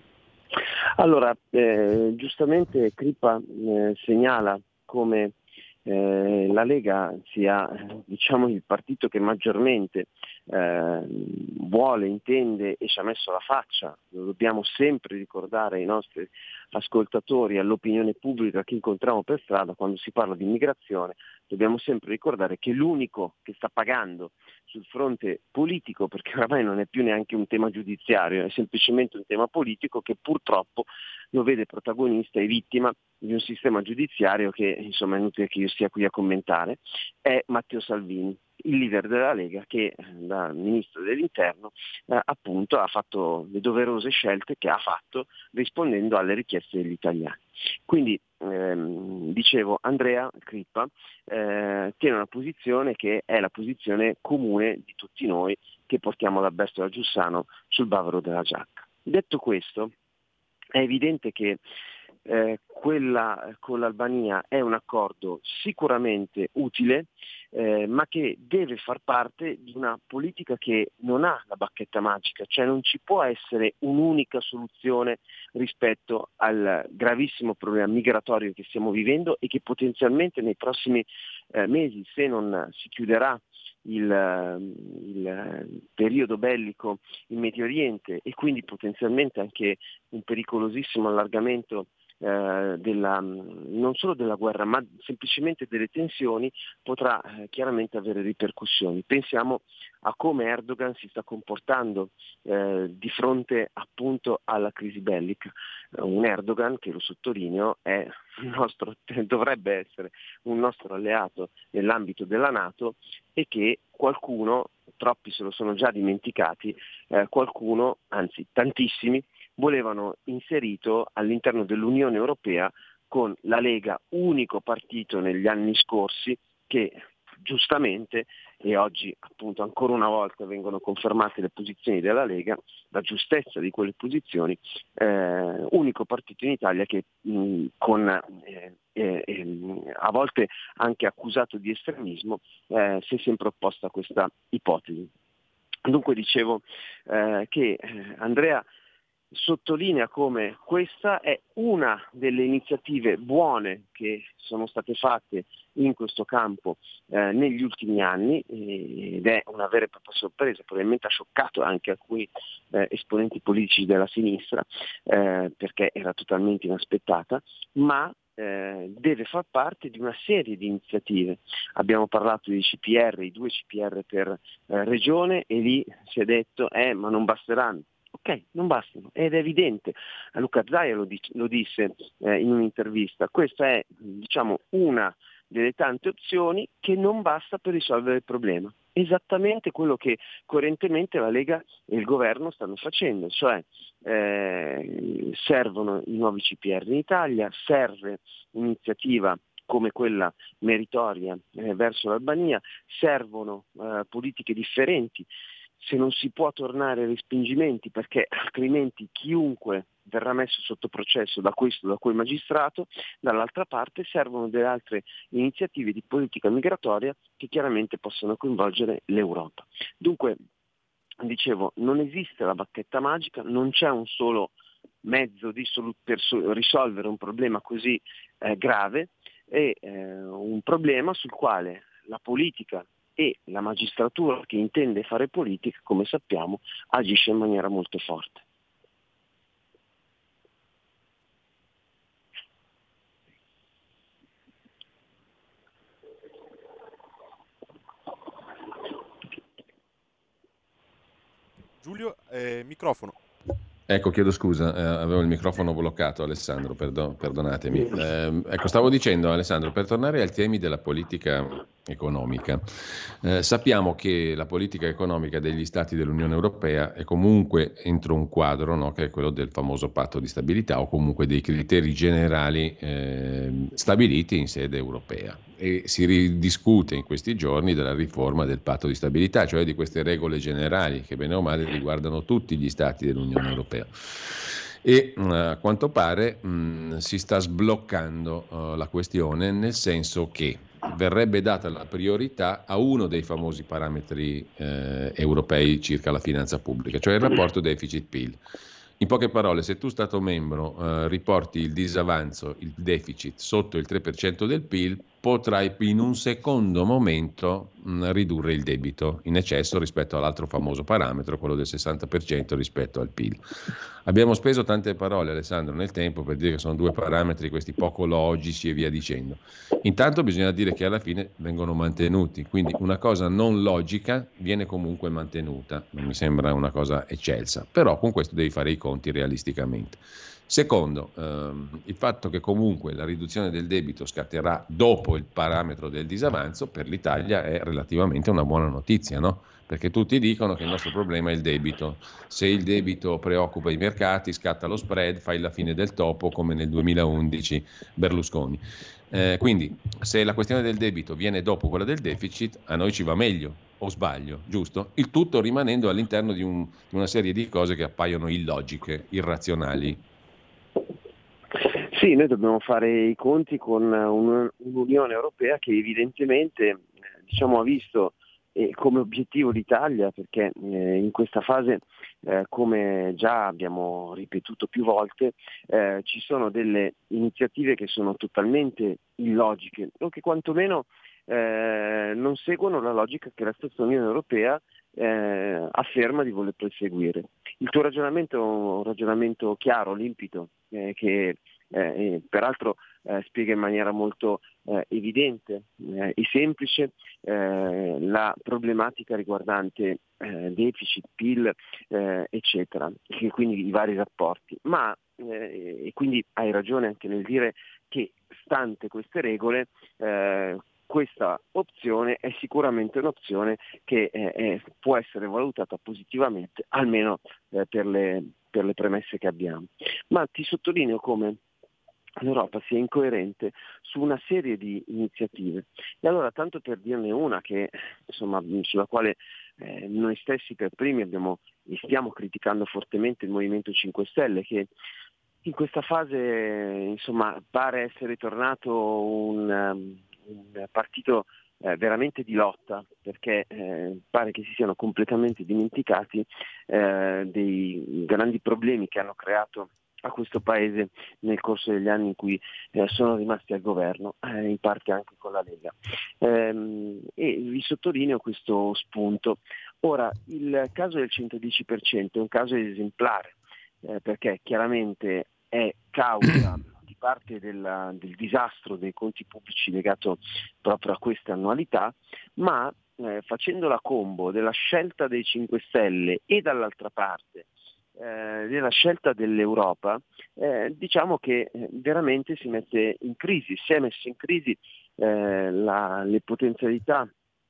Allora, eh, giustamente Crippa eh, segnala come eh, la Lega sia, diciamo, il partito che maggiormente eh, vuole, intende e ci ha messo la faccia. Lo dobbiamo sempre ricordare ai nostri ascoltatori, all'opinione pubblica che incontriamo per strada. Quando si parla di immigrazione dobbiamo sempre ricordare che l'unico che sta pagando sul fronte politico, perché oramai non è più neanche un tema giudiziario, è semplicemente un tema politico che purtroppo lo vede protagonista e vittima di un sistema giudiziario che, insomma, è inutile che io stia qui a commentare, è Matteo Salvini, il leader della Lega, che da ministro dell'Interno eh, appunto ha fatto le doverose scelte che ha fatto rispondendo alle richieste degli italiani. Quindi ehm, dicevo, Andrea Crippa eh, tiene una posizione che è la posizione comune di tutti noi che portiamo la Bestola a Giussano sul bavero della giacca. Detto questo, è evidente che eh, quella con l'Albania è un accordo sicuramente utile, eh, ma che deve far parte di una politica che non ha la bacchetta magica, cioè non ci può essere un'unica soluzione rispetto al gravissimo problema migratorio che stiamo vivendo e che potenzialmente nei prossimi eh, mesi, se non si chiuderà Il, il periodo bellico in Medio Oriente e quindi potenzialmente anche un pericolosissimo allargamento eh, della, non solo della guerra ma semplicemente delle tensioni, potrà eh, chiaramente avere ripercussioni. Pensiamo a come Erdogan si sta comportando eh, di fronte appunto alla crisi bellica. Un Erdogan che, lo sottolineo, è un nostro, dovrebbe essere un nostro alleato nell'ambito della NATO e che qualcuno, troppi se lo sono già dimenticati, eh, qualcuno, anzi tantissimi, volevano inserito all'interno dell'Unione Europea con la Lega, unico partito negli anni scorsi che giustamente, e oggi appunto ancora una volta vengono confermate le posizioni della Lega, la giustezza di quelle posizioni, eh, unico partito in Italia che mh, con eh, eh, a volte anche accusato di estremismo eh, si è sempre opposto a questa ipotesi. Dunque dicevo eh, che eh, Andrea sottolinea come questa è una delle iniziative buone che sono state fatte in questo campo eh, negli ultimi anni, ed è una vera e propria sorpresa, probabilmente ha scioccato anche alcuni eh, esponenti politici della sinistra eh, perché era totalmente inaspettata, ma eh, deve far parte di una serie di iniziative. Abbiamo parlato di C P R, i due C P R per eh, regione, e lì si è detto eh ma non basteranno. Ok, non bastano, ed è evidente. Luca Zaia lo, dice, lo disse eh, in un'intervista, questa è, diciamo, una delle tante opzioni che non basta per risolvere il problema. Esattamente quello che coerentemente la Lega e il governo stanno facendo, cioè eh, servono i nuovi C P R in Italia, serve un'iniziativa come quella meritoria eh, verso l'Albania, servono eh, politiche differenti. Se non si può tornare ai respingimenti, perché altrimenti chiunque verrà messo sotto processo da questo o da quel magistrato, dall'altra parte servono delle altre iniziative di politica migratoria che chiaramente possono coinvolgere l'Europa. Dunque, dicevo, non esiste la bacchetta magica, non c'è un solo mezzo di solu- per so- risolvere un problema così eh, grave, è eh, un problema sul quale la politica e la magistratura che intende fare politica, come sappiamo, agisce in maniera molto forte. Giulio, eh, microfono. Ecco, chiedo scusa, eh, avevo il microfono bloccato, Alessandro, perdo- perdonatemi. Eh, ecco, stavo dicendo, Alessandro, per tornare ai temi della politica economica, eh, sappiamo che la politica economica degli Stati dell'Unione Europea è comunque entro un quadro, no, che è quello del famoso patto di stabilità, o comunque dei criteri generali eh, stabiliti in sede europea. E si ridiscute in questi giorni della riforma del patto di stabilità, cioè di queste regole generali che bene o male riguardano tutti gli Stati dell'Unione Europea. E uh, a quanto pare mh, si sta sbloccando uh, la questione, nel senso che verrebbe data la priorità a uno dei famosi parametri eh, europei circa la finanza pubblica, cioè il rapporto deficit-P I L. In poche parole, se tu Stato membro eh, riporti il disavanzo, il deficit sotto il tre per cento del P I L, potrai in un secondo momento mh, ridurre il debito in eccesso rispetto all'altro famoso parametro, quello del sessanta per cento rispetto al P I L. Abbiamo speso tante parole, Alessandro, nel tempo per dire che sono due parametri, questi poco logici e via dicendo. Intanto bisogna dire che alla fine vengono mantenuti, quindi una cosa non logica viene comunque mantenuta, non mi sembra una cosa eccelsa, però con questo devi fare i conti realisticamente. Secondo, ehm, il fatto che comunque la riduzione del debito scatterà dopo il parametro del disavanzo per l'Italia è relativamente una buona notizia, no? Perché tutti dicono che il nostro problema è il debito. Se il debito preoccupa i mercati, scatta lo spread, fai la fine del topo come nel duemilaundici Berlusconi. Eh, quindi se la questione del debito viene dopo quella del deficit, a noi ci va meglio, o sbaglio, giusto? Il tutto rimanendo all'interno di, un, di una serie di cose che appaiono illogiche, irrazionali. Sì, noi dobbiamo fare i conti con un, un'Unione Europea che evidentemente diciamo, ha visto eh, come obiettivo l'Italia, perché eh, in questa fase, eh, come già abbiamo ripetuto più volte, eh, ci sono delle iniziative che sono totalmente illogiche o che quantomeno eh, non seguono la logica che la stessa Unione Europea eh, afferma di voler perseguire. Il tuo ragionamento è un ragionamento chiaro, limpido, eh, che eh, peraltro eh, spiega in maniera molto eh, evidente eh, e semplice eh, la problematica riguardante eh, deficit, P I L, eh, eccetera, e quindi i vari rapporti. Ma eh, e quindi hai ragione anche nel dire che stante queste regole eh, questa opzione è sicuramente un'opzione che eh, eh, può essere valutata positivamente, almeno eh, per, le, per le premesse che abbiamo. Ma ti sottolineo come l'Europa sia incoerente su una serie di iniziative. E allora, tanto per dirne una che insomma sulla quale eh, noi stessi per primi abbiamo e stiamo criticando fortemente il Movimento cinque Stelle, che in questa fase insomma pare essere tornato un, um, un partito eh, veramente di lotta, perché eh, pare che si siano completamente dimenticati eh, dei grandi problemi che hanno creato a questo paese nel corso degli anni in cui eh, sono rimasti al governo, eh, in parte anche con la Lega. Ehm, e vi sottolineo questo spunto. Ora, il caso del centodieci per cento è un caso esemplare, eh, perché chiaramente è causa di parte della, del disastro dei conti pubblici legato proprio a queste annualità, ma eh, facendo la combo della scelta dei cinque Stelle e dall'altra parte Eh, della scelta dell'Europa, eh, diciamo che eh, veramente si mette in crisi, si è messo in crisi eh, la, le potenzialità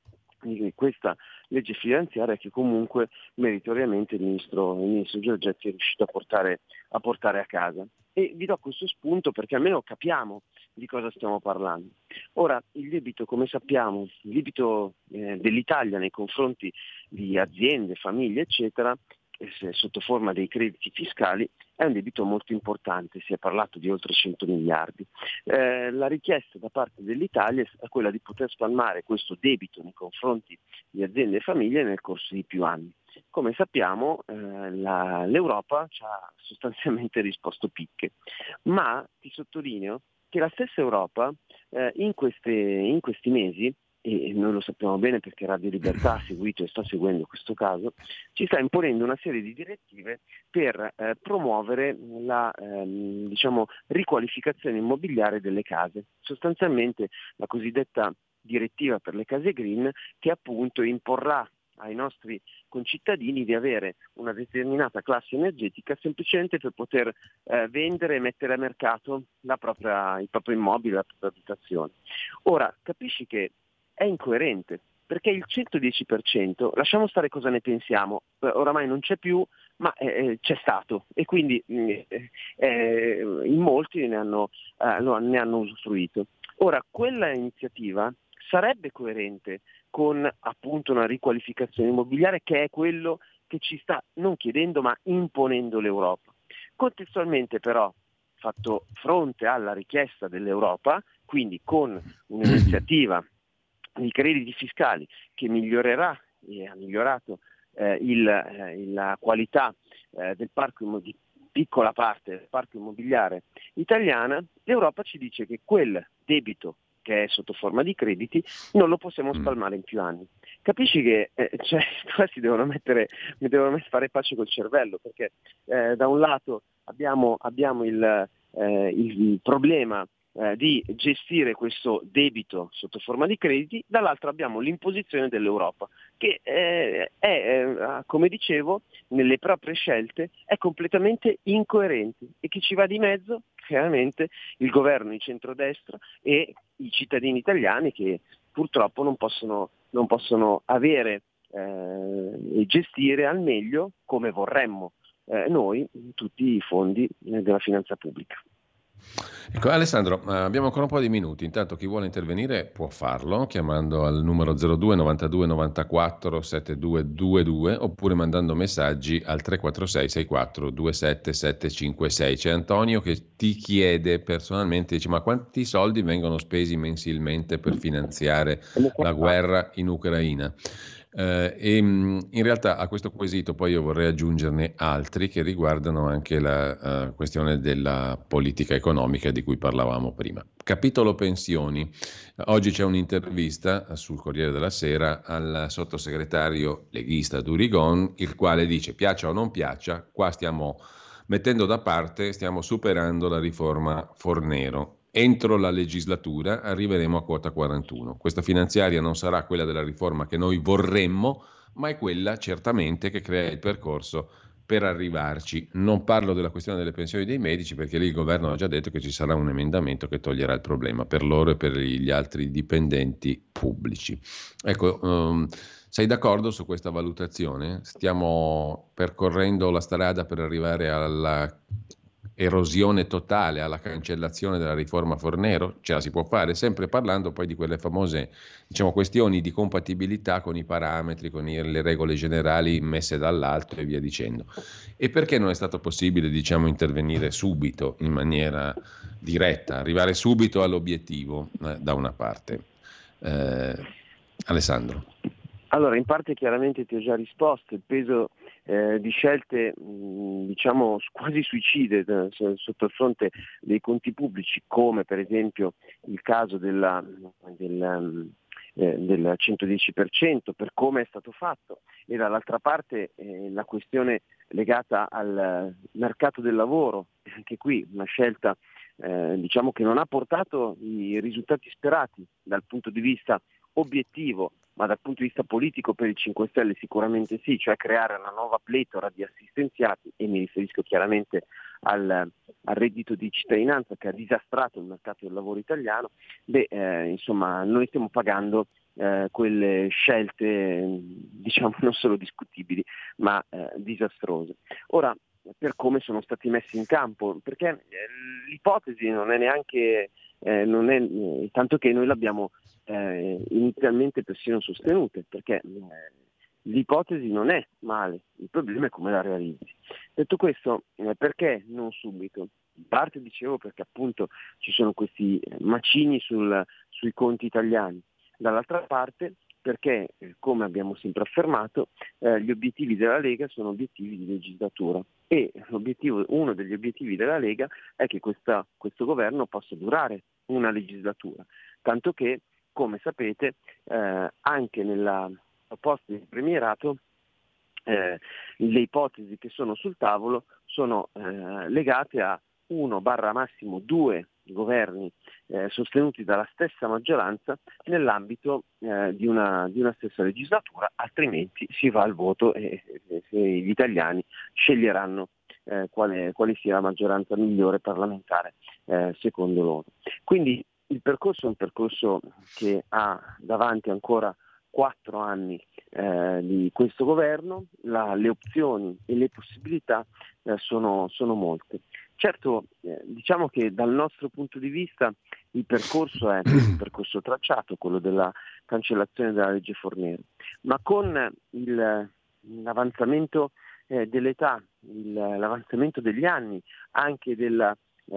di questa legge finanziaria che comunque meritoriamente il ministro, il ministro Giorgetti è riuscito a portare, a portare a casa. E vi do questo spunto perché almeno capiamo di cosa stiamo parlando. Ora, il debito, come sappiamo, il debito eh, dell'Italia nei confronti di aziende, famiglie, eccetera, sotto forma dei crediti fiscali, è un debito molto importante, si è parlato di oltre cento miliardi. Eh, la richiesta da parte dell'Italia è quella di poter spalmare questo debito nei confronti di aziende e famiglie nel corso di più anni. Come sappiamo eh, la, l'Europa ci ha sostanzialmente risposto picche, ma ti sottolineo che la stessa Europa eh, in, queste, in questi mesi, e noi lo sappiamo bene perché Radio Libertà ha seguito e sta seguendo questo caso, ci sta imponendo una serie di direttive per eh, promuovere la ehm, diciamo, riqualificazione immobiliare delle case, sostanzialmente la cosiddetta direttiva per le case green, che appunto imporrà ai nostri concittadini di avere una determinata classe energetica semplicemente per poter eh, vendere e mettere a mercato la propria, il proprio immobile, la propria abitazione. Ora, capisci che è incoerente, perché il centodieci per cento, lasciamo stare cosa ne pensiamo, oramai non c'è più, ma eh, c'è stato e quindi eh, eh, in molti ne hanno, eh, ne hanno usufruito. Ora, quella iniziativa sarebbe coerente con appunto una riqualificazione immobiliare, che è quello che ci sta non chiedendo ma imponendo l'Europa. Contestualmente però, fatto fronte alla richiesta dell'Europa, quindi con un'iniziativa di crediti fiscali che migliorerà e ha migliorato eh, il, eh, la qualità eh, del parco di piccola parte del parco immobiliare italiana, l'Europa ci dice che quel debito che è sotto forma di crediti, non lo possiamo spalmare in più anni. Capisci che eh, cioè, questi devono mettere, devono fare pace col cervello, perché eh, da un lato abbiamo, abbiamo il, eh, il problema eh, di gestire questo debito sotto forma di crediti, dall'altro abbiamo l'imposizione dell'Europa, che eh, è, eh, come dicevo, nelle proprie scelte è completamente incoerente, e chi ci va di mezzo? Chiaramente il governo di centrodestra e i cittadini italiani, che purtroppo non possono, non possono avere eh, e gestire al meglio, come vorremmo eh, noi, tutti i fondi eh, della finanza pubblica. Ecco, Alessandro, abbiamo ancora un po' di minuti, intanto chi vuole intervenire può farlo chiamando al numero zero due novantadue novantaquattro settantadue ventidue oppure mandando messaggi al tre quattro sei sei quattro due sette sette cinque sei. C'è Antonio che ti chiede personalmente, dice: ma quanti soldi vengono spesi mensilmente per finanziare la guerra in Ucraina? Eh, e in realtà a questo quesito poi io vorrei aggiungerne altri che riguardano anche la uh, questione della politica economica di cui parlavamo prima. Capitolo pensioni. Oggi c'è un'intervista sul Corriere della Sera al sottosegretario leghista Durigon, il quale dice: piaccia o non piaccia, qua stiamo mettendo da parte, stiamo superando la riforma Fornero. Entro la legislatura arriveremo a quota quarantuno. Questa finanziaria non sarà quella della riforma che noi vorremmo, ma è quella certamente che crea il percorso per arrivarci. Non parlo della questione delle pensioni dei medici, perché lì il governo ha già detto che ci sarà un emendamento che toglierà il problema per loro e per gli altri dipendenti pubblici. Ecco, um, sei d'accordo su questa valutazione? Stiamo percorrendo la strada per arrivare alla erosione totale, alla cancellazione della riforma Fornero? Ce la si può fare, sempre parlando poi di quelle famose, diciamo, questioni di compatibilità con i parametri, con i, le regole generali messe dall'alto e via dicendo. E perché non è stato possibile, diciamo, intervenire subito in maniera diretta, arrivare subito all'obiettivo eh, da una parte? Eh, Alessandro. Allora, in parte chiaramente ti ho già risposto. Il peso eh, di scelte mh, diciamo quasi suicide eh, sotto il fronte dei conti pubblici, come per esempio il caso della, del, eh, del centodieci per cento, per come è stato fatto, e dall'altra parte eh, la questione legata al mercato del lavoro, anche qui una scelta eh, diciamo che non ha portato i risultati sperati dal punto di vista obiettivo, ma dal punto di vista politico per il cinque Stelle sicuramente sì, cioè creare una nuova pletora di assistenziati, e mi riferisco chiaramente al, al reddito di cittadinanza che ha disastrato il mercato del lavoro italiano. Beh, eh, insomma, noi stiamo pagando eh, quelle scelte, diciamo, non solo discutibili, ma eh, disastrose. Ora, per come sono stati messi in campo, perché eh, l'ipotesi non è neanche, eh, non è, eh, tanto che noi l'abbiamo eh, inizialmente persino sostenute, perché eh, l'ipotesi non è male, il problema è come la realizzi. Detto questo, eh, perché non subito? In parte dicevo perché appunto ci sono questi macigni sul, sui conti italiani, dall'altra parte perché, eh, come abbiamo sempre affermato, eh, gli obiettivi della Lega sono obiettivi di legislatura, e l'obiettivo, uno degli obiettivi della Lega è che questa, questo governo possa durare una legislatura, tanto che, come sapete, eh, anche nella proposta di premierato eh, le ipotesi che sono sul tavolo sono eh, legate a uno barra massimo due governi eh, sostenuti dalla stessa maggioranza nell'ambito eh, di, una, di una stessa legislatura, altrimenti si va al voto e, e, e gli italiani sceglieranno eh, quale, quale sia la maggioranza migliore parlamentare eh, secondo loro. Quindi il percorso è un percorso che ha davanti ancora quattro anni eh, di questo governo, la, le opzioni e le possibilità eh, sono, sono molte. Certo, eh, diciamo che dal nostro punto di vista il percorso è un percorso tracciato, quello della cancellazione della legge Fornero, ma con il, l'avanzamento eh, dell'età, il, l'avanzamento degli anni, anche della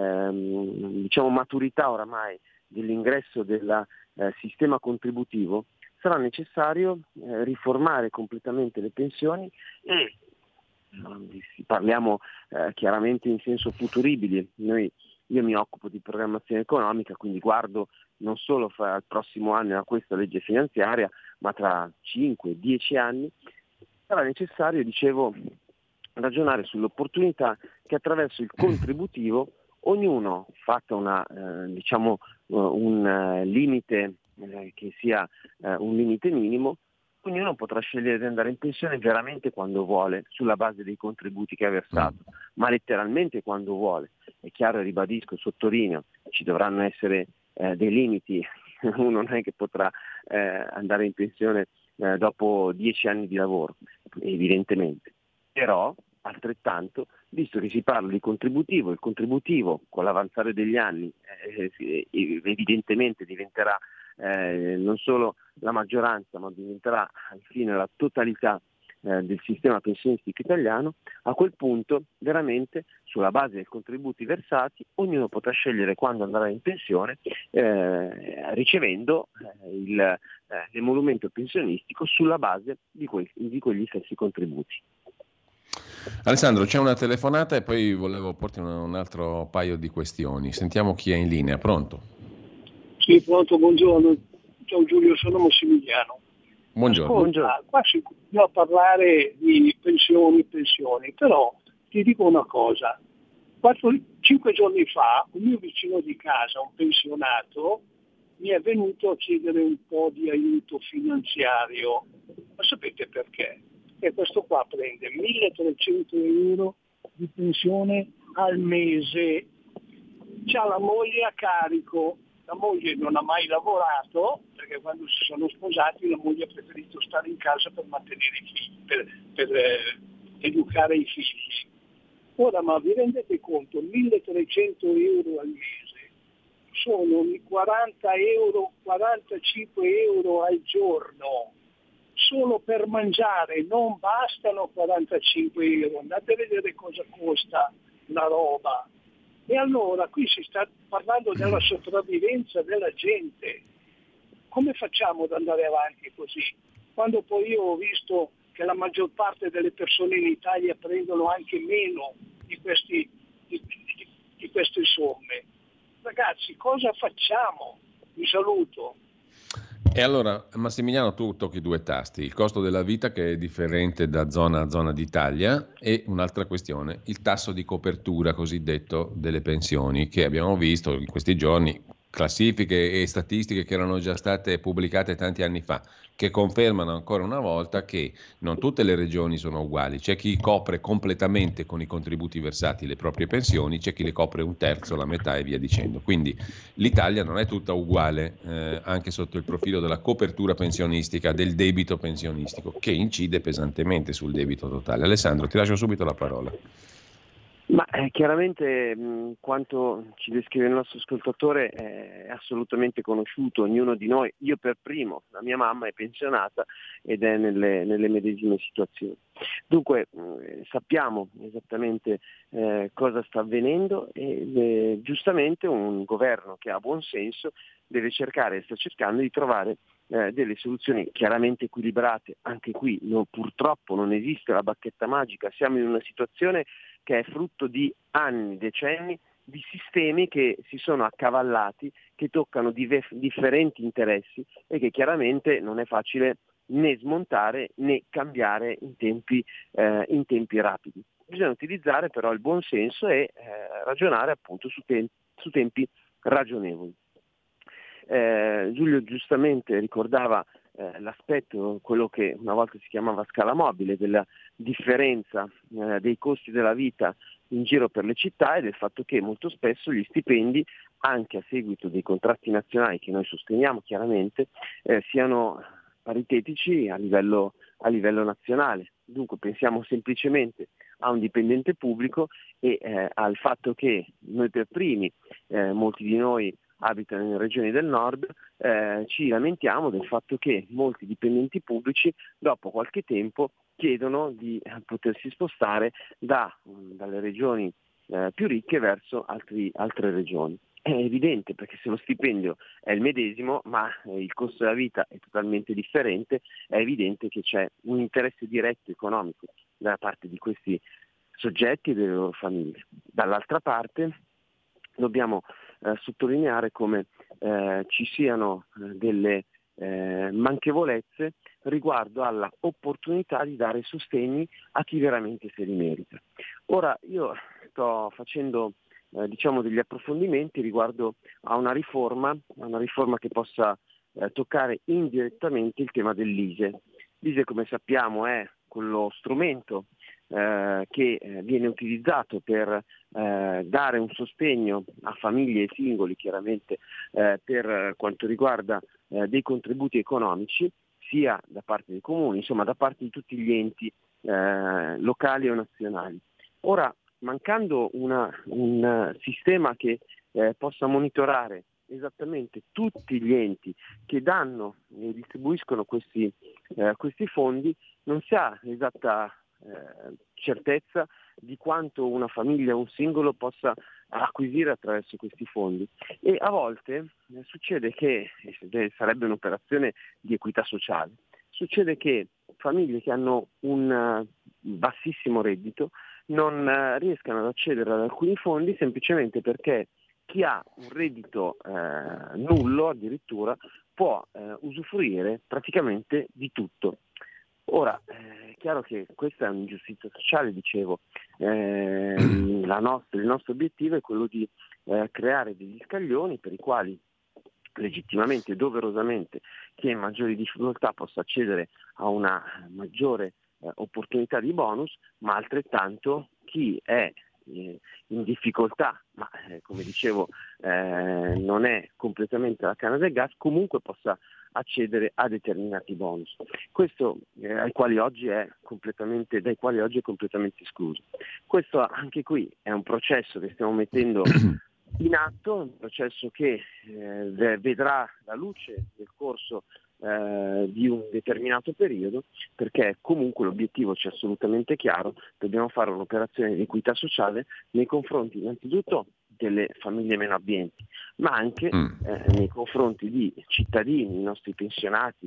ehm, diciamo maturità oramai dell'ingresso del eh, sistema contributivo, sarà necessario eh, riformare completamente le pensioni e parliamo eh, chiaramente in senso futuribile. Noi io mi occupo di programmazione economica, quindi guardo non solo fra il prossimo anno a questa legge finanziaria, ma tra cinque dieci anni, sarà necessario, dicevo, ragionare sull'opportunità che attraverso il contributivo ognuno, fatta una, eh, diciamo, uh, un uh, limite eh, che sia uh, un limite minimo, ognuno potrà scegliere di andare in pensione veramente quando vuole, sulla base dei contributi che ha versato, ma letteralmente quando vuole. È chiaro, ribadisco, sottolineo, ci dovranno essere eh, dei limiti, uno non è che potrà eh, andare in pensione eh, dopo dieci anni di lavoro, evidentemente. Però, altrettanto, visto che si parla di contributivo, il contributivo con l'avanzare degli anni eh, evidentemente diventerà eh, non solo la maggioranza, ma diventerà infine la totalità eh, del sistema pensionistico italiano, a quel punto veramente sulla base dei contributi versati ognuno potrà scegliere quando andrà in pensione eh, ricevendo eh, il, eh, l'emolumento pensionistico sulla base di, que- di quegli stessi contributi. Alessandro, c'è una telefonata e poi volevo porti un, un altro paio di questioni. Sentiamo chi è in linea. Pronto? Sì, pronto, buongiorno. Ciao Giulio, sono Massimiliano. Buongiorno. Ascolta, buongiorno. Qua si continua a parlare di pensioni, pensioni, però ti dico una cosa. Quattro, cinque giorni fa un mio vicino di casa, un pensionato, mi è venuto a chiedere un po' di aiuto finanziario. Ma sapete perché? E questo qua prende milletrecento euro di pensione al mese, c'ha la moglie a carico, la moglie non ha mai lavorato perché quando si sono sposati la moglie ha preferito stare in casa per mantenere i figli, per, per eh, educare i figli. Ora, ma vi rendete conto, milletrecento euro al mese sono quaranta euro, quarantacinque euro al giorno. Solo per mangiare non bastano quarantacinque euro, andate a vedere cosa costa la roba. E allora qui si sta parlando della sopravvivenza della gente. Come facciamo ad andare avanti così? Quando poi io ho visto che la maggior parte delle persone in Italia prendono anche meno di, questi, di, di, di queste somme. Ragazzi, cosa facciamo? Vi saluto. E allora, Massimiliano, tu tocchi due tasti, il costo della vita che è differente da zona a zona d'Italia e un'altra questione, il tasso di copertura cosiddetto delle pensioni che abbiamo visto in questi giorni, classifiche e statistiche che erano già state pubblicate tanti anni fa, che confermano ancora una volta che non tutte le regioni sono uguali. C'è chi copre completamente con i contributi versati le proprie pensioni, c'è chi le copre un terzo, la metà e via dicendo. Quindi l'Italia non è tutta uguale eh, anche sotto il profilo della copertura pensionistica, del debito pensionistico, che incide pesantemente sul debito totale. Alessandro, ti lascio subito la parola. Ma eh, chiaramente mh, quanto ci descrive il nostro ascoltatore è assolutamente conosciuto, ognuno di noi, io per primo, la mia mamma è pensionata ed è nelle, nelle medesime situazioni. Dunque mh, sappiamo esattamente eh, cosa sta avvenendo e eh, giustamente un governo che ha buon senso deve cercare e sta cercando di trovare eh, delle soluzioni chiaramente equilibrate. Anche qui no, purtroppo non esiste la bacchetta magica, siamo in una situazione che è frutto di anni, decenni, di sistemi che si sono accavallati, che toccano dive- differenti interessi e che chiaramente non è facile né smontare né cambiare in tempi, eh, in tempi rapidi. Bisogna utilizzare però il buon senso e eh, ragionare appunto su, te- su tempi ragionevoli. Eh, Giulio giustamente ricordava eh, l'aspetto, quello che una volta si chiamava scala mobile, della differenza eh, dei costi della vita in giro per le città e del fatto che molto spesso gli stipendi, anche a seguito dei contratti nazionali che noi sosteniamo chiaramente, eh, siano paritetici a livello, a livello nazionale. Dunque pensiamo semplicemente a un dipendente pubblico e eh, al fatto che noi per primi, eh, molti di noi abitano in regioni del nord, eh, ci lamentiamo del fatto che molti dipendenti pubblici dopo qualche tempo chiedono di potersi spostare da, dalle regioni eh, più ricche verso altri, altre regioni. È evidente perché se lo stipendio è il medesimo ma eh, il costo della vita è totalmente differente, è evidente che c'è un interesse diretto economico da parte di questi soggetti e delle loro famiglie. Dall'altra parte dobbiamo eh, sottolineare come eh, ci siano eh, delle eh, manchevolezze riguardo alla opportunità di dare sostegni a chi veramente se li merita. Ora io sto facendo eh, diciamo degli approfondimenti riguardo a una riforma, a una riforma che possa eh, toccare indirettamente il tema dell'I S E. L'I S E, come sappiamo, è quello strumento eh, che eh, viene utilizzato per eh, dare un sostegno a famiglie e singoli, chiaramente eh, per quanto riguarda eh, dei contributi economici, sia da parte dei comuni, insomma da parte di tutti gli enti eh, locali o nazionali. Ora, mancando una, un sistema che eh, possa monitorare esattamente tutti gli enti che danno e distribuiscono questi, eh, questi fondi, non si ha esatta eh, certezza di quanto una famiglia o un singolo possa acquisire attraverso questi fondi. E a volte eh, succede che, e sarebbe un'operazione di equità sociale, succede che famiglie che hanno un uh, bassissimo reddito non uh, riescano ad accedere ad alcuni fondi semplicemente perché chi ha un reddito eh, nullo addirittura può eh, usufruire praticamente di tutto. Ora, eh, è chiaro che questa è un'ingiustizia sociale, dicevo, eh, la nostra, il nostro obiettivo è quello di eh, creare degli scaglioni per i quali legittimamente e doverosamente chi è in maggiori difficoltà possa accedere a una maggiore eh, opportunità di bonus, ma altrettanto chi è in difficoltà, ma eh, come dicevo eh, non è completamente la canna del gas, comunque possa accedere a determinati bonus. Questo eh, ai quali oggi è completamente, dai quali oggi è completamente escluso. Questo anche qui è un processo che stiamo mettendo in atto, un processo che eh, vedrà la luce nel corso eh, di un determinato periodo, perché comunque l'obiettivo ci è assolutamente chiaro: dobbiamo fare un'operazione di equità sociale nei confronti innanzitutto delle famiglie meno abbienti, ma anche eh, nei confronti di cittadini, i nostri pensionati,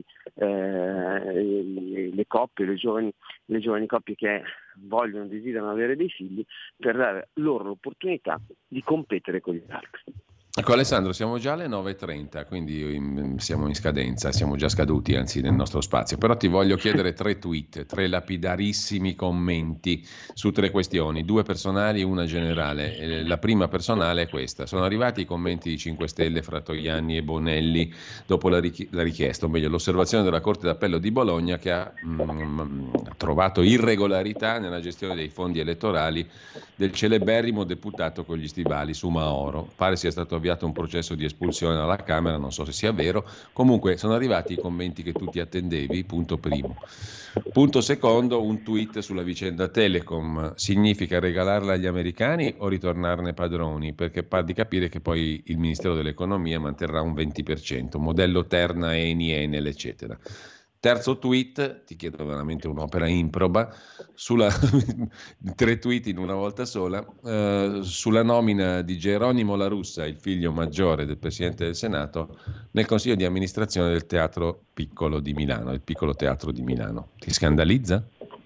eh, le coppie, le giovani, le giovani coppie che vogliono, desiderano avere dei figli, per dare loro l'opportunità di competere con gli altri. Ecco Alessandro, siamo già alle nove e trenta, quindi in, siamo in scadenza, siamo già scaduti anzi nel nostro spazio, però ti voglio chiedere tre tweet, tre lapidarissimi commenti su tre questioni, due personali e una generale. La prima personale è questa: sono arrivati i commenti di cinque Stelle, Fratoianni e Bonelli dopo la, richi- la richiesta, o meglio l'osservazione della Corte d'Appello di Bologna che ha mm, trovato irregolarità nella gestione dei fondi elettorali del celeberrimo deputato con gli stivali Soumahoro. Pare sia stato avviato un processo di espulsione dalla Camera, non so se sia vero. Comunque sono arrivati i commenti che tu ti attendevi, punto primo. Punto secondo, un tweet sulla vicenda Telecom: significa regalarla agli americani o ritornarne padroni? Perché par di capire che poi il Ministero dell'Economia manterrà un venti per cento, modello Terna, Eni, Enel, eccetera. Terzo tweet, ti chiedo veramente un'opera improba, sulla tre tweet in una volta sola, eh, sulla nomina di Geronimo La Russa, il figlio maggiore del Presidente del Senato, nel Consiglio di amministrazione del Teatro Piccolo di Milano, il Piccolo Teatro di Milano. Ti scandalizza?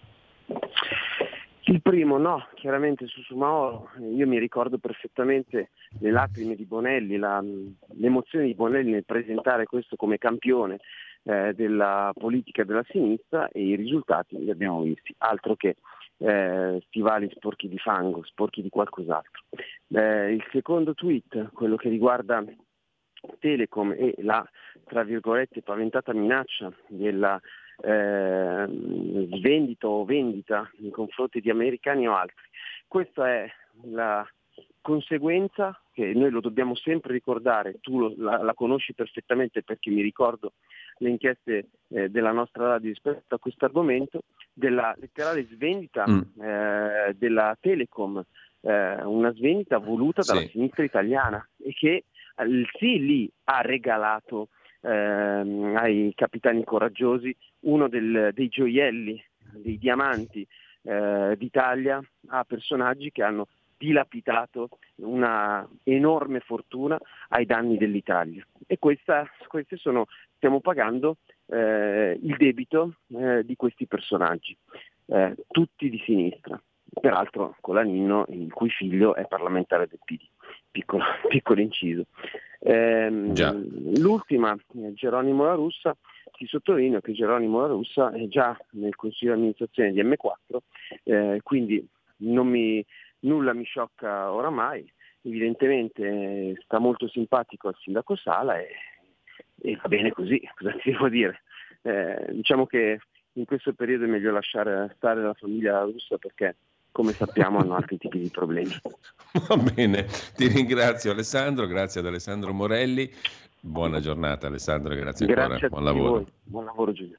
Il primo no, chiaramente su Soumahoro. Io mi ricordo perfettamente le lacrime di Bonelli, la, l'emozione di Bonelli nel presentare questo come campione eh, della politica della sinistra, e i risultati li abbiamo visti, altro che eh, stivali sporchi di fango, sporchi di qualcos'altro. Eh, il secondo tweet, quello che riguarda Telecom e la, tra virgolette, paventata minaccia della eh, svendita o vendita nei confronti di americani o altri. Questa è la conseguenza che noi lo dobbiamo sempre ricordare, tu lo, la, la conosci perfettamente perché mi ricordo le inchieste eh, della nostra radio rispetto a questo argomento, della letterale svendita mm. eh, della Telecom, eh, una svendita voluta dalla sì. sinistra italiana e che eh, sì lì ha regalato eh, ai capitani coraggiosi uno del, dei gioielli, dei diamanti eh, d'Italia a personaggi che hanno dilapidato una enorme fortuna ai danni dell'Italia, e questa, queste sono, stiamo pagando eh, il debito eh, di questi personaggi, eh, tutti di sinistra, peraltro Colaninno, il cui figlio è parlamentare del P D. Piccolo, piccolo inciso. Ehm, l'ultima, eh, Geronimo La Russa, ti sottolineo che Geronimo La Russa è già nel consiglio di amministrazione di M quattro, eh, quindi non mi, nulla mi sciocca oramai, evidentemente eh, sta molto simpatico al sindaco Sala e, e va bene così, cosa ti devo dire? Eh, diciamo che in questo periodo è meglio lasciare stare la famiglia La Russa perché, come sappiamo, hanno altri tipi di problemi. Va bene, ti ringrazio Alessandro, grazie ad Alessandro Morelli, buona giornata Alessandro, grazie, grazie ancora, buon lavoro. Voi. Buon lavoro Giulio.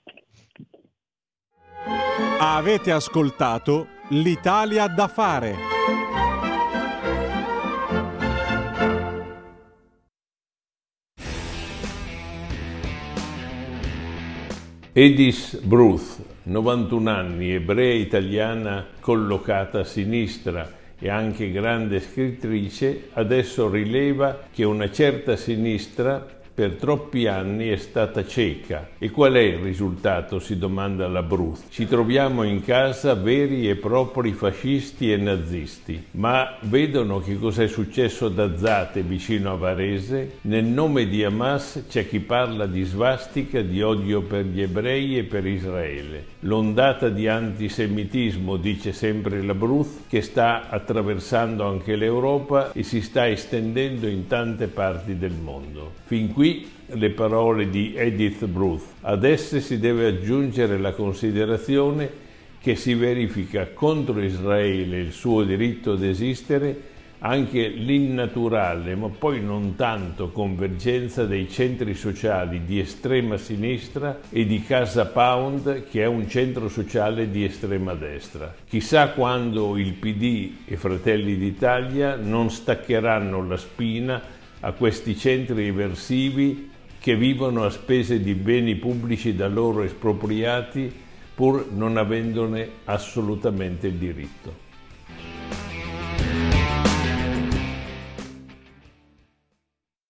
Avete ascoltato l'Italia da fare. Edith Bruth, novantuno anni, ebrea italiana collocata a sinistra e anche grande scrittrice, adesso rileva che una certa sinistra per troppi anni è stata cieca. E qual è il risultato? Si domanda la Bruth. Ci troviamo in casa veri e propri fascisti e nazisti. Ma vedono che cos'è successo ad Azzate, vicino a Varese? Nel nome di Hamas c'è chi parla di svastica, di odio per gli ebrei e per Israele. L'ondata di antisemitismo, dice sempre la Bruth, che sta attraversando anche l'Europa e si sta estendendo in tante parti del mondo. Fin qui le parole di Edith Bruth. Ad esse si deve aggiungere la considerazione che si verifica contro Israele e il suo diritto ad esistere anche l'innaturale, ma poi non tanto, convergenza dei centri sociali di estrema sinistra e di Casa Pound, che è un centro sociale di estrema destra. Chissà quando il P D e Fratelli d'Italia non staccheranno la spina a questi centri eversivi che vivono a spese di beni pubblici da loro espropriati pur non avendone assolutamente il diritto.